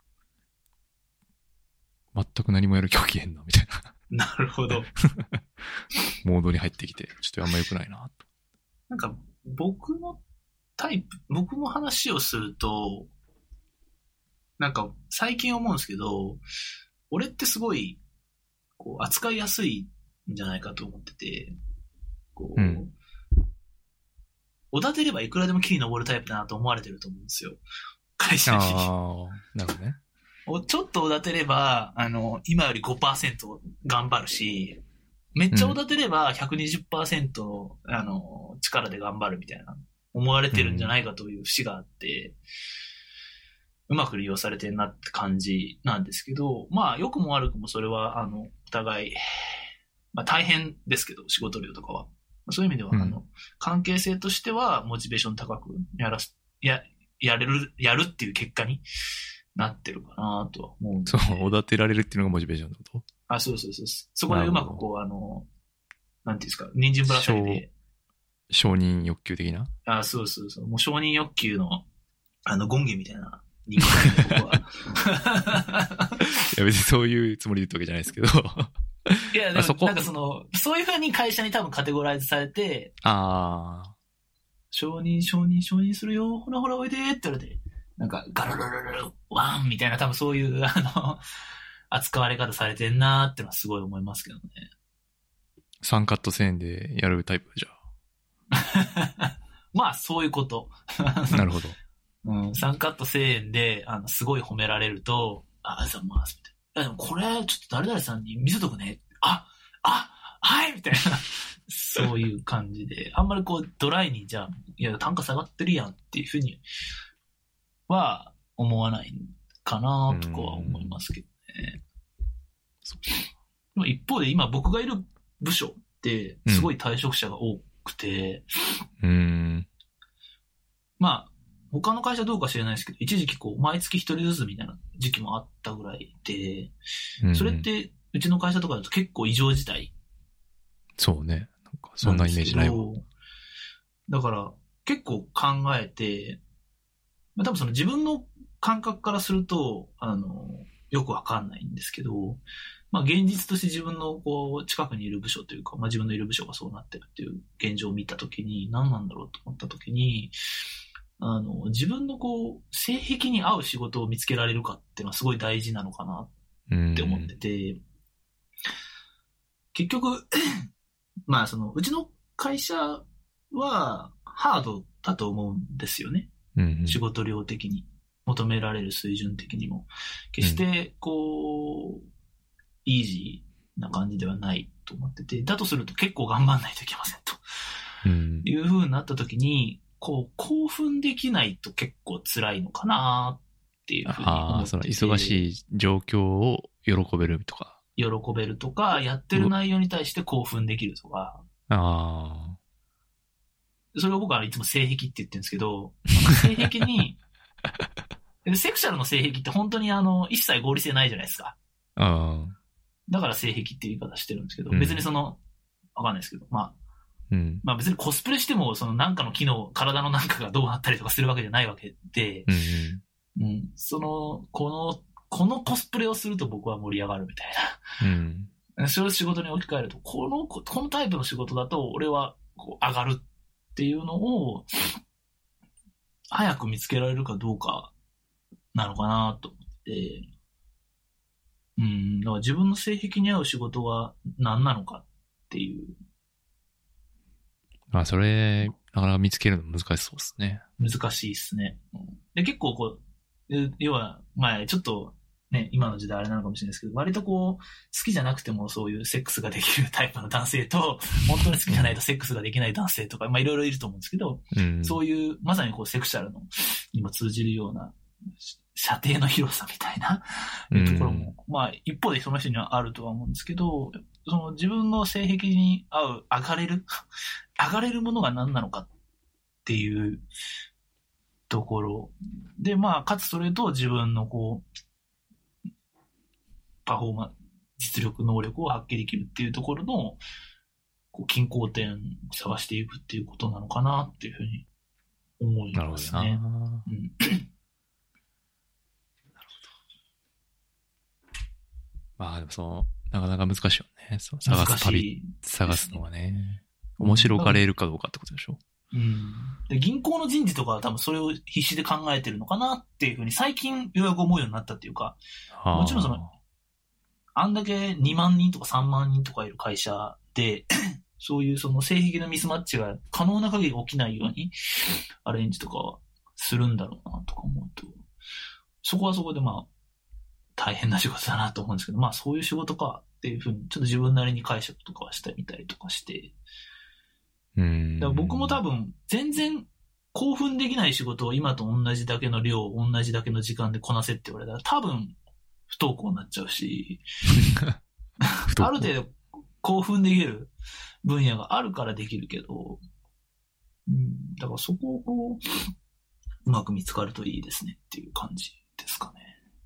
う、全く何もやる気起きへんな、みたいな。なるほど。 モードに入ってきて、ちょっとあんま良くないな、と。 なんか、僕の話をすると、なんか、最近思うんですけど、俺ってすごい、扱いやすいんじゃないかと思ってて、おだてればいくらでも木に登るタイプだなと思われてると思うんですよ。会社に。 なるほどね。 ちょっとおだてれば、今より 5% 頑張るし、めっちゃおだてれば 120% 力で頑張るみたいな、思われてるんじゃないかという節があって、うまく利用されてるなって感じなんですけど、まあ、良くも悪くもそれは、お互い、まあ大変ですけど、仕事量とかは。そういう意味では、関係性としては、モチベーション高くやるっていう結果になってるかなとは思うんで。 そう、おだてられるっていうのがモチベーションってこと？ そう。そこでうまくなんていうんですか、人参ぶら下げて。 承認欲求的な？ そう。もう承認欲求の、権限みたいな人間で僕は。 いや、別にそういうつもりで言ったわけじゃないですけど。 いや、でもなんかそういう風に会社に多分カテゴライズされて、承認するよ、ほらほらおいでって言われて、なんかガルルルルルワンみたいな多分そういう扱われ方されてんなーってのはすごい思いますけどね。 3カット1000円でやるタイプじゃ。 まあそういうこと。 なるほど。 3カット1000円ですごい褒められると、ありがとうございますみたいな。でもこれちょっと誰々さんに見せとくね。はいみたいな。そういう感じで、あんまりドライにじゃあ、いや単価下がってるやんっていうふうには思わないかなとかは思いますけどね。でも一方で今僕がいる部署ってすごい退職者が多くて、まあ他の会社どうか知らないですけど、一時期毎月一人ずつみたいな時期もあったぐらいで、それってうちの会社とかだと結構異常事態。 そうね。なんかそんなイメージないわ。 だから結構考えて、多分その自分の感覚からすると、よくわかんないんですけど、まあ現実として自分の近くにいる部署というか、まあ自分のいる部署がそうなってるっていう現状を見たときに、何なんだろうと思ったときに、自分の性癖に合う仕事を見つけられるかっていうのはすごい大事なのかなって思ってて、結局、まあうちの会社はハードだと思うんですよね。仕事量的に。求められる水準的にも。決してイージーな感じではないと思ってて、だとすると結構頑張んないといけませんと。 いう風になった時に、こう、興奮できないと結構辛いのかなっていうふうに思ってて。 その忙しい状況を喜べるとか。 喜べるとか、やってる内容に対して興奮できるとか。それを僕はいつも性癖って言ってるんですけど、性癖に、セクシャルの性癖って本当に一切合理性ないじゃないですか。だから性癖っていう言い方してるんですけど、別にわかんないですけど、まあ別にコスプレしても、なんかの機能、体のなんかがどうなったりとかするわけじゃないわけで、このコスプレをすると僕は盛り上がるみたいな。それを仕事に置き換えると、このタイプの仕事だと俺はこう上がるっていうのを、早く見つけられるかどうかなのかなと思って、だから自分の性癖に合う仕事は何なのかっていう。 それ、なかなか見つけるの難しそうですね。 難しいですね。で、結構要は、ちょっとね、今の時代あれなのかもしれないですけど、割と好きじゃなくてもそういうセックスができるタイプの男性と、本当に好きじゃないとセックスができない男性とか、いろいろいると思うんですけど、そういう、まさにセクシャルのにも通じるような、射程の広さみたいなところも、一方でその人にはあるとは思うんですけど、自分の性癖に合う、上がれるものが何なのかっていうところで、かつそれと自分のパフォーマンス、実力、能力を発揮できるっていうところの、均衡点を探していくっていうことなのかなっていうふうに思いますね。 なるほどな。でもなかなか難しいよね。探すのはね。面白がれるかどうかってことでしょ。 で、銀行の人事とかは多分それを必死で考えてるのかなっていうふうに最近ようやく思うようになったっていうか、もちろんあんだけ2万人とか3万人とかいる会社で、そういう性癖のミスマッチが可能な限り起きないようにアレンジとかするんだろうなとか思うと、そこはそこで大変な仕事だなと思うんですけど、そういう仕事かっていうふうにちょっと自分なりに解釈とかはしてみたりとかして、だから僕も多分全然興奮できない仕事を今と同じだけの量、同じだけの時間でこなせって言われたら多分不登校になっちゃうし、ある程度興奮できる分野があるからできるけど、だからそこをうまく見つかるといいですねっていう感じですかね。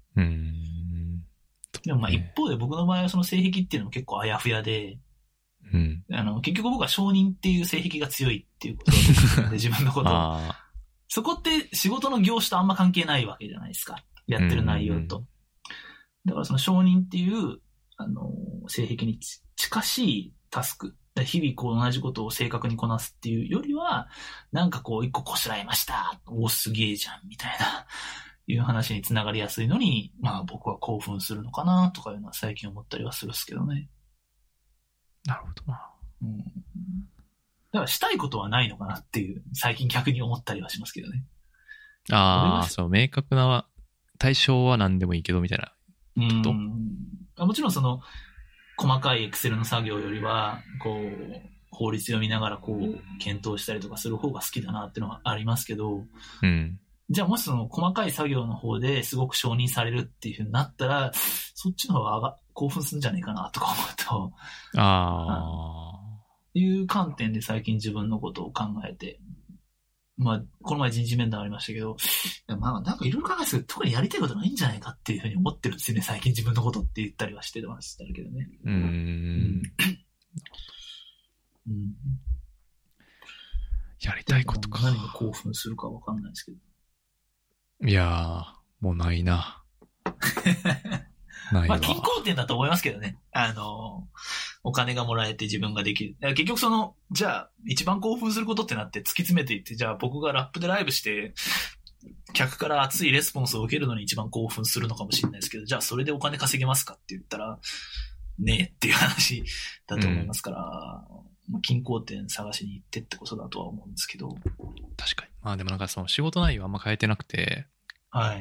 でも一方で僕の場合はその性癖っていうのも結構あやふやで、結局僕は承認っていう性癖が強いっていうことだと思うんで、自分のことを。そこって仕事の業種とあんま関係ないわけじゃないですか。やってる内容と。だからその承認っていう、性癖に近しいタスク。日々同じことを正確にこなすっていうよりは、なんか一個こしらえました。おすげえじゃん、みたいな。いう話につながりやすいのに、僕は興奮するのかなとかいうのは最近思ったりはするんですけどね。 なるほどな。 だからしたいことはないのかなっていう、最近逆に思ったりはしますけどね。 そう、明確な対象は何でもいいけどみたいなこと。 もちろん細かいエクセルの作業よりは、法律読みながら検討したりとかする方が好きだなっていうのはありますけど、じゃあもし細かい作業の方ですごく承認されるっていう風になったら、そっちの方が興奮するんじゃないかなとか思うと、いう観点で最近自分のことを考えて、この前人事面談ありましたけど、なんかいろいろ考えてるけど、特にやりたいことないんじゃないかっていう風に思ってるんですよね、最近自分のことって言ったりはしてましたけどね。 やりたいことか。 何が興奮するかわかんないですけど。 いやー、もうないな。 ないわ。均衡点だと思いますけどね。お金がもらえて自分ができる。結局じゃあ、一番興奮することってなって突き詰めていって、じゃあ僕がラップでライブして、客から熱いレスポンスを受けるのに一番興奮するのかもしれないですけど、じゃあそれでお金稼げますかって言ったら、ねえっていう話だと思いますから、均衡点探しに行ってってことだとは思うんですけど。 確かに。でもなんか仕事内容あんま変えてなくて、 はい。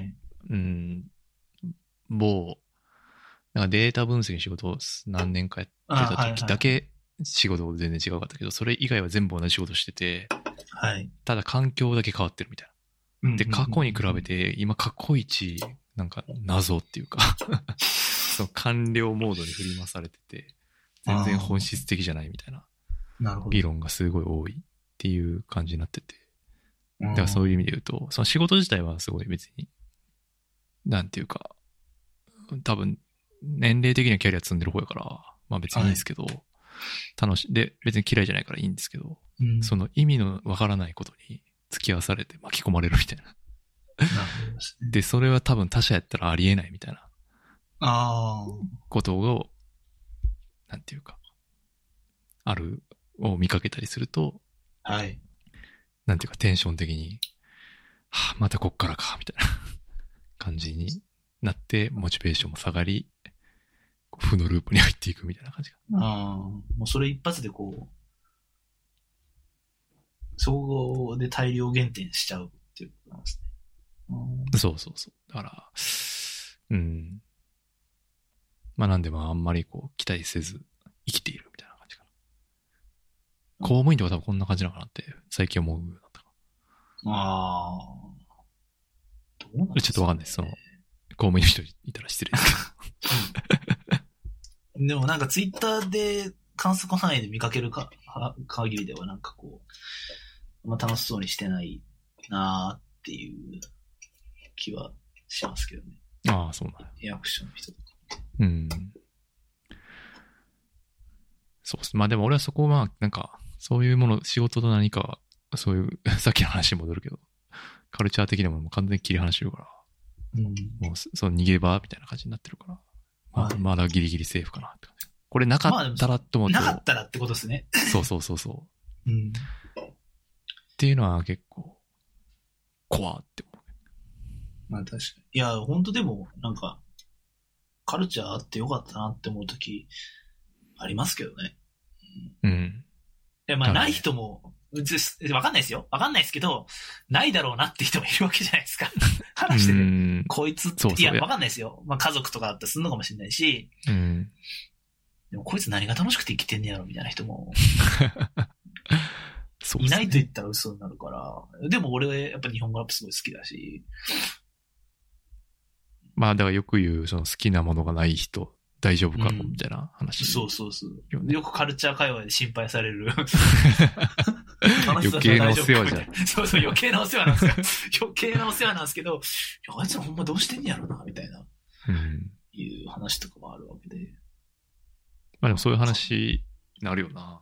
なんかデータ分析の仕事を何年かやってた時だけ仕事全然違うかったけど、それ以外は全部同じ仕事してて、 はい。 ただ環境だけ変わってるみたいな。で、過去に比べて、今過去一、なんか謎っていうかその完了モードに振り回されてて、全然本質的じゃないみたいな議論がすごい多いっていう感じになってて、だからそういう意味で言うと、その仕事自体はすごい別に、なんていうか、多分年齢的にはキャリア積んでる方やから、まあ別にいいんですけど、楽しい。で、別に嫌いじゃないからいいんですけど、その意味のわからないことに付き合わされて巻き込まれるみたいな。で、それは多分他者やったらありえないみたいなことを、なんていうか、を見かけたりすると、 はい。 なんていうかテンション的に、はぁ、またこっからか、みたいな感じになって、モチベーションも下がり、負のループに入っていくみたいな感じが。 もうそれ一発でこう、そこで大量減点しちゃうっていうことなんですね。 そうそうそう。だから、まあなんでもあんまりこう期待せず生きているみたいな感じかな。公務員とか多分こんな感じなのかなって最近思うようになったかどうなんですかね。 ちょっとわかんないです。その、公務員の人いたら失礼ですけど。でもなんかツイッターで観測範囲で見かける限りではなんかこう、あんま楽しそうにしてないなーっていう気はしますけどね。 ああ、そうなんや。 役所の人とか。 そうっす。まあでも俺はそこはなんか、そういうもの、仕事と何か、そういう、さっきの話に戻るけど、カルチャー的なものも完全に切り離してるから、もうその逃げ場みたいな感じになってるから、まだギリギリセーフかなって感じ。これなかったらと思うと、 なかったらってことですね。 そう。っていうのは結構、怖って思う。 まあ確かに。いや、本当でも、なんか、カルチャーあってよかったなって思うとき、ありますけどね。いや、まあない人も、わかんないですよ。わかんないですけど、ないだろうなって人もいるわけじゃないですか。話してて。こいつって、いや、わかんないですよ。まあ家族とかだったらすんのかもしれないし、でもこいつ何が楽しくて生きてんねやろみたいな人も、いないと言ったら嘘になるから、でも俺やっぱ日本語ラップすごい好きだし。 まあだからよく言う、その好きなものがない人、大丈夫かみたいな話、 そう。よくカルチャー界隈で心配される。 余計なお世話じゃん。 そう、余計なお世話なんですよ。余計なお世話なんですけど、あいつらほんまどうしてんねやろな、みたいな、いう話とかもあるわけで。 まあでもそういう話になるよな。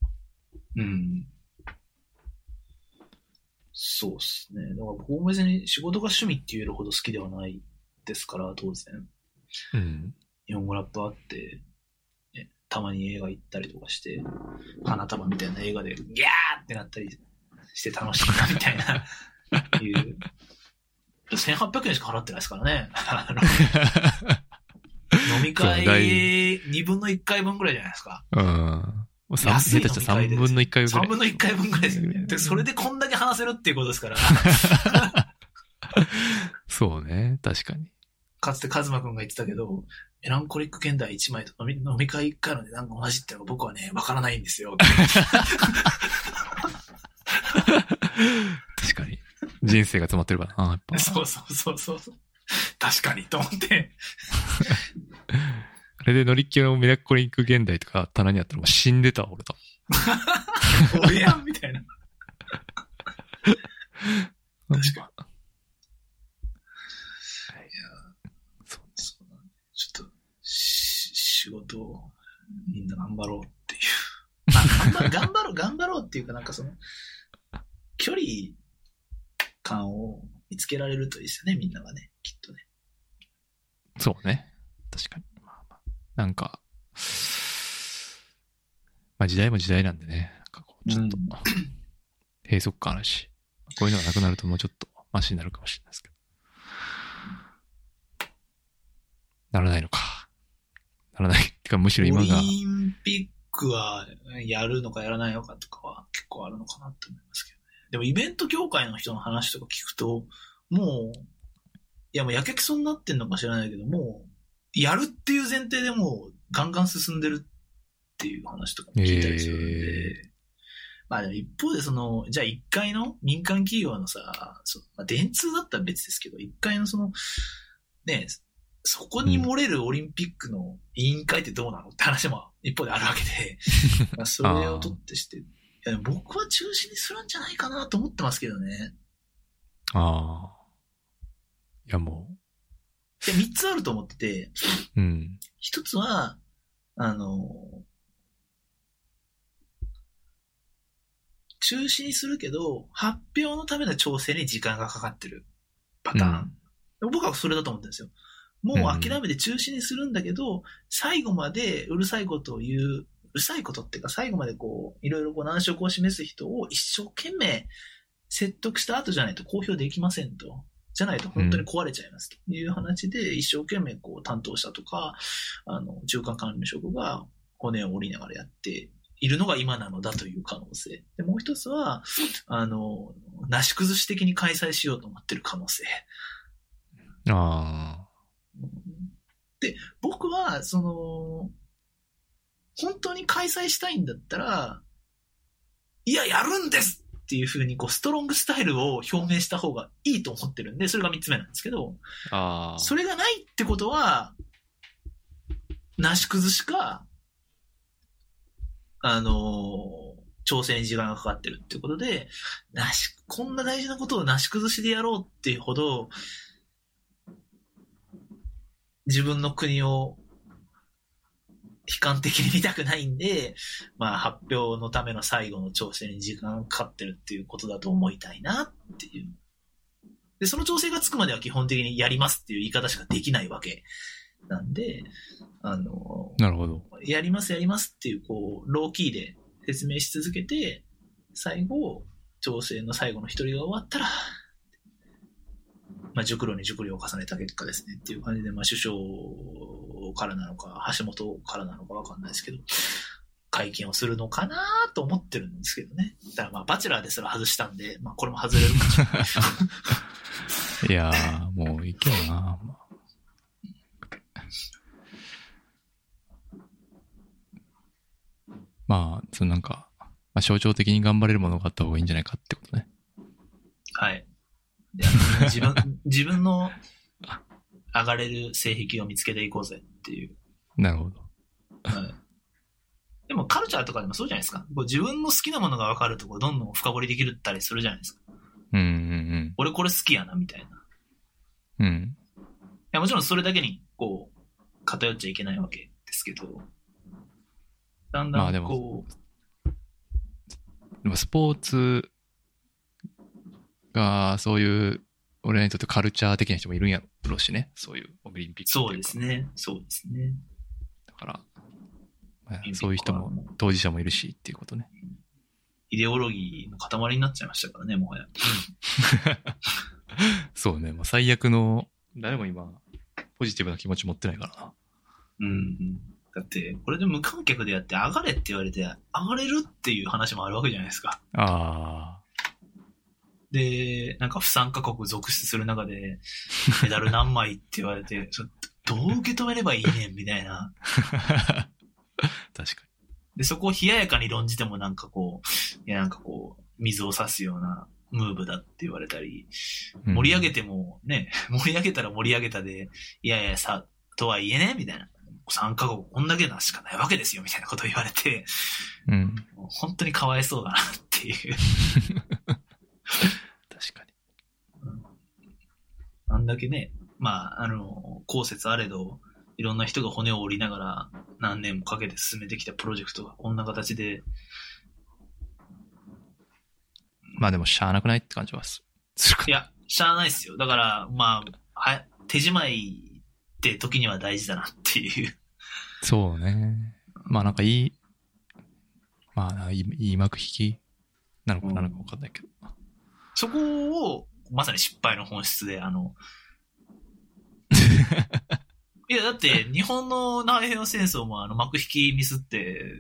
そうっすね。だから僕も別に仕事が趣味って言えるほど好きではないですから、当然。日本語ラップあって、ね、たまに映画行ったりとかして、花束みたいな映画でギャーってなったりして楽しいなみたいな、いう。1800円しか払ってないですからね。飲み会2分の1回分ぐらいじゃないですか。 安い飲み会で3分の1回分ぐらい。 3分の1回分ぐらいですよね。で、それでこんだけ話せるっていうことですから。 そうね、確かに。 かつてカズマくんが言ってたけど、メランコリック現代1枚と飲み会1回の値段が同じってのが僕はね、わからないんですよ。 確かに。人生が詰まってるからな、やっぱ。 そう。確かに、と思って。 あれで乗りっきりのメランコリック現代とか棚にあったらもう死んでたわ、俺と。 俺やんみたいな。確かに。ちょっと、仕事をみんな頑張ろうっていう。まあ、頑張ろうっていうか、なんかその、距離感を見つけられるといいですよね、みんながね、きっとね。 そうね。確かに。なんか、まあ時代も時代なんでね、なんかこう、ちょっと、閉塞感あるし、こういうのがなくなるともうちょっとマシになるかもしれないですけど。ならないのか。ならない。てかむしろ今が。 オリンピックはやるのかやらないのかとかは結構あるのかなって思いますけどね。でもイベント協会の人の話とか聞くと、もう、いやもうやけくそになってんのか知らないけど、もう、やるっていう前提でもうガンガン進んでるっっていう話とかも聞いたりするんで、まあ一方でじゃあ1階の民間企業のさ、まあ、電通だったら別ですけど、1階のね、そこに漏れるオリンピックの委員会ってどうなのって話も一方であるわけで、まあそれをとってして、いや僕は中止にするんじゃないかなと思ってますけどね。 ああ。いやもう。 で、3つあると思ってて、 うん。 1つは、中止にするけど、発表のための調整に時間がかかってるパターン。うん、僕はそれだと思ってるんですよ。もう諦めて中止にするんだけど、最後までうるさいことを言う、うるさいことっていうか最後までいろいろ難色を示す人を一生懸命説得した後じゃないと公表できませんと。じゃないと本当に壊れちゃいますという話で、一生懸命担当したとか、中間管理職が骨を折りながらやっているのが今なのだという可能性。で、もう一つは、なし崩し的に開催しようと思ってる可能性。 ああ。 で、僕は、本当に開催したいんだったら、いや、やるんですっていう風にストロングスタイルを表明した方がいいと思ってるんで、それが3つ目なんですけど、それがないってことは、なし崩しか、調整に時間がかかってるっていうことで、こんな大事なことをなし崩しでやろうっていうほど、自分の国を悲観的に見たくないんで、まあ発表のための最後の調整に時間がかかってるっていうことだと思いたいなっていう。で、その調整がつくまでは基本的にやりますっていう言い方しかできないわけなんで、 なるほど。 やりますっていう、ローキーで説明し続けて、最後、調整の最後の一人が終わったら、まあ、熟慮に熟慮を重ねた結果ですねっていう感じで、まあ、首相からなのか、橋本からなのかわかんないですけど、会見をするのかなと思ってるんですけどね。だからまあ、バチェラーですら外したんで、まあ、これも外れるかもしれない。 いやー、もういけよな。まあ、なんか、まあ、象徴的に頑張れるものがあった方がいいんじゃないかってことね。 はい。で自分の上がれる性癖を見つけていこうぜっていう。 なるほど。 はい。でもカルチャーとかでもそうじゃないですか。自分の好きなものが分かるとどんどん深掘りできるったりするじゃないですか。俺これ好きやなみたいな。いやもちろんそれだけに偏っちゃいけないわけですけど、だんだんまあでもスポーツがそういう俺にとってカルチャー的な人もいるんやろうしね、そういうオリンピック。 そうですね。 だから、まあ、そういう人も当事者もいるしっていうことね。 イデオロギーの塊になっちゃいましたからね、もはや。 そうね、まあ、最悪の誰も今ポジティブな気持ち持ってないからな。 だってこれで無観客でやって上がれって言われて上がれるっていう話もあるわけじゃないですか。で、なんか不参加国続出する中でメダル何枚って言われてどう受け止めればいいねんみたいな。 確かに。 で、そこを冷ややかに論じても水を差すようなムーブだって言われたり、盛り上げてもね、盛り上げたら盛り上げたで、いやいやさ、とはいえね、みたいな。参加国こんだけなしかないわけですよ、みたいなことを言われて、本当にかわいそうだなっていう。 確かに。 あんだけね、まあ、後節あれど、いろんな人が骨を折りながら何年もかけて進めてきたプロジェクトがこんな形で。 まあでもしゃあなくないって感じはするか。 いや、しゃあないっすよ。だから、まあ、手仕舞いって時には大事だなっていう。 そうね。まあなんかまあいい幕引きなのかなのか分かんないけど。 そこを、まさに失敗の本質で、いや、だって、日本の太平洋戦争も幕引きミスって、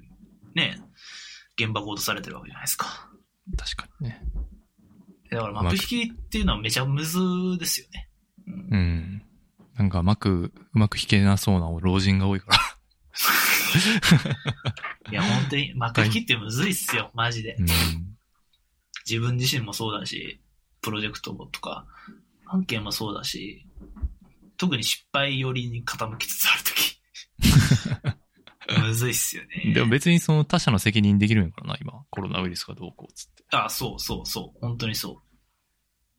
ね、原爆落とされてるわけじゃないですか。 確かにね。 だから幕引きっていうのはめちゃむずですよね。 なんかうまく弾けなそうな老人が多いから。 いや、本当に、幕引きってむずいっすよ、マジで。 うん、 自分自身もそうだし、プロジェクトとか、案件もそうだし、特に失敗寄りに傾きつつあるとき。むずいっすよね。 でも別にその他者の責任できるんやからな、今。コロナウイルスがどうこうつって。 あ、そう。本当にそう。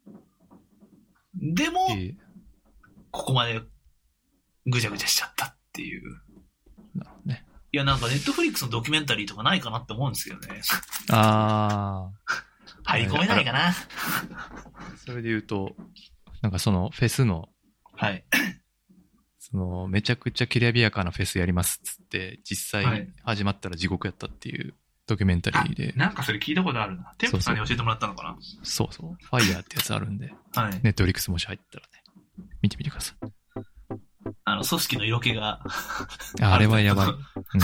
でも、ここまでぐちゃぐちゃしちゃったっていう。 なるほどね。 いや、なんかネットフリックスのドキュメンタリーとかないかなって思うんですけどね。 ああ。 入り込めないかな。 それで言うと、なんかそのフェスの、 はい。 そのめちゃくちゃきらびやかなフェスやりますっつって、実際始まったら地獄やったっていうドキュメンタリーで。 なんかそれ聞いたことあるな。テンプさんに教えてもらったのかな。 そう。ファイヤーってやつあるんで、 はい。 ネットフリックスもし入ったらね、見てみてください。 組織の色気が。 あれはやばい。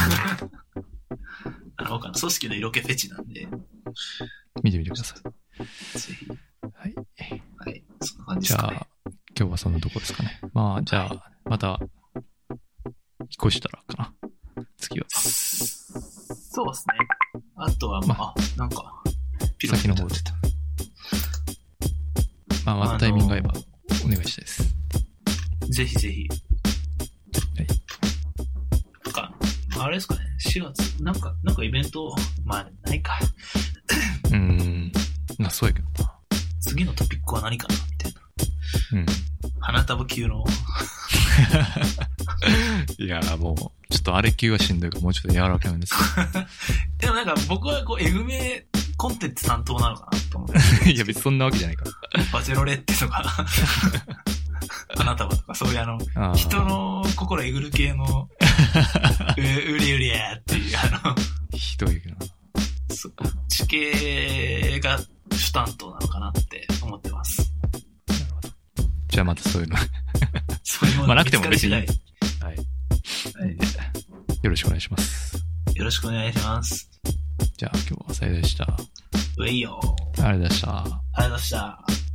僕は組織の色気フェチなんで。 見てみてください。 ぜひ。 はい。 はい。そんな感じですかね。 じゃあ、今日はそんなとこですかね。まあ、じゃあ、また、引っ越したらかな。次は。 そうですね。あとは、なんか、 ピロ先の方で。またタイミング合えば、お願いしたいです。 ぜひぜひ。 はい。 なんか、あれですかね、4月、なんかイベント、ないか。 そうやけどな。 次のトピックは何かなみたいな。 うん。 花束級の。 いや、もう、ちょっとあれ級はしんどいから、もうちょっと柔らかめです。 でもなんか僕はエグメコンテンツ担当なのかなと思って。 いや、別にそんなわけじゃないから。 バチェロレッテとか、花束とか、そういう人の心えぐる系の、うりやっていう、 ひどいけどな。 地形が主担当なのかなって思ってます。 なるほど。じゃあまたそういうの。 そういうものなくても別に。はい。よろしくお願いします。 よろしくお願いします。 じゃあ今日はさよでした。 うえいよ。 ありがとうございました。 ありがとうございました。